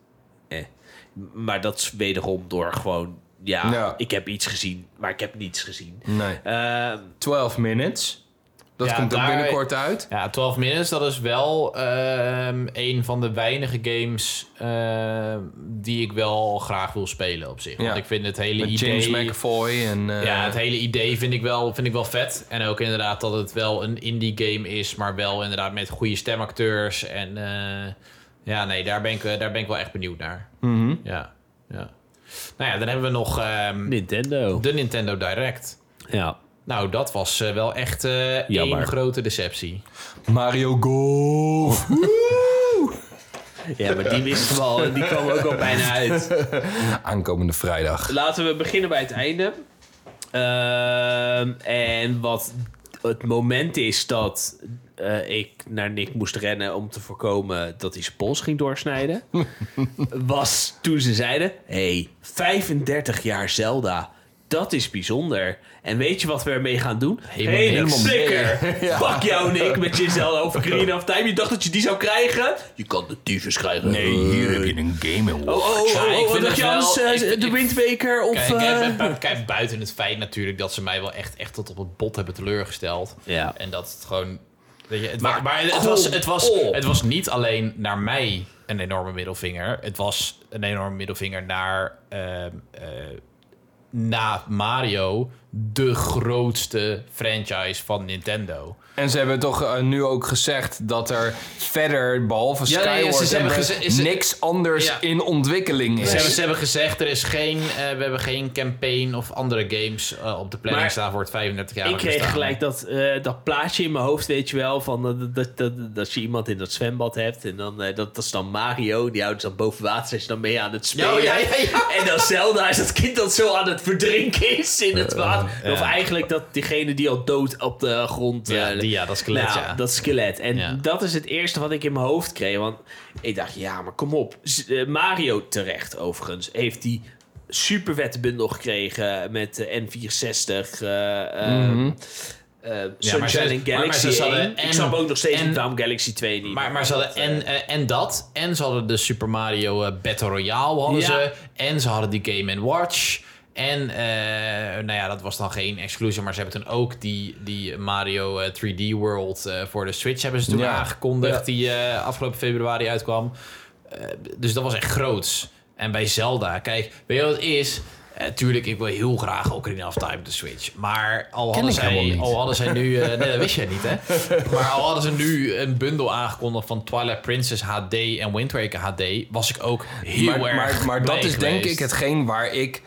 maar dat is wederom door gewoon ik heb iets gezien, maar ik heb niets gezien. Nee. 12 Minutes. Dat komt ook binnenkort uit. Ja, 12 Minutes, dat is wel een van de weinige games die ik wel graag wil spelen op zich. Want ik vind het hele met idee... James McAvoy en... het hele idee vind ik wel vet. En ook inderdaad dat het wel een indie game is, maar wel inderdaad met goede stemacteurs. En daar ben ik wel echt benieuwd naar. Ja. Nou ja, dan hebben we nog... Nintendo. De Nintendo Direct. Ja. Nou, dat was wel echt één grote deceptie. Mario Golf. Ja, maar die wisten we al en die kwam ook al bijna uit. Aankomende vrijdag. Laten we beginnen bij het einde. En wat het moment is dat ik naar Nick moest rennen om te voorkomen dat hij zijn pols ging doorsnijden, was toen ze zeiden: 35 jaar Zelda. Dat is bijzonder. En weet je wat we ermee gaan doen? Helemaal flikker. Fuck jou, Nick, met je Zelda Ocarina of Time. Je dacht dat je die zou krijgen? Je kan de tyfus krijgen. Nee, hier heb je een Game Award. Wat dacht je anders? De Wind Waker of... Kijk, buiten het feit natuurlijk dat ze mij wel echt tot op het bot hebben teleurgesteld. En dat het gewoon... Weet je, het was niet alleen naar mij een enorme middelvinger. Het was een enorme middelvinger naar na Mario de grootste franchise van Nintendo. En ze hebben toch nu ook gezegd dat er verder, behalve Skyward, niks anders in ontwikkeling is. Ze hebben gezegd, er is we hebben geen campaign of andere games op de planning staan voor het 35 jaar. Ik kreeg gelijk dat plaatje in mijn hoofd, weet je wel, van dat je iemand in dat zwembad hebt en dan dat is dan Mario, die houdt dan boven water, is dan mee aan het spelen. Ja. En dan Zelda is dat kind dat zo aan het verdrinken is in het water. Of eigenlijk dat diegene die al dood op de grond... dat skelet, dat skelet. En dat is het eerste wat ik in mijn hoofd kreeg. Want ik dacht, maar kom op. Mario terecht, overigens, heeft die super vette bundel gekregen met de N64... Sunshine and Galaxy 1. Ik snap ook nog steeds niet waarom Galaxy 2 niet. Maar ze hadden en dat. En ze hadden de Super Mario Battle Royale hadden ze. En ze hadden die Game & Watch... En dat was dan geen exclusive, maar ze hebben toen ook die Mario 3D World voor de Switch hebben ze toen aangekondigd, die afgelopen februari uitkwam. Dus dat was echt groots. En bij Zelda, kijk, weet je wat het is? Tuurlijk, ik wil heel graag Ocarina of Time op de Switch. Maar al hadden zij nu... nee, dat wist je niet, hè? Maar al hadden ze nu een bundel aangekondigd van Twilight Princess HD en Wind Waker HD, was ik ook heel erg Maar dat is denk ik hetgeen waar ik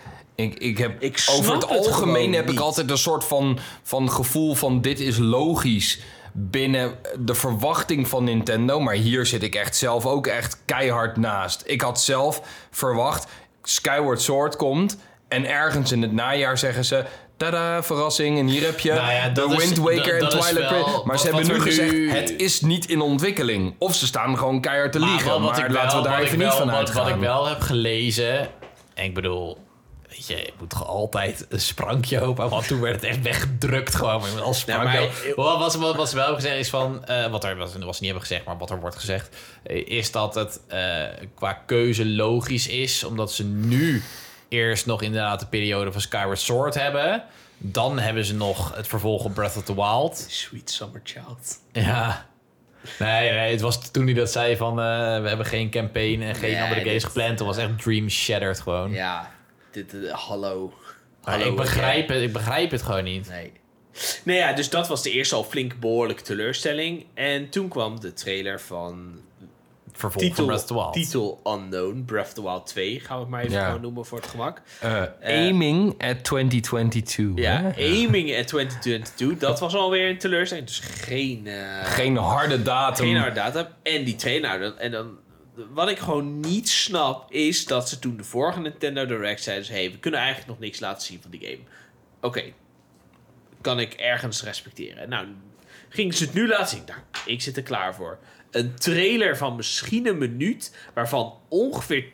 over het algemeen heb ik altijd een soort van gevoel van dit is logisch binnen de verwachting van Nintendo. Maar hier zit ik echt zelf ook echt keihard naast. Ik had zelf verwacht, Skyward Sword komt en ergens in het najaar zeggen ze... Tada, verrassing. En hier heb je de Wind Waker en Twilight Princess. Maar ze hebben nu gezegd, het is niet in ontwikkeling. Of ze staan gewoon keihard te liegen. Maar laten we daar even niet van uitgaan. Wat ik wel heb gelezen... En ik bedoel... Je moet toch altijd een sprankje hopen. Want toen werd het echt weggedrukt gewoon. Als sprankje. Wat ze wel gezegd is van... wat niet hebben gezegd, maar wat er wordt gezegd... is dat het qua keuze logisch is. Omdat ze nu eerst nog inderdaad de periode van Skyward Sword hebben. Dan hebben ze nog het vervolg op Breath of the Wild. Sweet Summer Child. Ja. Nee, het was toen hij dat zei van... we hebben geen campaign en geen andere games gepland. Toen was echt dream shattered gewoon. Ja. Hallo. Ik begrijp het gewoon niet. Nee. Dus dat was de eerste al flink behoorlijke teleurstelling. En toen kwam de trailer van... Vervolg van Breath of the Wild. Titel Unknown, Breath of the Wild 2, gaan we het maar even gewoon noemen voor het gemak. Aiming at 2022. Ja, Aiming at 2022. Dat was alweer een teleurstelling. Dus geen harde datum. Geen harde datum. En die trailer... En dan... Wat ik gewoon niet snap, is dat ze toen de vorige Nintendo Direct zeiden... we kunnen eigenlijk nog niks laten zien van die game. Oké. Kan ik ergens respecteren. Nou, gingen ze het nu laten zien? Nou, ik zit er klaar voor. Een trailer van misschien een minuut... waarvan ongeveer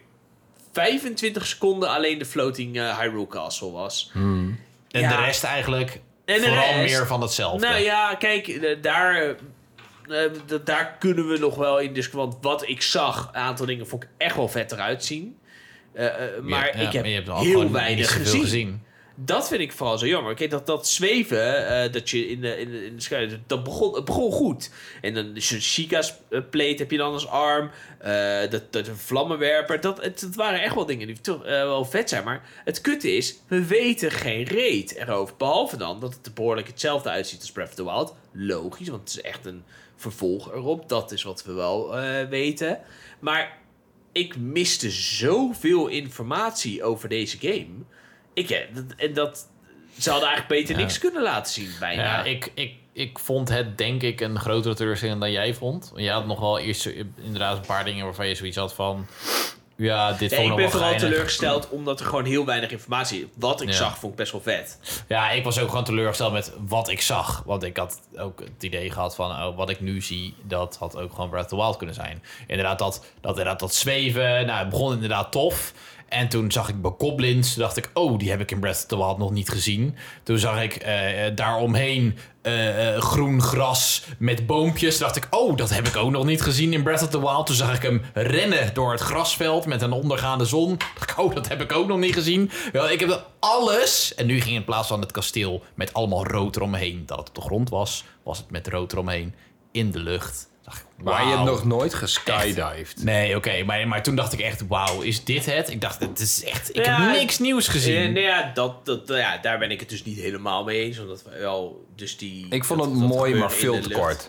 25 seconden alleen de floating Hyrule Castle was. En de rest eigenlijk vooral meer van hetzelfde. Nou ja, kijk, daar kunnen we nog wel in discussiëren. Want wat ik zag, een aantal dingen vond ik echt wel vet eruit zien. Maar ik heb heel weinig gezien. Dat vind ik vooral zo jammer. Kijk, dat zweven, dat je in de sky, dat begon goed. En dan Sheikah's plate heb je dan als arm. Dat een vlammenwerper. Dat waren echt wel dingen die toch wel vet zijn. Maar het kutte is, we weten geen reet erover. Behalve dan dat het er behoorlijk hetzelfde uitziet als Breath of the Wild. Logisch, want het is echt een vervolg erop. Dat is wat we wel weten. Maar ik miste zoveel informatie over deze game. Ze hadden eigenlijk beter niks kunnen laten zien, bijna. Ja, ik vond het denk ik een grotere teleurstelling dan jij vond. Je had nog wel eerst inderdaad een paar dingen waarvan je zoiets had van... Ja, dit vond ik ben vooral teleurgesteld omdat er gewoon heel weinig informatie... Wat ik zag, vond ik best wel vet. Ja, ik was ook gewoon teleurgesteld met wat ik zag. Want ik had ook het idee gehad van... wat ik nu zie, dat had ook gewoon Breath of the Wild kunnen zijn. Inderdaad, dat zweven. Nou, het begon inderdaad tof... En toen zag ik bij Goblins, dacht ik... die heb ik in Breath of the Wild nog niet gezien. Toen zag ik daaromheen groen gras met boompjes. Toen dacht ik, dat heb ik ook nog niet gezien in Breath of the Wild. Toen zag ik hem rennen door het grasveld met een ondergaande zon. Toen dacht ik, dat heb ik ook nog niet gezien. Ja, ik heb alles. En nu ging in plaats van het kasteel met allemaal rood eromheen... dat het op de grond was het met rood eromheen in de lucht. Maar je hebt nog nooit geskydived. Nee, oké. Maar toen dacht ik echt, wauw, is dit het? Ik dacht, het is echt... Ik heb niks nieuws gezien. Daar ben ik het dus niet helemaal mee eens. Omdat we wel dus die... Ik vond het mooi, maar veel te kort.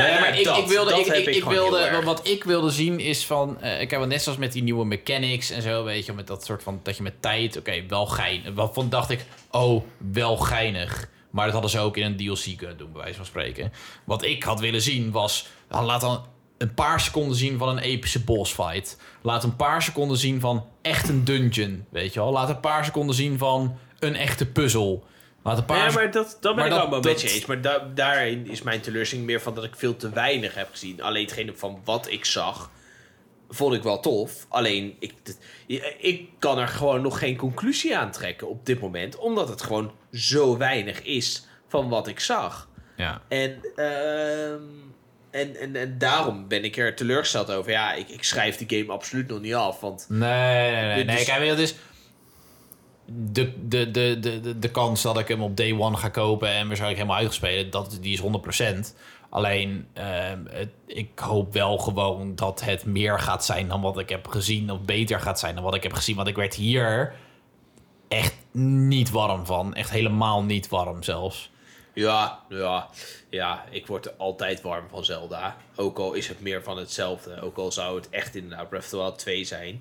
Wat ik wilde zien is van... ik heb wel net zoals met die nieuwe mechanics en zo, weet je, met dat soort van... Dat je met tijd, wel geinig. Waarvan dacht ik, wel geinig. Maar dat hadden ze ook in een DLC kunnen doen, bij wijze van spreken. Wat ik had willen zien was... Laat dan een paar seconden zien van een epische bossfight. Laat een paar seconden zien van echt een dungeon, weet je wel. Laat een paar seconden zien van een echte puzzel. Laat een paar... maar dat ben ik wel met je eens. Maar daarin is mijn teleurstelling meer van dat ik veel te weinig heb gezien. Alleen hetgene van wat ik zag, vond ik wel tof. Alleen, ik kan er gewoon nog geen conclusie aan trekken op dit moment. Omdat het gewoon zo weinig is van wat ik zag. Ja. En daarom ben ik er teleurgesteld over. Ja, ik schrijf die game absoluut nog niet af. Want Nee. Kijk, dat is... De kans dat ik hem op day one ga kopen en waarschijnlijk helemaal uitgespelen, die is 100%. Alleen, ik hoop wel gewoon dat het meer gaat zijn dan wat ik heb gezien. Of beter gaat zijn dan wat ik heb gezien. Want ik werd hier echt niet warm van. Echt helemaal niet warm zelfs. Ja, ik word er altijd warm van Zelda. Ook al is het meer van hetzelfde. Ook al zou het echt inderdaad Breath of the Wild 2 zijn.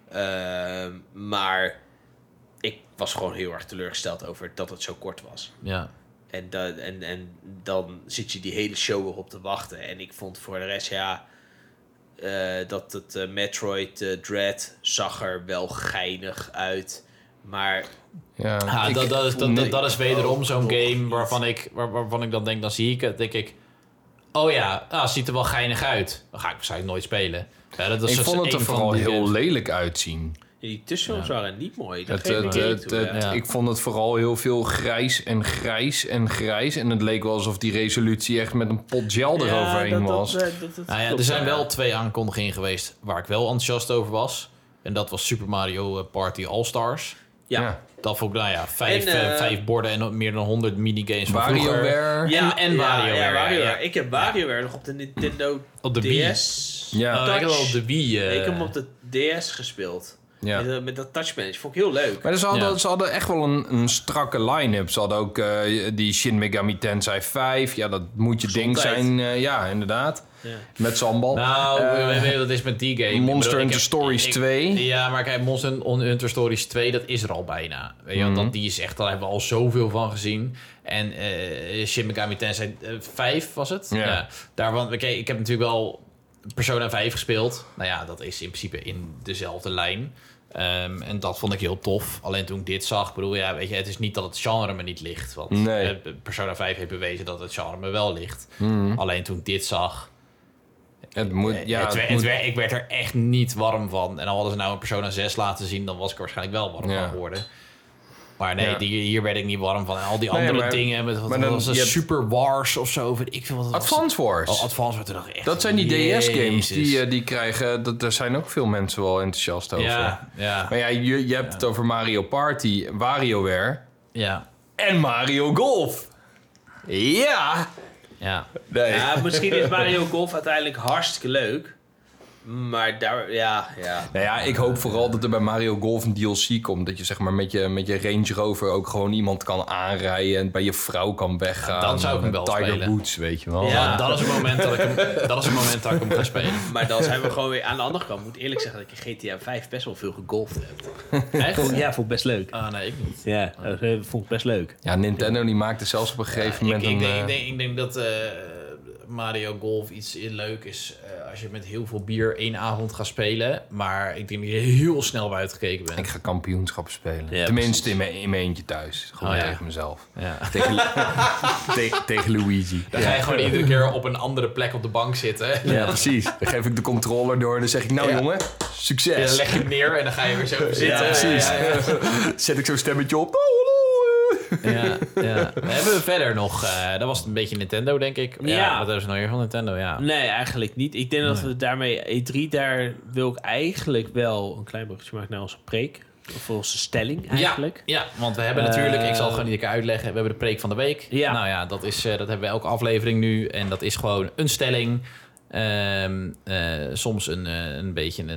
Maar ik was gewoon heel erg teleurgesteld over dat het zo kort was. Ja. En dan zit je die hele show erop te wachten. En ik vond voor de rest, dat het Metroid Dread zag er wel geinig uit. Maar... dat is wederom zo'n game waarvan ik dan denk, dan zie ik het, denk ik... het ziet er wel geinig uit. Dan ga ik waarschijnlijk nooit spelen. Ja, dat is ik vond het er vooral heel lelijk uitzien. Die tussenfilms waren niet mooi. Ik vond het vooral heel veel grijs en grijs en grijs. En het leek wel alsof die resolutie echt met een pot gel eroverheen was. Er zijn wel 2 aankondigingen geweest waar ik wel enthousiast over was. En dat was Super Mario Party All-Stars. Ja. Dat vond ik, 5 borden en meer dan 100 minigames van vroeger. WarioWare. En WarioWare. Ja. Ik heb WarioWare nog op de Nintendo op de DS. Ja. Ik heb wel op de Wii. Ik heb hem op de DS gespeeld. Ja. Met dat touchpad. Vond ik heel leuk. Maar ze hadden echt wel een strakke line-up. Ze hadden ook die Shin Megami Tensei 5. Ja, dat moet je ding zijn. Ja, inderdaad. Ja. Met sambal. Dat is met die game. Monster Hunter Stories 2. Ja, maar kijk, Monster Hunter Stories 2, dat is er al bijna. Weet je, die is echt, daar hebben we al zoveel van gezien. En Shin Megami Tensei 5 was het? Ja. Daarvan, ik heb natuurlijk wel Persona 5 gespeeld. Nou ja, dat is in principe in dezelfde lijn. En dat vond ik heel tof. Alleen toen ik dit zag, weet je, het is niet dat het genre me niet ligt. Want Persona 5 heeft bewezen dat het genre me wel ligt. Alleen toen ik dit zag... Ik werd er echt niet warm van. En al hadden ze nou een Persona 6 laten zien, dan was ik er waarschijnlijk wel warm van geworden. Maar nee, hier werd ik niet warm van. En al die andere dingen, met wat was het, Super Wars of zo, weet ik veel wat het was. Advance Wars. Advance Wars, toen dacht ik echt... Dat zijn die DS-games die krijgen... Daar zijn ook veel mensen wel enthousiast over. Ja. Maar je hebt het over Mario Party, WarioWare. Ja. En Mario Golf. Ja. Ja. Nee. Ja, misschien is Mario Golf uiteindelijk hartstikke leuk. Maar daar, Nou ja, ik hoop vooral dat er bij Mario Golf een DLC komt. Dat je zeg maar met je Range Rover ook gewoon iemand kan aanrijden en bij je vrouw kan weggaan. Dan zou ik hem wel Tiger spelen. Woods, weet je wel. Ja, dat is het moment dat ik hem ga spelen. Maar dan zijn we gewoon weer aan de andere kant. Ik moet eerlijk zeggen dat ik in GTA 5 best wel veel gegolfd heb. Echt? Vond ik best leuk. Ah, nee, ik niet. Ja, dat vond ik best leuk. Ja, Nintendo die maakte zelfs op een gegeven moment Ik denk dat Mario Golf iets leuk is als je met heel veel bier 1 avond gaat spelen. Maar ik denk dat je heel snel buiten gekeken bent. Ik ga kampioenschappen spelen. Ja, tenminste in mijn eentje thuis. Gewoon tegen mezelf. Ja. Tegen Luigi. Dan ga je gewoon iedere keer op een andere plek op de bank zitten. Ja, precies. Dan geef ik de controller door en dan zeg ik, nou jongen, succes. Ja, dan leg je hem neer en dan ga je weer zo zitten. Ja, precies. Zet ik zo'n stemmetje op. Ja. We hebben verder nog... dat was een beetje Nintendo, denk ik. Ja. Wat hebben ze nou hier van Nintendo? Ja. Nee, eigenlijk niet. Ik denk dat we daarmee... E3, daar wil ik eigenlijk wel een klein bruggetje maken naar onze preek. Of onze stelling eigenlijk. Ja, want we hebben natuurlijk... Ik zal het gewoon niet uitleggen. We hebben de preek van de week. Ja. Nou ja, dat hebben we elke aflevering nu. En dat is gewoon een stelling. Soms een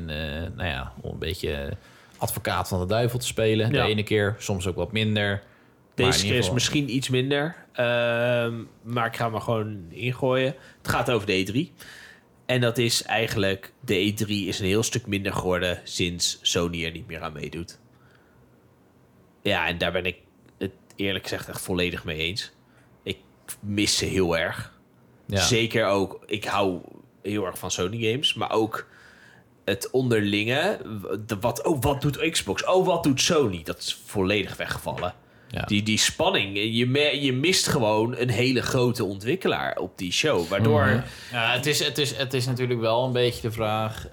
beetje advocaat van de duivel te spelen. De ene keer, soms ook wat minder. Deze keer is misschien iets minder. Maar ik ga maar gewoon ingooien. Het gaat over de E3. En dat is eigenlijk... De E3 is een heel stuk minder geworden... sinds Sony er niet meer aan meedoet. Ja, en daar ben ik het eerlijk gezegd echt volledig mee eens. Ik mis ze heel erg. Ja. Zeker ook... Ik hou heel erg van Sony games. Maar ook het onderlinge. Wat doet Xbox? Wat doet Sony? Dat is volledig weggevallen. Ja. Die spanning. Je mist gewoon een hele grote ontwikkelaar op die show. Waardoor... Ja, het is natuurlijk wel een beetje de vraag.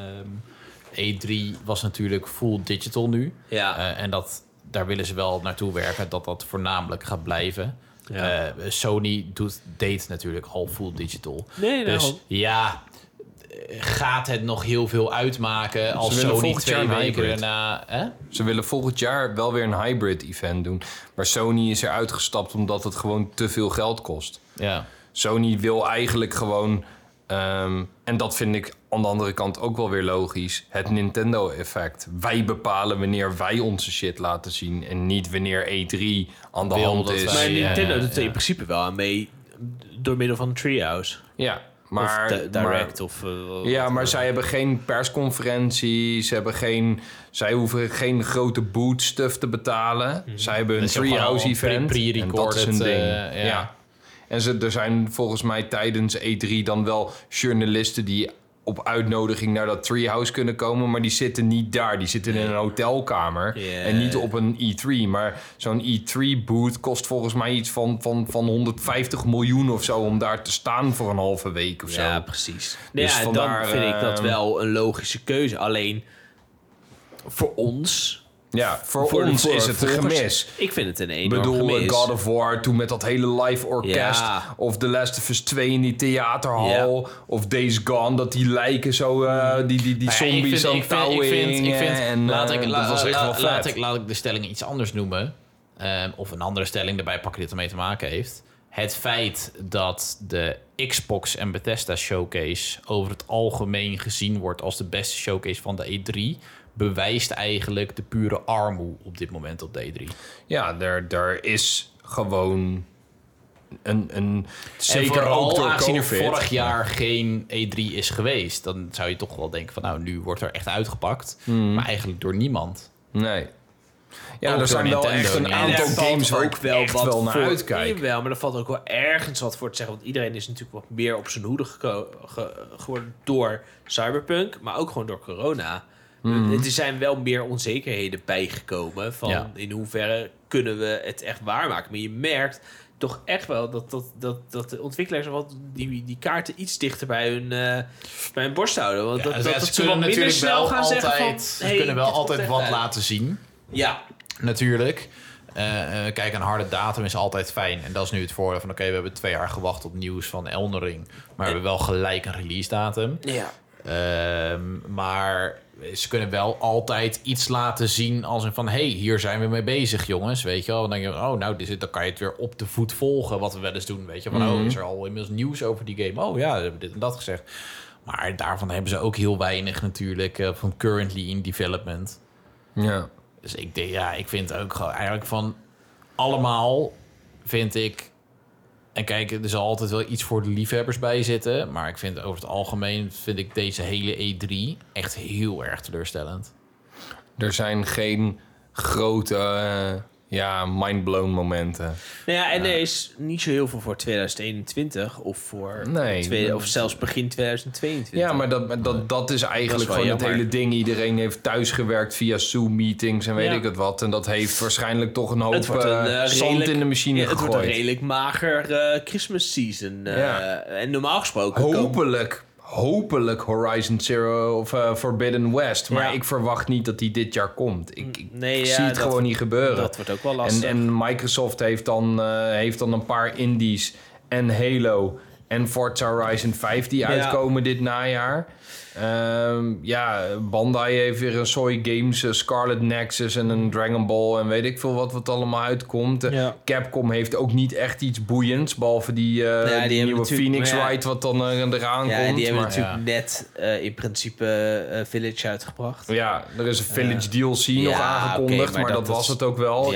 E3 was natuurlijk full digital nu. Ja. En daar willen ze wel naartoe werken. Dat voornamelijk gaat blijven. Ja. Sony deed natuurlijk al full digital. Nee, dus ja... Gaat het nog heel veel uitmaken als Sony 2 weken daarna... Ze willen volgend jaar wel weer een hybrid event doen. Maar Sony is eruit gestapt omdat het gewoon te veel geld kost. Ja. Sony wil eigenlijk gewoon... en dat vind ik aan de andere kant ook wel weer logisch. Het Nintendo-effect. Wij bepalen wanneer wij onze shit laten zien... en niet wanneer E3 aan de hand is. Maar Nintendo doet er in principe wel aan mee... door middel van Treehouse. Ja. Maar, of Direct maar zij hebben geen persconferentie. Zij hoeven geen grote boot stuff te betalen. Zij hebben een Treehouse event. En dat is een ding. Ja. En er zijn volgens mij tijdens E3 dan wel journalisten die op uitnodiging naar dat Treehouse kunnen komen, maar die zitten niet daar. Die zitten in een hotelkamer en niet op een E3. Maar zo'n E3-booth kost volgens mij iets van 150 miljoen of zo om daar te staan voor een halve week of zo. Ja, precies. Dus vandaar, dan vind ik dat wel een logische keuze. Alleen voor ons... Ja, voor ons is het een gemis. Ik vind het een enorm gemis. God of War toen met dat hele live orkest. Ja. Of The Last of Us 2 in die theaterhal. Ja. Of Days Gone, dat die lijken zo... die zombies aan touwing. Laat ik de stelling iets anders noemen. Of een andere stelling, daarbij pakken dit ermee te maken heeft. Het feit dat de Xbox en Bethesda showcase over het algemeen gezien wordt als de beste showcase van de E3... bewijst eigenlijk de pure armoe op dit moment op de E3. Ja, er is gewoon een zeker ook door aangezien er vorig jaar geen E3 is geweest... dan zou je toch wel denken van... nou, nu wordt er echt uitgepakt. Maar eigenlijk door niemand. Nee. Ja, er zijn wel echt een aantal games waar ik wel naar uitkijk. Wel, maar er valt ook wel ergens wat voor te zeggen. Want iedereen is natuurlijk wat meer op zijn hoede geworden door Cyberpunk... maar ook gewoon door corona... Er zijn wel meer onzekerheden bijgekomen van in hoeverre kunnen we het echt waarmaken. Maar je merkt toch echt wel dat de ontwikkelaars wat die kaarten iets dichter bij hun borst houden. Want dat ze wat minder snel gaan zeggen van... Ze kunnen wel altijd wat laten zien. Ja. Natuurlijk. Kijk, een harde datum is altijd fijn. En dat is nu het voordeel van... oké, we hebben 2 jaar gewacht op nieuws van Elden Ring. Maar we hebben wel gelijk een release datum. Ja. Maar... ze kunnen wel altijd iets laten zien als een van... hey, hier zijn we mee bezig, jongens, weet je wel. Dan denk je, dan kan je het weer op de voet volgen... wat we wel eens doen, weet je. Van, is er al inmiddels nieuws over die game? Oh ja, we hebben dit en dat gezegd. Maar daarvan hebben ze ook heel weinig natuurlijk... van currently in development. Ja. Dus ik denk, ik vind ook gewoon... eigenlijk van allemaal vind ik... En kijk, er zal altijd wel iets voor de liefhebbers bij zitten. Maar ik vind over het algemeen vind ik deze hele E3 echt heel erg teleurstellend. Er zijn geen grote mind-blown momenten. Nou ja, en er is niet zo heel veel voor 2021 of voor of zelfs begin 2022. Ja, maar dat is eigenlijk gewoon het hele ding. Iedereen heeft thuisgewerkt via Zoom-meetings en weet ik het wat. En dat heeft waarschijnlijk toch een hoop zand in de machine gegooid. Het wordt een redelijk mager Christmas season. En normaal gesproken... Hopelijk Horizon Zero of Forbidden West. Maar ik verwacht niet dat die dit jaar komt. Ik zie het gewoon niet gebeuren. Dat wordt ook wel lastig. En Microsoft heeft dan een paar indies en Halo en Forza Horizon 5 die uitkomen dit najaar. Bandai heeft weer een Soy Games, Scarlet Nexus en een Dragon Ball en weet ik veel wat allemaal uitkomt. Capcom heeft ook niet echt iets boeiends, behalve die nieuwe Phoenix Wright wat dan eraan komt. Die hebben natuurlijk net in principe Village uitgebracht. Ja, er is een Village DLC nog aangekondigd, maar dat was het ook wel.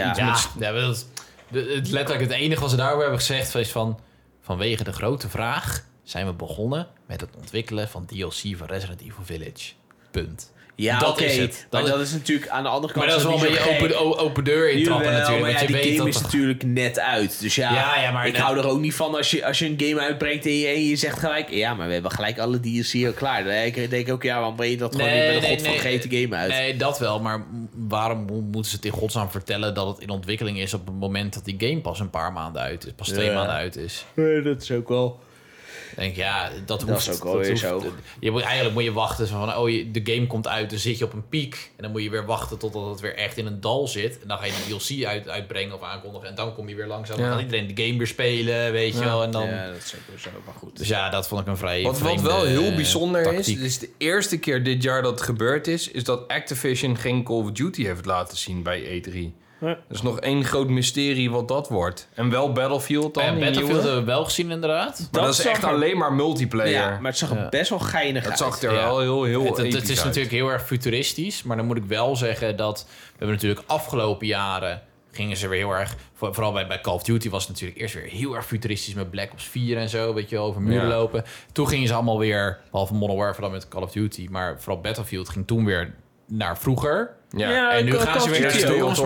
Het letterlijk het enige wat ze daarover hebben gezegd is vanwege de grote vraag zijn we begonnen met het ontwikkelen van DLC van Resident Evil Village. Punt. Ja, dat is het. Dat is natuurlijk aan de andere kant... Maar dat is wel een beetje open deur intrappen natuurlijk. Maar die game is natuurlijk net uit. Dus maar ik hou er ook niet van als je een game uitbrengt en je zegt gelijk... Ja, maar we hebben gelijk alle DLC al klaar. Ik denk ook, waarom breng je dat gewoon niet met een godvergeten game uit? Nee, dat wel. Maar waarom moeten ze het in godsnaam vertellen dat het in ontwikkeling is op het moment dat die game pas een paar maanden uit is? Pas 2 maanden uit is. Nee, dat is ook wel... Denk dat hoeft, is ook wel weer zo. Eigenlijk moet je wachten van de game komt uit, dan zit je op een piek en dan moet je weer wachten totdat het weer echt in een dal zit en dan ga je de DLC uitbrengen of aankondigen en dan kom je weer langzaam. Dan gaat iedereen de game weer spelen, weet je wel. En dan... Ja, dat is ook weer zo, maar goed. Dus dat vond ik een vrij Wat wel heel bijzonder is, het is de eerste keer dit jaar dat het gebeurd is dat Activision geen Call of Duty heeft laten zien bij E3. Er is nog 1 groot mysterie wat dat wordt. En wel Battlefield dan. En Battlefield hebben we wel gezien inderdaad. Maar dat is echt alleen maar multiplayer. Ja, maar het zag er best wel geinig uit. Het zag er wel heel het is natuurlijk heel erg futuristisch. Maar dan moet ik wel zeggen dat... We hebben natuurlijk afgelopen jaren... gingen ze weer heel erg... Vooral bij Call of Duty was het natuurlijk eerst weer heel erg futuristisch... met Black Ops 4 en zo, weet je, over muren lopen. Toen gingen ze allemaal weer... behalve Modern Warfare dan met Call of Duty... maar vooral Battlefield ging toen weer naar vroeger... Ja, en nu gaan ze weer naar de toekomst,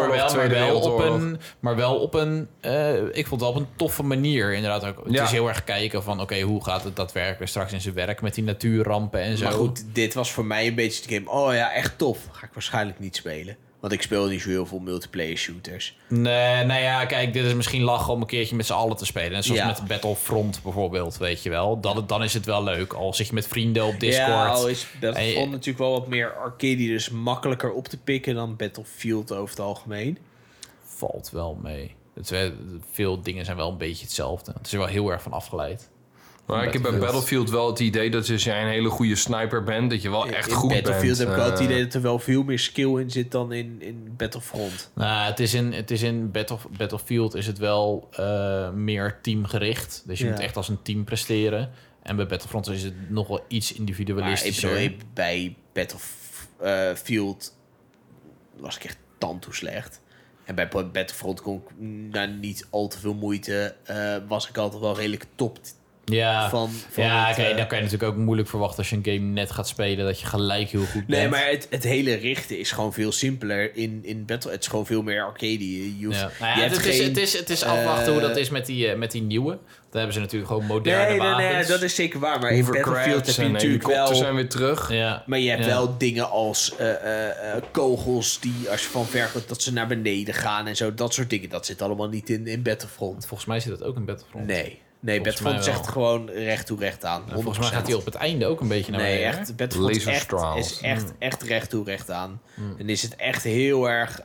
maar wel op een ik vond het wel op een toffe manier inderdaad ook. Het is heel erg kijken van hoe gaat het daadwerkelijk straks in zijn werk met die natuurrampen en zo. Maar goed, dit was voor mij een beetje de game. Echt tof. Ga ik waarschijnlijk niet spelen. Want ik speel niet zo heel veel multiplayer shooters. Nee, kijk, dit is misschien lachen om een keertje met z'n allen te spelen. En zoals met Battlefront bijvoorbeeld, weet je wel. Dan is het wel leuk. Al zit je met vrienden op Discord. Ja, al is Battlefront natuurlijk wel wat meer arcade, dus makkelijker op te pikken dan Battlefield over het algemeen. Valt wel mee. Veel dingen zijn wel een beetje hetzelfde. Het is er wel heel erg van afgeleid. Maar ik heb bij Battlefield wel het idee dat als jij een hele goede sniper bent, dat je wel echt goed bent. In Battlefield heb ik wel het idee dat er wel veel meer skill in zit dan in Battlefront. Nou, het is in Battlefield is het wel meer teamgericht. Dus je moet echt als een team presteren. En bij Battlefront is het nog wel iets individualistischer. Maar bij Battlefield was ik echt tandtoe slecht. En bij Battlefront kon ik na niet al te veel moeite... was ik altijd wel redelijk top. Dan kan je natuurlijk ook moeilijk verwachten als je een game net gaat spelen dat je gelijk heel goed bent. Nee, maar het hele richten is gewoon veel simpeler in Battle. Het is gewoon veel meer arcade. Het is afwachten hoe dat is met die nieuwe. Dan hebben ze natuurlijk gewoon moderne wapens. Nee, dat is zeker waar. Maar in Battlefield heb je natuurlijk wel... zijn weer terug. Ja. Maar je hebt wel dingen als kogels die als je van ver komt, dat ze naar beneden gaan en zo. Dat soort dingen. Dat zit allemaal niet in Battlefront. Volgens mij zit dat ook in Battlefront. Nee, Battlefront is echt gewoon recht toe recht aan. Volgens mij gaat hij op het einde ook een beetje naar beneden. Nee, echt. Battlefront is echt recht toe recht aan. En is het echt heel erg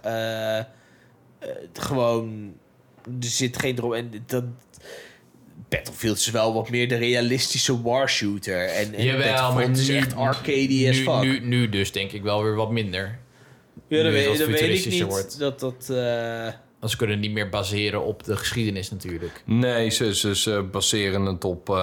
gewoon... Er zit geen erop... En dat... Battlefield is wel wat meer de realistische warshooter. En Jawel, maar het is echt arcade as fuck. Nu dus denk ik wel weer wat minder. Ja, dat weet ik niet. Wordt. Ze kunnen niet meer baseren op de geschiedenis natuurlijk. Nee, ze baseren het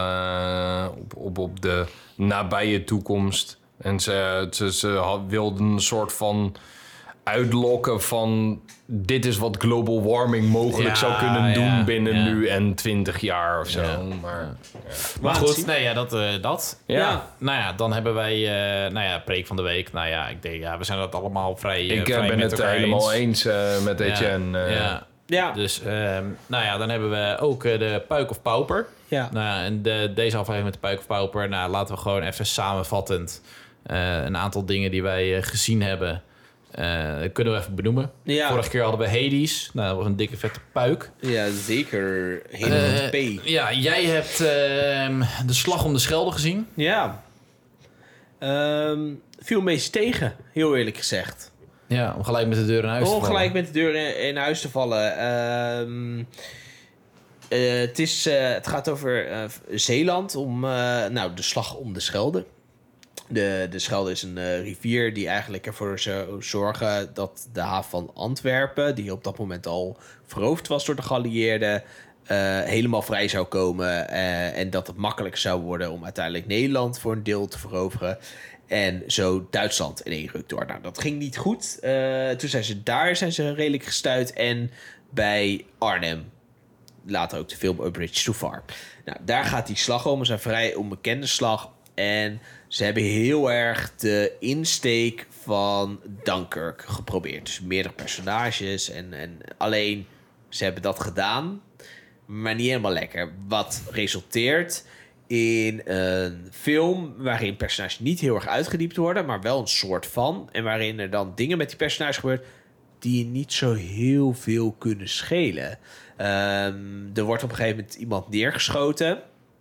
op de nabije toekomst. En ze wilden een soort van uitlokken van... dit is wat global warming mogelijk zou kunnen doen binnen nu en 20 jaar of zo. Ja. Maar goed, dat. Ja. Nou ja, dan hebben wij preek van de week. Nou ja, ik denk, we zijn dat allemaal vrij Ik vrij ben met het elkaar helemaal eens met Etienne. Ja. Dus, dan hebben we ook de Puik of Pauper. Ja. En deze aflevering met de Puik of Pauper... laten we gewoon even samenvattend... een aantal dingen die wij gezien hebben... kunnen we even benoemen. Ja. Vorige keer hadden we Hades. Nou, dat was een dikke vette puik. Ja, zeker. Helemaal P. Ja, jij hebt de Slag om de Schelde gezien. Ja. Viel een beetje tegen, heel eerlijk gezegd. Ja, om gelijk met de deur in huis te vallen. Gelijk met de deur in huis te vallen. Het gaat over Zeeland, om de slag om de Schelde. De Schelde is een rivier die eigenlijk ervoor zou zorgen dat de haven van Antwerpen, die op dat moment al veroverd was door de geallieerden, helemaal vrij zou komen. En dat het makkelijker zou worden om uiteindelijk Nederland voor een deel te veroveren. En zo Duitsland in één ruk door. Nou, dat ging niet goed. Toen zijn ze redelijk gestuit. En bij Arnhem. Later ook de film A Bridge Too Far. Nou, daar gaat die slag om. Het is een vrij onbekende slag. En ze hebben heel erg de insteek van Dunkirk geprobeerd. Dus meerdere personages. En alleen, ze hebben dat gedaan. Maar niet helemaal lekker. Wat resulteert in een film waarin personages niet heel erg uitgediept worden, maar wel een soort van. En waarin er dan dingen met die personages gebeurt die niet zo heel veel kunnen schelen. Er wordt op een gegeven moment iemand neergeschoten.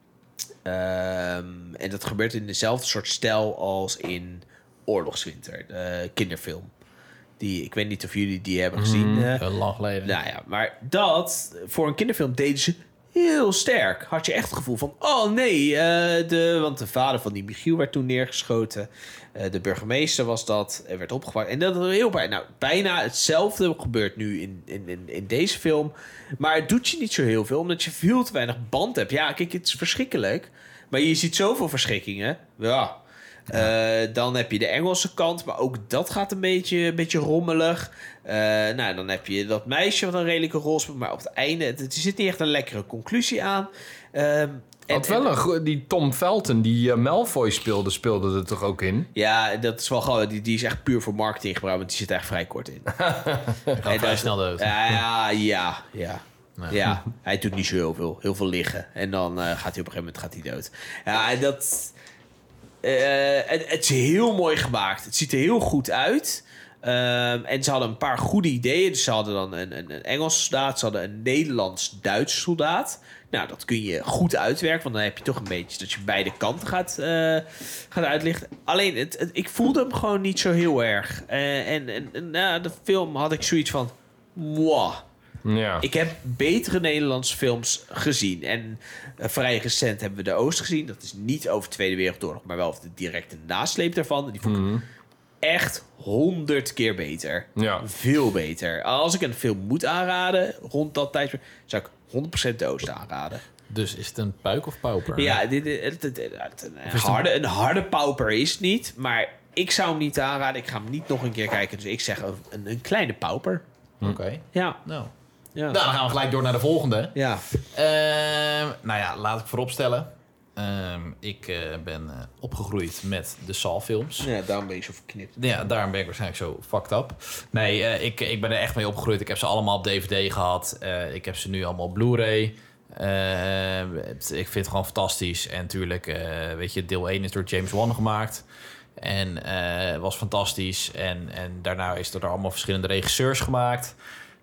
En dat gebeurt in dezelfde soort stijl als in Oorlogswinter, de kinderfilm. Ik weet niet of jullie die hebben gezien. Heel lang geleden. Nou ja, maar dat, voor een kinderfilm deden ze heel sterk. Had je echt het gevoel van, oh nee, want de vader van die Michiel werd toen neergeschoten. De burgemeester was dat, werd opgepakt. En dat was heel bijna hetzelfde gebeurt nu in deze film. Maar het doet je niet zo heel veel, omdat je veel te weinig band hebt. Ja, kijk, het is verschrikkelijk. Maar je ziet zoveel verschrikkingen. Ja. Dan heb je de Engelse kant, maar ook dat gaat een beetje rommelig. Dan heb je dat meisje wat een redelijke rol speelt, maar op het einde, er zit niet echt een lekkere conclusie aan. Die Tom Felton, die Malfoy speelde er toch ook in? Ja, dat is wel gewoon, die is echt puur voor marketing gebruikt, want die zit echt vrij kort in. Gaat vrij snel dood. Ja, hij doet niet zo heel veel liggen. En dan gaat hij op een gegeven moment dood. Ja, dat... het is heel mooi gemaakt. Het ziet er heel goed uit. En ze hadden een paar goede ideeën. Dus ze hadden dan een Engelse soldaat. Ze hadden een Nederlands-Duits soldaat. Nou, dat kun je goed uitwerken. Want dan heb je toch een beetje dat je beide kanten gaat uitlichten. Alleen, ik voelde hem gewoon niet zo heel erg. Na de film had ik zoiets van... Wow. Ja. Ik heb betere Nederlandse films gezien. En vrij recent hebben we De Oost gezien. Dat is niet over de Tweede Wereldoorlog, maar wel over de directe nasleep daarvan. Die vond ik echt 100 keer beter. Ja. Veel beter. Als ik een film moet aanraden rond dat tijdperk, zou ik 100% De Oost aanraden. Dus is het een puik of pauper? Ja, een harde pauper is het niet. Maar ik zou hem niet aanraden. Ik ga hem niet nog een keer kijken. Dus ik zeg een kleine pauper. Oké. Ja. Nou, dan gaan we gelijk door naar de volgende. Ja. Laat ik vooropstellen. Ik ben opgegroeid met de Saw-films. Ja, daarom ben je zo verknipt. Ja, daarom ben ik waarschijnlijk zo fucked up. Nee, ik ben er echt mee opgegroeid. Ik heb ze allemaal op DVD gehad. Ik heb ze nu allemaal op Blu-ray. Ik vind het gewoon fantastisch. En natuurlijk, deel 1 is door James Wan gemaakt. En was fantastisch. En daarna is er allemaal verschillende regisseurs gemaakt.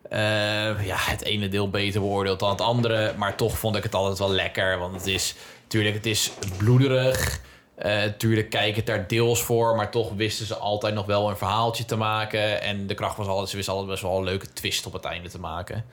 Het ene deel beter beoordeeld dan het andere. Maar toch vond ik het altijd wel lekker. Want het is bloederig. Tuurlijk kijk ik daar deels voor. Maar toch wisten ze altijd nog wel een verhaaltje te maken. En de kracht was altijd... Ze wisten altijd best wel een leuke twist op het einde te maken.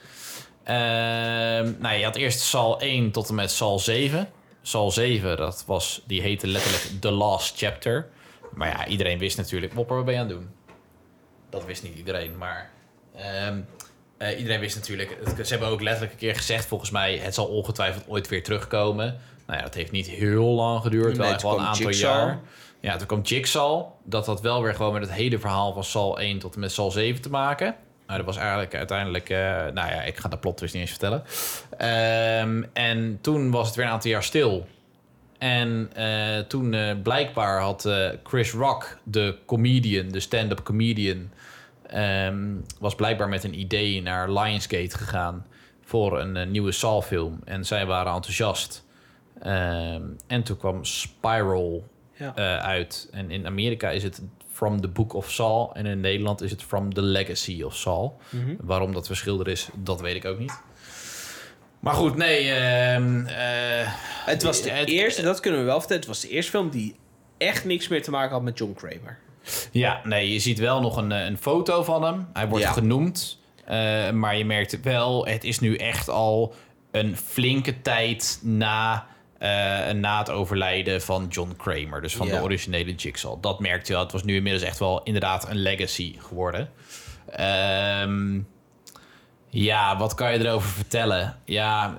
Je had eerst Saw 1 tot en met Saw 7. Saw 7, die heette letterlijk The Last Chapter. Maar ja, iedereen wist natuurlijk... Wopper, wat ben je aan het doen? Dat wist niet iedereen, maar... iedereen wist natuurlijk... Ze hebben ook letterlijk een keer gezegd, volgens mij... Het zal ongetwijfeld ooit weer terugkomen. Nou ja, dat heeft niet heel lang geduurd. Wel echt wel een aantal jaar. Ja, toen kwam Jigsaw. Dat had wel weer gewoon met het hele verhaal van Saw 1 tot en met Saw 7 te maken. Nou, dat was eigenlijk uiteindelijk... ik ga de plot twist niet eens vertellen. En toen was het weer een aantal jaar stil. En toen blijkbaar had Chris Rock, de comedian, de stand-up comedian... was blijkbaar met een idee naar Lionsgate gegaan voor een nieuwe Saw-film. En zij waren enthousiast. En toen kwam Spiral uit. En in Amerika is het From the Book of Saw. En in Nederland is het From the Legacy of Saw. Mm-hmm. Waarom dat verschil er is, dat weet ik ook niet. Maar goed, nee. Het was de eerste, dat kunnen we wel vertellen. Het was de eerste film die echt niks meer te maken had met John Kramer. Ja, nee, je ziet wel nog een foto van hem. Hij wordt genoemd. Maar je merkt wel, het is nu echt al een flinke tijd na het overlijden van John Kramer. Dus van de originele Jigsaw. Dat merkte je wel. Het was nu inmiddels echt wel inderdaad een legacy geworden. Wat kan je erover vertellen? Ja,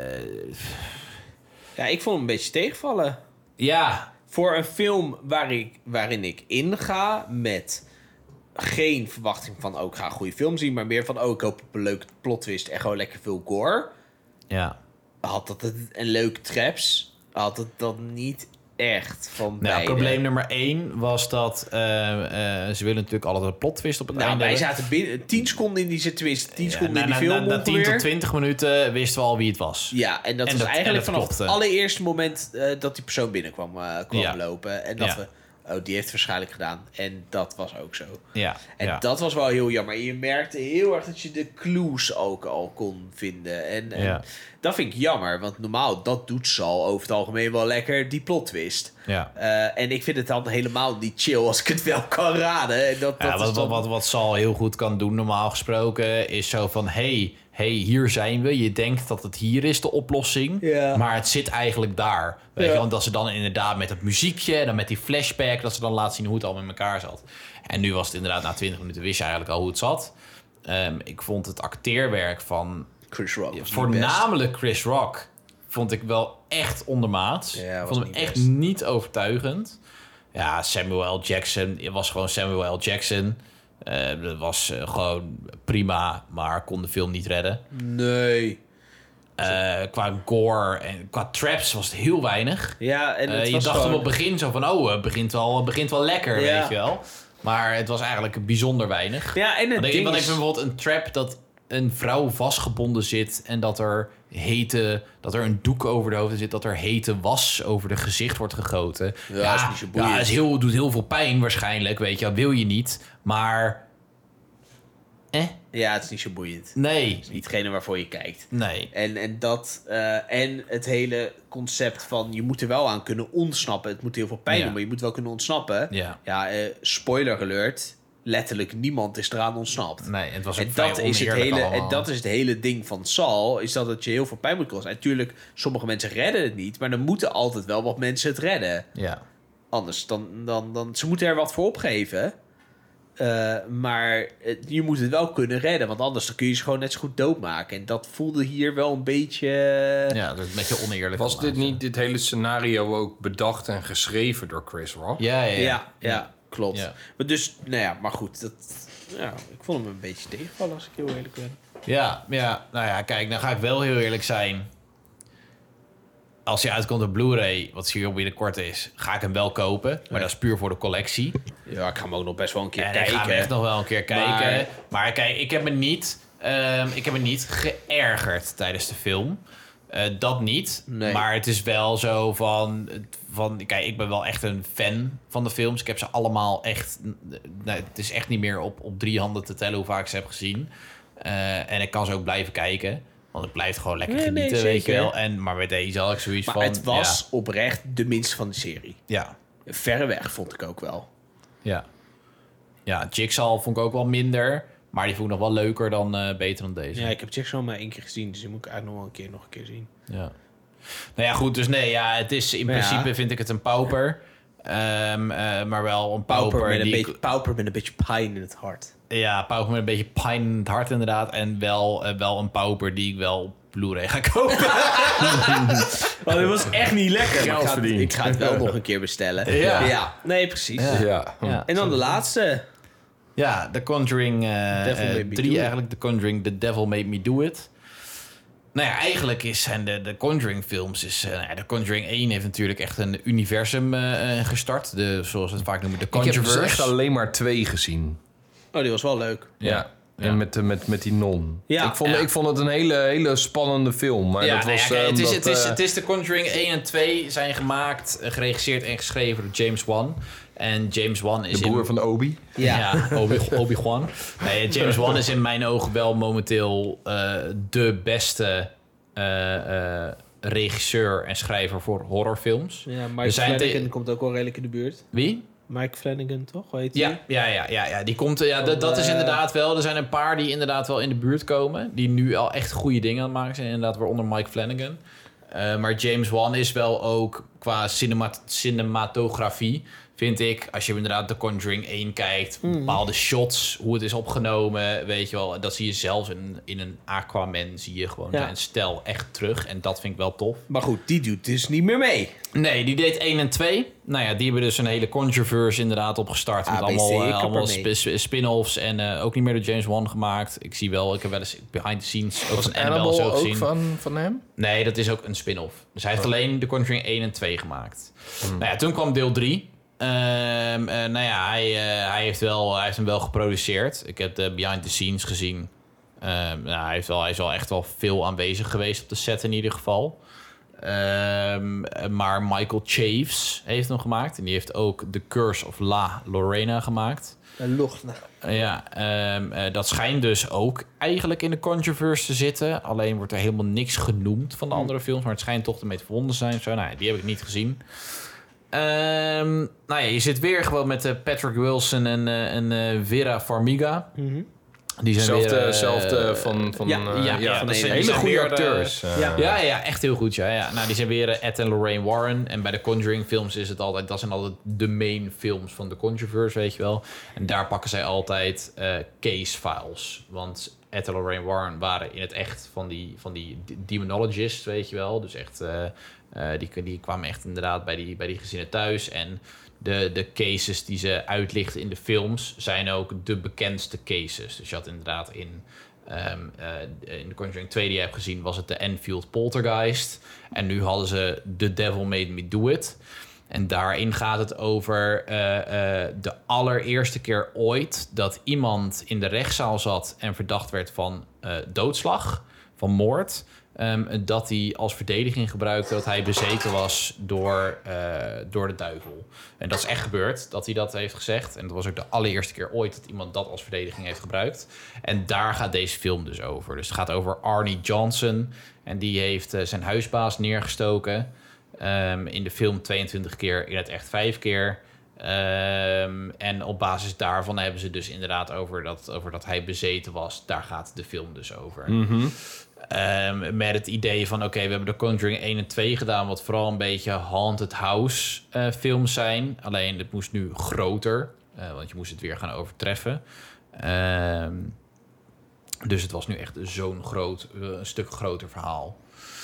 ik vond hem een beetje tegenvallen. Ja. Voor een film waarin ik inga met geen verwachting van... ik ga een goede film zien, maar meer van... ik hoop op een leuke plot twist en gewoon lekker veel gore. Ja. Had dat een leuke traps? Had het dan niet echt van beide? Probleem nummer 1 was dat... ze willen natuurlijk altijd een plot twist op het einde. Wij zaten binnen 10 seconden in die twist. 10 seconden in die film na 10 tot 20 minuten wisten we al wie het was. Ja, en dat was eigenlijk vanaf het allereerste moment... dat die persoon binnenkwam lopen. En dat we... die heeft het waarschijnlijk gedaan. En dat was ook zo. Ja. En dat was wel heel jammer. Je merkte heel erg dat je de clues ook al kon vinden. En dat vind ik jammer. Want normaal, dat doet Saul over het algemeen wel lekker, die plot twist. Ja. En ik vind het dan helemaal niet chill als ik het wel kan raden. En wat Saul heel goed kan doen, normaal gesproken, is zo van... Hey, hier zijn we. Je denkt dat het hier is, de oplossing. Ja. Maar het zit eigenlijk daar. Weet je? Want dat ze dan inderdaad met het muziekje... en dan met die flashback... dat ze dan laten zien hoe het allemaal in elkaar zat. En nu was het inderdaad... na 20 minuten wist je eigenlijk al hoe het zat. Ik vond het acteerwerk van... Chris Rock. Voornamelijk Chris Rock... vond ik wel echt ondermaats. Ik vond hem echt niet overtuigend. Ja, Samuel Jackson... Het was gewoon Samuel Jackson... dat was gewoon prima, maar kon de film niet redden. Nee. Qua gore en qua traps was het heel weinig. Ja, en het je was dacht gewoon... op het begin zo van... het begint wel lekker, weet je wel. Maar het was eigenlijk bijzonder weinig. Ja, en het ding is... is... bijvoorbeeld een trap dat een vrouw vastgebonden zit... en dat er een doek over de hoofd zit... dat er hete was over de gezicht wordt gegoten. Ja, dat is niet zo boeiend. Ja, doet heel veel pijn waarschijnlijk, weet je. Wil je niet, maar... Ja, het is niet zo boeiend. Nee. Het is niet hetgene waarvoor je kijkt. Nee. En het hele concept van... je moet er wel aan kunnen ontsnappen. Het moet heel veel pijn doen, maar je moet wel kunnen ontsnappen. Ja, spoiler alert... letterlijk niemand is eraan ontsnapt. Nee, het was en dat is het hele ding van Saul... is dat het je heel veel pijn moet kosten. En natuurlijk, sommige mensen redden het niet... maar er moeten altijd wel wat mensen het redden. Ja. Anders, dan ze moeten er wat voor opgeven... maar je moet het wel kunnen redden. Want anders dan kun je ze gewoon net zo goed doodmaken. En dat voelde hier wel een beetje... Ja, dat is een beetje oneerlijk. Was dit hele scenario ook bedacht en geschreven door Chris Rock? Ja, klopt. Ja. Maar dus, maar goed. Ik vond hem een beetje tegenvallen als ik heel eerlijk ben. Ja, nou ja, kijk, dan ga ik wel heel eerlijk zijn. Als hij uitkomt op Blu-ray, wat hier binnenkort is, ga ik hem wel kopen. Maar dat is puur voor de collectie. Ja, ik ga hem ook nog best wel een keer kijken. Ik ga hem echt nog wel een keer kijken. Maar kijk, ik heb me niet geërgerd tijdens de film. Dat niet. Nee. Maar het is wel zo van... Kijk, ik ben wel echt een fan van de films. Ik heb ze allemaal echt... het is echt niet meer op 3 handen te tellen hoe vaak ik ze heb gezien. En ik kan ze ook blijven kijken. Want het blijft gewoon lekker genieten, weet je wel. Maar met deze had ik zoiets maar van... het was oprecht de minste van de serie. Ja. Verreweg vond ik ook wel. Ja. Ja, Jigsaw vond ik ook wel minder. Maar die vond ik nog wel leuker dan beter dan deze. Ja, ik heb Jigsaw maar 1 keer gezien. Dus die moet ik eigenlijk nog een keer zien. Ja. Nou ja, goed. Dus het is in principe vind ik het een pauper. Maar wel een pauper met een beetje pijn in het hart. Ja, pauper met een beetje pijn in het hart inderdaad. En wel een pauper die ik wel op Blu-ray ga kopen. Want dit was echt niet lekker. Ik ga het wel nog een keer bestellen. Ja. Nee, precies. Ja. En dan de laatste. Ja, The Conjuring 3 eigenlijk. The Conjuring The Devil Made Me Do It. Nou ja, eigenlijk zijn de Conjuring films... The Conjuring 1 heeft natuurlijk echt een universum gestart. Zoals we het vaak noemen, de Conjureverse. Ik heb echt alleen maar 2 gezien. Oh, die was wel leuk. Ja. En met die non. Ja. Ik vond het een hele spannende film. Maar dat was, het is The Conjuring 1 en 2 zijn gemaakt, geregisseerd en geschreven door James Wan. En James Wan is de broer van Obi. Ja, Obi-Wan. Nee, James Wan is in mijn ogen wel momenteel de beste regisseur en schrijver voor horrorfilms. Ja, Mike Flanagan komt ook wel redelijk in de buurt. Wie? Mike Flanagan, toch? Hoe heet Ja, die komt... dat is inderdaad wel... Er zijn een paar die inderdaad wel in de buurt komen. Die nu al echt goede dingen aan het maken zijn. Inderdaad, waaronder Mike Flanagan. Maar James Wan is wel ook qua cinematografie... vind ik, als je inderdaad The Conjuring 1 kijkt... bepaalde shots, hoe het is opgenomen, weet je wel... dat zie je zelfs in een Aquaman... zie je gewoon zijn stijl echt terug. En dat vind ik wel tof. Maar goed, die doet dus niet meer mee. Nee, die deed 1 en 2. Nou ja, die hebben dus een hele Conjureverse inderdaad opgestart... met allemaal spin-offs en ook niet meer door James Wan gemaakt. Ik heb wel eens behind the scenes... ook een Annabelle zo gezien. Van hem? Nee, dat is ook een spin-off. Dus hij heeft alleen The Conjuring 1 en 2 gemaakt. Nou ja, toen kwam deel 3... hij heeft hem wel geproduceerd. Ik heb de behind the scenes gezien. Hij is wel echt wel veel aanwezig geweest op de set in ieder geval. Maar Michael Chaves heeft hem gemaakt. En die heeft ook The Curse of La Lorena gemaakt. Dat schijnt dus ook eigenlijk in de Conjureverse te zitten. Alleen wordt er helemaal niks genoemd van de andere films. Maar het schijnt toch ermee te verbonden zijn. Zo, die heb ik niet gezien. Je zit weer gewoon met Patrick Wilson en Vera Farmiga. Mm-hmm. Die zijn Zelfde van hele goede acteurs. Echt heel goed. Nou, die zijn weer Ed en Lorraine Warren. En bij de Conjuring films is het altijd... dat zijn altijd de main films van de Conjureverse, weet je wel. En daar pakken zij altijd case files. Want Ed en Lorraine Warren waren in het echt van die demonologists, weet je wel. Dus echt... Die kwamen echt inderdaad bij die gezinnen thuis. En de cases die ze uitlichten in de films... zijn ook de bekendste cases. Dus je had inderdaad in de Conjuring 2 die je hebt gezien... was het de Enfield Poltergeist. En nu hadden ze The Devil Made Me Do It. En daarin gaat het over de allereerste keer ooit... dat iemand in de rechtszaal zat en verdacht werd van doodslag, van moord... dat hij als verdediging gebruikte dat hij bezeten was door de duivel. En dat is echt gebeurd, dat hij dat heeft gezegd. En dat was ook de allereerste keer ooit dat iemand dat als verdediging heeft gebruikt. En daar gaat deze film dus over. Dus het gaat over Arnie Johnson. En die heeft zijn huisbaas neergestoken. In de film 22 keer, in het echt 5 keer. En op basis daarvan hebben ze dus inderdaad over dat hij bezeten was. Daar gaat de film dus over. Mm-hmm. Met het idee van, we hebben de Conjuring 1 en 2 gedaan... wat vooral een beetje haunted house films zijn. Alleen, het moest nu groter. Want je moest het weer gaan overtreffen. Dus het was nu echt zo'n een stuk groter verhaal.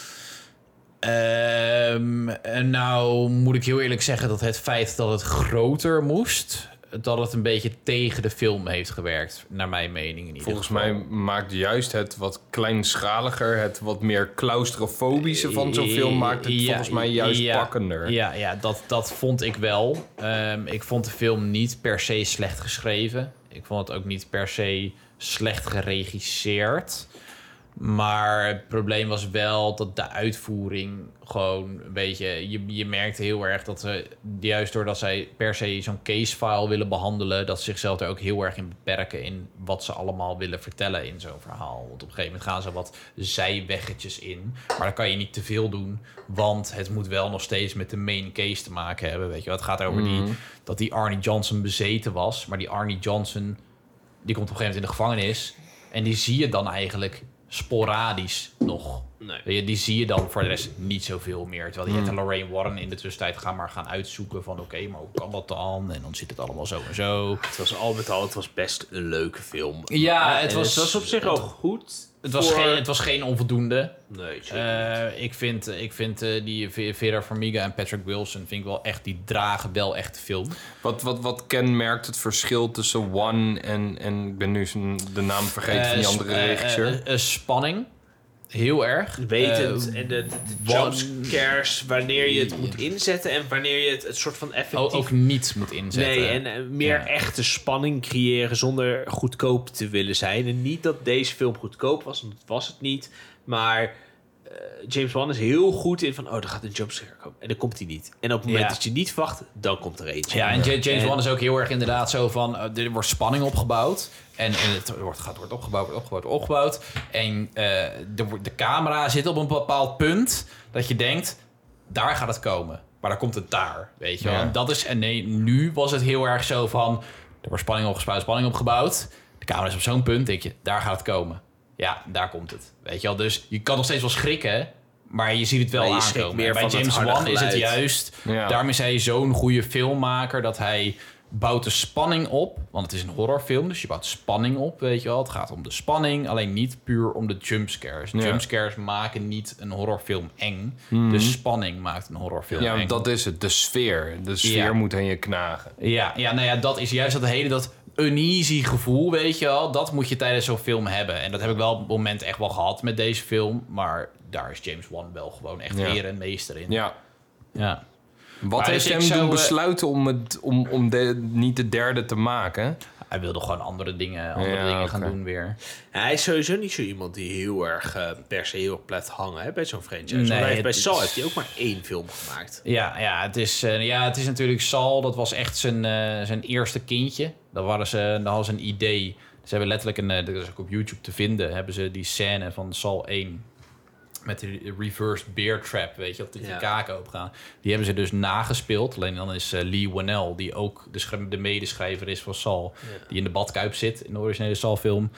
Nou moet ik heel eerlijk zeggen dat het feit dat het groter moest... dat het een beetje tegen de film heeft gewerkt, naar mijn mening in ieder Volgens geval. mij maakt juist het wat kleinschaliger... het wat meer claustrofobische van zo'n film... maakt het volgens mij juist pakkender. Ja, dat vond ik wel. Ik vond de film niet per se slecht geschreven. Ik vond het ook niet per se slecht geregisseerd... Maar het probleem was wel dat de uitvoering gewoon een beetje... Je merkte heel erg dat ze, juist doordat zij per se zo'n casefile willen behandelen... dat ze zichzelf er ook heel erg in beperken in wat ze allemaal willen vertellen in zo'n verhaal. Want op een gegeven moment gaan ze wat zijweggetjes in. Maar dan kan je niet te veel doen, want het moet wel nog steeds met de main case te maken hebben. Weet je wel? Het gaat over dat die Arnie Johnson bezeten was. Maar die Arnie Johnson, die komt op een gegeven moment in de gevangenis... en die zie je dan eigenlijk... sporadisch nog. Nee. Die zie je dan voor de rest niet zoveel meer. Terwijl die Ed en Lorraine Warren in de tussentijd gaan uitzoeken van... oké, maar hoe kan dat dan? En dan zit het allemaal zo en zo. Het was al met al, het was best een leuke film. Ja, het was op zich ook goed. Het was geen onvoldoende. Nee, zeker niet. Ik vind die Vera Farmiga en Patrick Wilson... vind ik wel echt, die dragen wel echt de film. Wat kenmerkt het verschil tussen One en ik ben nu de naam vergeten van die andere regisseur? Spanning. Heel erg. Wetend en de jumpscares, wanneer je het moet inzetten... en wanneer je het soort van effectief... ook niet moet inzetten. Nee, en meer echte spanning creëren zonder goedkoop te willen zijn. En niet dat deze film goedkoop was, want dat was het niet. Maar James Wan is heel goed in van... er gaat een jumpscare komen. En dan komt hij niet. En op het moment dat je niet verwacht, dan komt er eentje. Ja, en James Wan is ook heel erg inderdaad zo van... er wordt spanning opgebouwd. En het wordt opgebouwd. En de camera zit op een bepaald punt... dat je denkt, daar gaat het komen. Maar dan komt het daar, weet je wel. En nu was het heel erg zo van... Er wordt spanning opgebouwd. De camera is op zo'n punt, denk je, daar gaat het komen. Ja, daar komt het. Weet je wel, dus je kan nog steeds wel schrikken... Maar je ziet het wel aankomen. Bij James Wan is het juist... Daarom is hij zo'n goede filmmaker... dat hij bouwt de spanning op. Want het is een horrorfilm, dus je bouwt spanning op, weet je wel. Het gaat om de spanning, alleen niet puur om de jumpscares. Jumpscares maken niet een horrorfilm eng. De spanning maakt een horrorfilm eng. Ja, dat is het. De sfeer. De sfeer moet aan je knagen. Ja, dat is juist dat uneasy gevoel, weet je wel. Dat moet je tijdens zo'n film hebben. En dat heb ik wel op het moment echt wel gehad met deze film. Maar daar is James Wan wel gewoon echt heer en meester in. Ja. Wat heeft hem doen besluiten om niet de derde te maken? Hij wilde gewoon andere dingen gaan doen weer. Ja, hij is sowieso niet zo iemand die heel erg per se heel erg blijft hangen bij zo'n franchise. Bij Saw heeft hij ook maar 1 film gemaakt. Ja, het is natuurlijk Saw. Dat was echt zijn eerste kindje. Dan hadden ze een idee. Ze hebben letterlijk dat is ook op YouTube te vinden, hebben ze die scène van Saw 1... met de reversed bear trap, weet je, dat die kaken opgaan. Die hebben ze dus nagespeeld. Alleen dan is Lee Whannell, die ook de medeschrijver is van Saw... die in de badkuip zit in de originele Saw-film...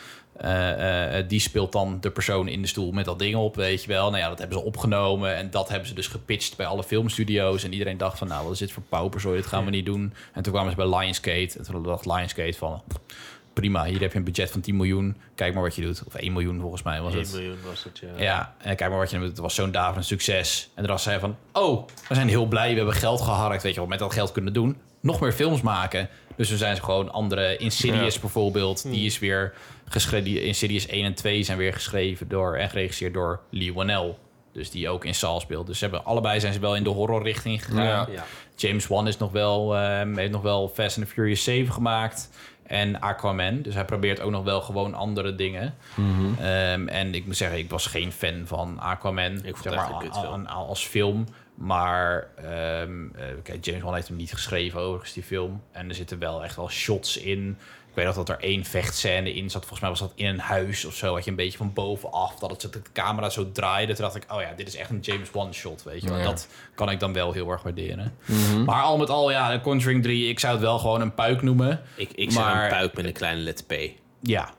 die speelt dan de persoon in de stoel met dat ding op, weet je wel. Nou ja, dat hebben ze opgenomen en dat hebben ze dus gepitcht bij alle filmstudio's. En iedereen dacht van, nou, wat is dit voor pauperzooi, dat gaan we niet doen. En toen kwamen ze bij Lionsgate en toen dacht Lionsgate van... prima, hier heb je een budget van 10 miljoen. Kijk maar wat je doet. Of 1 miljoen volgens mij was het. 1 miljoen was het, Ja, en kijk maar wat je doet. Het was zo'n daverend succes. En toen zei hij van... we zijn heel blij, we hebben geld geharkt. Weet je wat we met dat geld kunnen doen? Nog meer films maken. Dus we zijn ze gewoon andere... Insidious bijvoorbeeld. Die is weer geschreven... Insidious 1 en 2 zijn weer geschreven door... en geregisseerd door Lee Whannell. Dus die ook in Saw speelt. Dus allebei zijn ze wel in de horrorrichting gegaan. Ja. James Wan is heeft nog wel Fast and the Furious 7 gemaakt... En Aquaman. Dus hij probeert ook nog wel gewoon andere dingen. Mm-hmm. En ik moet zeggen, ik was geen fan van Aquaman. Ik vond het als film. Maar kijk, James Wan heeft hem niet geschreven overigens, die film. En er zitten wel echt wel shots in. Ik weet nog dat er 1 vechtscène in zat. Volgens mij was dat in een huis of zo. Had je een beetje van bovenaf. Dat de camera zo draaide. Toen dacht ik, dit is echt een James Wan shot, weet je wel. Ja. Dat kan ik dan wel heel erg waarderen. Mm-hmm. Maar al met al, de Conjuring 3... Ik zou het wel gewoon een puik noemen. Ik zou een puik met een kleine letter P. Ja.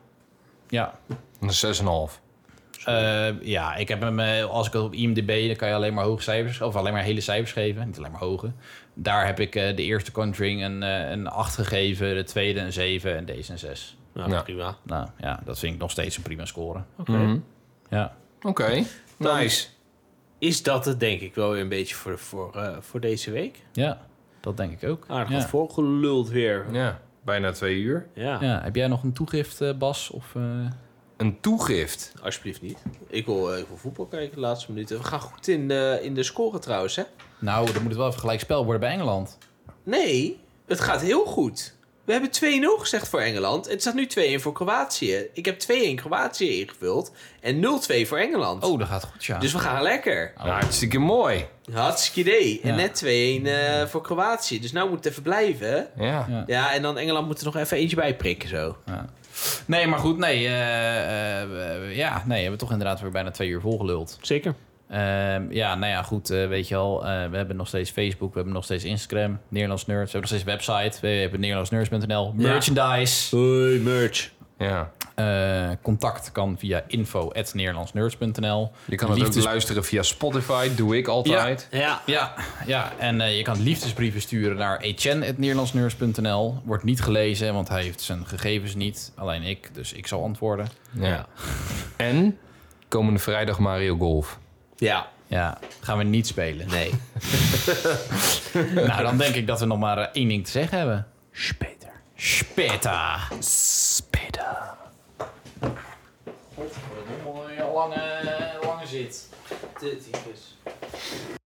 Een 6,5. Ik heb hem, als ik het op IMDb, dan kan je alleen maar hoge cijfers, of alleen maar hele cijfers geven, niet alleen maar hoge. Daar heb ik de eerste Conjuring een 8 gegeven, de tweede een 7 en deze een 6. Nou, prima. Nou ja, dat vind ik nog steeds een prima score. Oké. Mm-hmm. Ja. Oké, nice. Is dat het denk ik wel weer een beetje voor deze week? Ja, dat denk ik ook. Aardig wat volgeluld weer. Ja, bijna 2 uur. Ja. Heb jij nog een toegift, Bas? Of... Een toegift? Alsjeblieft niet. Ik wil voetbal kijken de laatste minuten. We gaan goed in de score trouwens, hè? Nou, dan moet het wel even gelijk spel worden bij Engeland. Nee, het gaat heel goed. We hebben 2-0 gezegd voor Engeland. Het staat nu 2-1 voor Kroatië. Ik heb 2-1 Kroatië ingevuld. En 0-2 voor Engeland. Oh, dat gaat goed, ja. Dus we gaan lekker. Nou, hartstikke mooi. Hartstikke idee. En net 2-1 voor Kroatië. Dus nou moet het even blijven. Ja, en dan Engeland moet er nog even eentje bij prikken zo. Ja. Nee, maar goed, we hebben toch inderdaad weer bijna 2 uur volgeluld. Zeker. Goed, weet je al, we hebben nog steeds Facebook, we hebben nog steeds Instagram, Nederlands Nerds, we hebben nog steeds website, www.nederlandsnerds.nl, merchandise. Hoi, merch. Ja. Contact kan via info@nederlandsnerds.nl. Je kan het ook luisteren via Spotify, doe ik altijd. Ja. En je kan liefdesbrieven sturen naar etienne@nederlandsnerds.nl. Wordt niet gelezen, want hij heeft zijn gegevens niet. Alleen ik, dus ik zal antwoorden. Ja. En komende vrijdag Mario Golf. Ja, gaan we niet spelen. Nee. Nou, dan denk ik dat we nog maar 1 ding te zeggen hebben. Speta. Wat een lange zit. Dit is.